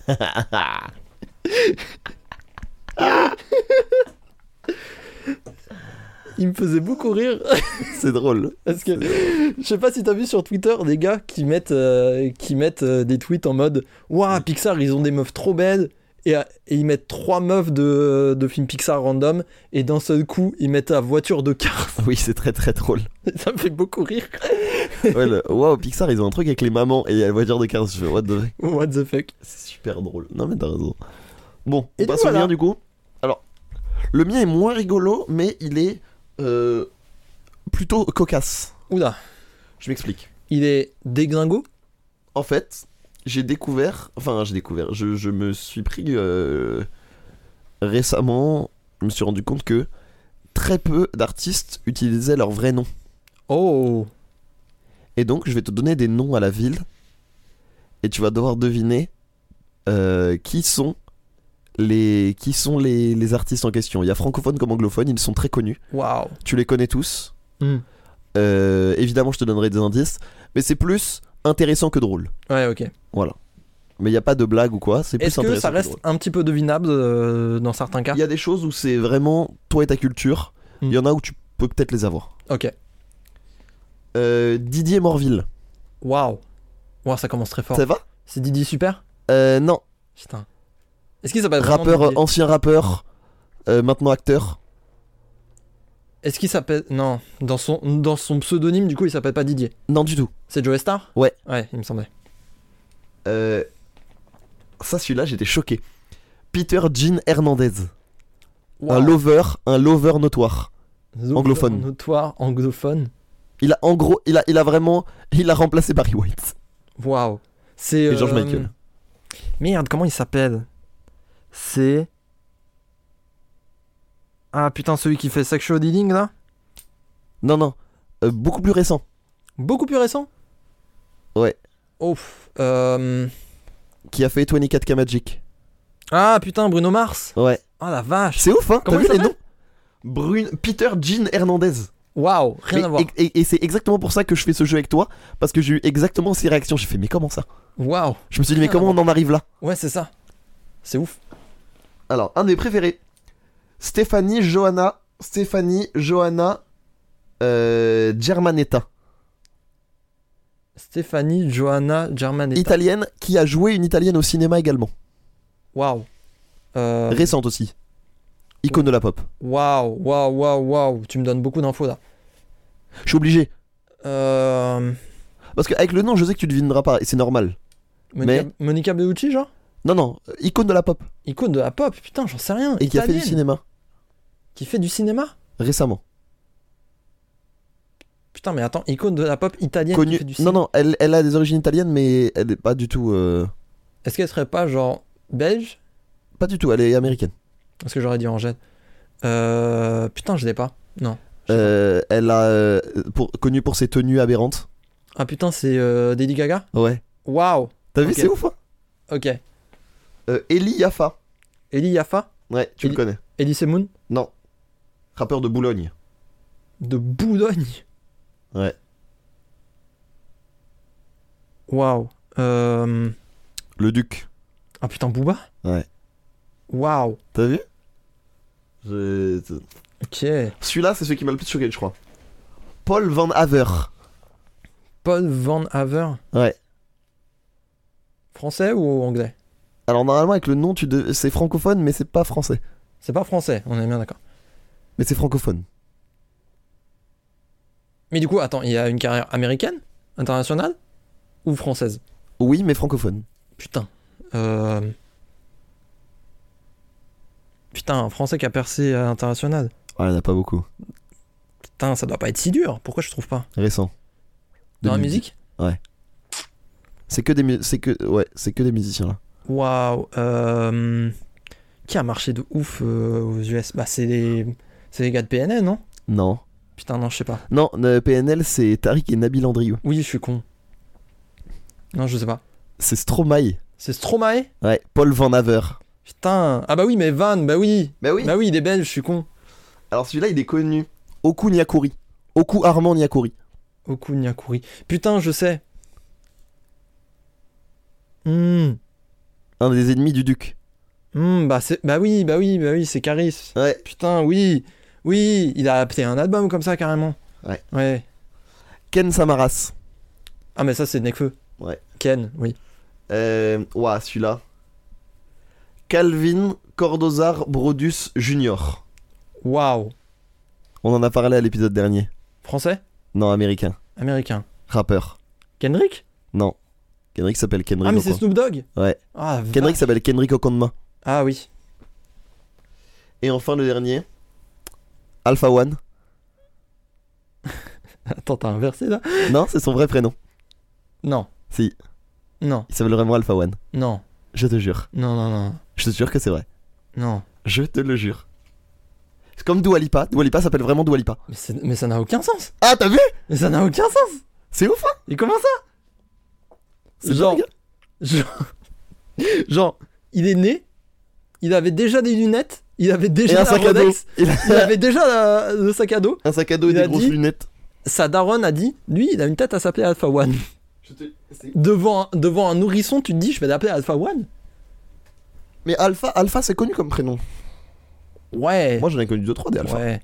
Il me faisait beaucoup rire. C'est drôle. Parce que je sais pas si t'as vu sur Twitter des gars qui mettent, euh, qui mettent euh, des tweets en mode waouh, Pixar, ils ont des meufs trop belles. Et, et ils mettent trois meufs de, de films Pixar random. Et d'un seul coup, ils mettent la voiture de Cars. Oui, c'est très très drôle. Ça me fait beaucoup rire. Ouais, le... Waouh, Pixar, ils ont un truc avec les mamans et il y a la voiture de Cars. Je fais what the fuck. What the fuck. C'est super drôle. Non, mais t'as raison. Bon, on et passe voilà. au mien du coup. Alors, le mien est moins rigolo, mais il est. Euh, plutôt cocasse. Oula. Je m'explique. Il est déglingo. En fait, j'ai découvert, enfin j'ai découvert, je, je me suis pris euh, récemment, je me suis rendu compte que très peu d'artistes utilisaient leur vrai nom. Oh. Et donc je vais te donner des noms à la ville et tu vas devoir deviner euh, qui sont Les, qui sont les, les artistes en question. Il y a francophones comme anglophones, ils sont très connus. Waouh. Tu les connais tous. Mm. Euh, évidemment, je te donnerai des indices, mais c'est plus intéressant que drôle. Ouais, ok. Voilà. Mais il n'y a pas de blague ou quoi, c'est plus Est-ce que intéressant ça que reste drôle. un petit peu devinable euh, dans certains cas ? Il y a des choses où c'est vraiment toi et ta culture. Il Mm. y en a où tu peux peut-être les avoir. Ok. Euh, Didier Morville. Waouh. Waouh, ça commence très fort. Ça va ? C'est Didi Super ? euh, Non. Putain. Est-ce qu'il s'appelle vraiment Rappeur, Didier ? ancien rappeur, euh, maintenant acteur. Est-ce qu'il s'appelle... Non, dans son, dans son pseudonyme, du coup, il s'appelle pas Didier. Non, du tout. C'est Joe Star ? Ouais. Ouais, il me semblait. Euh, ça, celui-là, j'étais choqué. Peter Jean Hernandez. Wow. Un lover, un lover notoire. Lover anglophone. Notoire, anglophone. Il a, en gros, il a, il a vraiment... Il a remplacé Barry White. Waouh. C'est... Et George euh, Michael. Merde, comment il s'appelle ? C'est... Ah putain, celui qui fait Sexual Healing, là ? Non, non. Euh, beaucoup plus récent. Beaucoup plus récent ? Ouais. Ouf. Euh... Qui a fait vingt-quatre K Magic. Ah putain, Bruno Mars. Ouais. Ah la vache. C'est ouf, hein. Comment T'as il vu les s'appelle ? noms Brune... Peter Jean Hernandez. Waouh, rien Mais- à voir. Et, et- et c'est exactement pour ça que je fais ce jeu avec toi. Parce que j'ai eu exactement ces réactions. J'ai fait, mais comment ça ? Waouh. Je me suis dit, mais Rien à comment on en arrive là ? Ouais, c'est ça. C'est ouf. Alors, un de mes préférés. Stéphanie Johanna. Stéphanie Johanna Euh, Germanetta. Stéphanie Johanna Germanetta. Italienne qui a joué une italienne au cinéma également. Waouh. Euh... Récente aussi. Icône de la pop. Waouh, waouh, waouh, waouh. Tu me donnes beaucoup d'infos là. Je suis obligé. Euh... Parce qu'avec le nom, je sais que tu devineras pas, et c'est normal. Monica, Mais... Monica Bellucci, genre? Non, non, euh, icône de la pop. Icône de la pop, putain, j'en sais rien. Et Italienne. Qui a fait du cinéma. Qui fait du cinéma? Récemment. Putain, mais attends, icône de la pop italienne Connue... qui fait du cinéma. Non, non, elle, elle a des origines italiennes, mais elle est pas du tout... Euh... Est-ce qu'elle serait pas genre belge? Pas du tout, elle est américaine. Parce que j'aurais dit Angèle. Euh... Putain, je l'ai pas. Non. Euh, elle a... Euh, pour... Connue pour ses tenues aberrantes. Ah putain, c'est euh, Lady Gaga? Ouais. Waouh. T'as okay. vu, c'est ouf, hein? Ok. Euh, Eli Yaffa. Eli Yaffa? Ouais, tu Eli... le connais. Elise Moon? Non. Rappeur de Boulogne. De Boulogne? Ouais. Waouh. Euh... Le Duc. Ah putain, Booba? Ouais. Waouh. T'as vu? Je... Ok. Celui-là, c'est celui qui m'a le plus choqué, je crois. Paul Van Haver. Paul Van Haver? Ouais. Français ou anglais? Alors normalement avec le nom tu de... c'est francophone mais c'est pas français. C'est pas français, on est bien d'accord. Mais c'est francophone. Mais du coup, attends, il y a une carrière américaine, internationale ou française? Oui, mais francophone. Putain. Euh... Putain, un français qui a percé à l'international. Ouais, il n'y en a pas beaucoup. Putain, ça doit pas être si dur. Pourquoi je trouve pas? Récent. Dans la musique? Ouais. C'est que des mu... c'est que ouais, c'est que des musiciens là. Waouh. Euh... Qui a marché de ouf euh, aux U S? Bah c'est les c'est les gars de P N L, non? Non. Putain, non, je sais pas. Non, le P N L c'est Tariq et Nabil Andrieux. Oui, je suis con. Non, je sais pas. C'est Stromae. C'est Stromae? Ouais, Paul Van Haver. Putain. Ah bah oui, mais Van, bah oui. Bah oui. Bah oui, il est belge, je suis con. Alors celui-là, il est connu. Oku Nyakuri. Oku Armand Nyakuri. Oku Nyakuri. Putain, je sais. Hmm. Un des ennemis du duc. Hmm, bah, c'est... bah oui, bah oui, bah oui, c'est Caris. Ouais. Putain, oui. Oui, il a fait un album comme ça, carrément. Ouais. Ouais. Ken Samaras. Ah, mais ça, c'est Nekfeu. Ouais. Ken, oui. Euh... Ouah, celui-là. Calvin Cordozar Brodus Junior. Waouh. On en a parlé à l'épisode dernier. Français? Non, américain. Américain. Rappeur. Kendrick? Non. Kendrick s'appelle Kendrick. Ah, mais c'est Snoop Dogg? Ouais. Ah, Kendrick va... s'appelle Kendrick Okonma. Ah oui. Et enfin le dernier. Alpha One. Attends, t'as inversé là? Non, c'est son vrai prénom. Non. Si. Non. Il s'appelle vraiment Alpha One. Non. Je te jure. Non, non, non. Je te jure que c'est vrai. Non. Je te le jure. C'est comme Dua Lipa. Dua Lipa s'appelle vraiment Dua Lipa. Mais, c'est... mais ça n'a aucun sens. Ah, t'as vu? Mais ça n'a aucun sens. C'est ouf, hein? Et comment ça? C'est genre... dingue. genre... Genre, il est né, il avait déjà des lunettes, il avait déjà et un la sac Rolex, à dos. Il, a... il avait déjà la... le sac à dos. Un sac à dos et il des a grosses dit... lunettes. Sa daronne a dit, lui, il a une tête à s'appeler Alpha One. Je te... devant, un... devant un nourrisson, tu te dis, je vais l'appeler Alpha One? Mais Alpha, Alpha c'est connu comme prénom. Ouais. Moi j'en ai connu deux trois des Alpha. Ouais.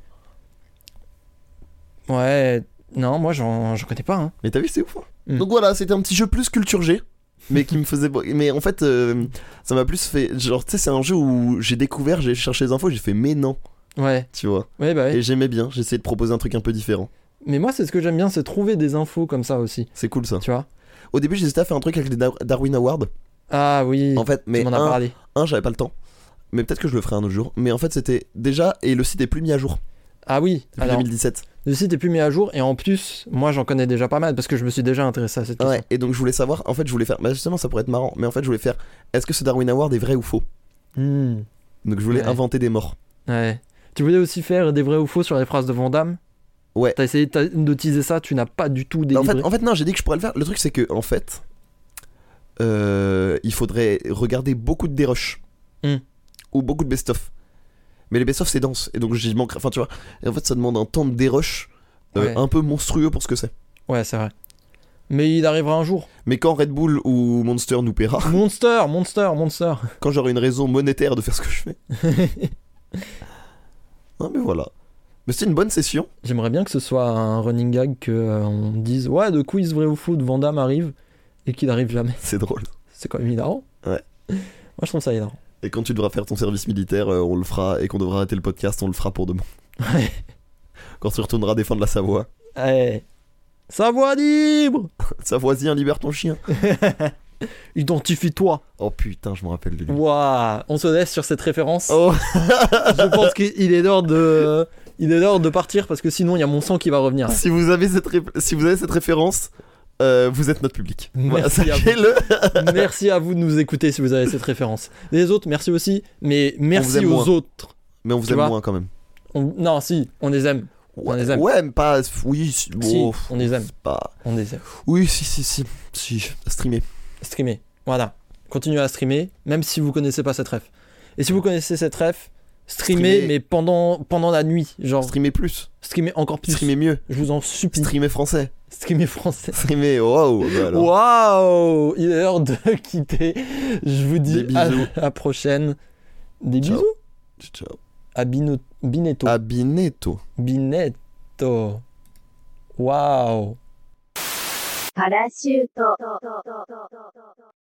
Ouais. Non, moi j'en, j'en connais pas. Hein. Mais t'as vu, c'est ouf. Hein. Mm. Donc voilà, c'était un petit jeu plus culture G. Mais qui me faisait. Mais en fait, euh, ça m'a plus fait. Genre, tu sais, c'est un jeu où j'ai découvert, j'ai cherché les infos, j'ai fait mais non. Ouais. Tu vois. Ouais, bah ouais. Et j'aimais bien, j'ai essayé de proposer un truc un peu différent. Mais moi, c'est ce que j'aime bien, c'est trouver des infos comme ça aussi. C'est cool ça. Tu vois. Au début, j'hésitais à faire un truc avec les Dar- Darwin Awards. Ah oui. En fait, mais. Tu m'en as un, parlé. un, j'avais pas le temps. Mais peut-être que je le ferai un autre jour. Mais en fait, c'était déjà. Et le site est plus mis à jour. Ah oui. Depuis Alors, deux mille dix-sept. le site est plus mis à jour et en plus, moi j'en connais déjà pas mal parce que je me suis déjà intéressé à cette question. Ouais, et donc je voulais savoir, en fait, je voulais faire. Bah justement, ça pourrait être marrant. Mais en fait, je voulais faire. Est-ce que ce Darwin Award est vrai ou faux? Mmh. Donc je voulais Ouais. inventer des morts. Ouais. Tu voulais aussi faire des vrais ou faux sur les phrases de Van Damme? Ouais. T'as essayé de de teaser ça, tu n'as pas du tout En délivré. fait, en fait, non, j'ai dit que je pourrais le faire. Le truc, c'est que, en fait, euh, il faudrait regarder beaucoup de dérush. Mm. Ou beaucoup de best-of. Mais les best-of, c'est dense. Et donc, j'y manquerai. Enfin, tu vois. Et en fait, ça demande un temps de dérush euh, Ouais. un peu monstrueux pour ce que c'est. Ouais, c'est vrai. Mais il arrivera un jour. Mais quand Red Bull ou Monster nous paiera, Monster, Monster, Monster. quand j'aurai une raison monétaire de faire ce que je fais. Non, mais voilà. Mais c'est une bonne session. J'aimerais bien que ce soit un running gag qu'on euh, dise ouais, de quiz vrai ou faux de Van Damme arrive et qu'il arrive jamais. C'est drôle. C'est quand même hilarant. Ouais. Moi je trouve ça hilarant. Et quand tu devras faire ton service militaire, euh, on le fera. Et qu'on devra arrêter le podcast, on le fera pour demain. Ouais. Quand tu retourneras défendre la Savoie. Ouais. Savoie libre. Savoisien, libère ton chien. Identifie-toi. Oh putain, je me rappelle de lui. Waouh. On se laisse sur cette référence. Oh. Je pense qu'il est l'heure de... Il est l'heure de partir parce que sinon il y a mon sang qui va revenir. Si vous avez cette, ré... si vous avez cette référence, euh, vous êtes notre public. Merci, voilà, à vous. Merci à vous de nous écouter si vous avez cette référence. Les autres, merci aussi, mais merci aux moins. autres. Mais on vous tu aime vois moins quand même. On... Non, si, on les aime. Ouais, on les aime. Ouais, mais pas. Oui, si, si oh, on les aime. Pas... On les aime. Oui, si, si, si. Si, streamer. Streamer. Voilà. Continuez à streamer, même si vous connaissez pas cette ref. Et si vous connaissez cette ref, streamer, streamer. mais pendant, pendant la nuit. Genre. Streamer plus. Streamer encore plus. Streamer mieux. Je vous en supplie. Streamer français. Streamer français. Streamer, waouh. Waouh. Il est l'heure de quitter. Je vous dis à la prochaine. Des Ciao. bisous. Ciao. À bino... Binetto. À Binetto. Binetto. Waouh. パラシュート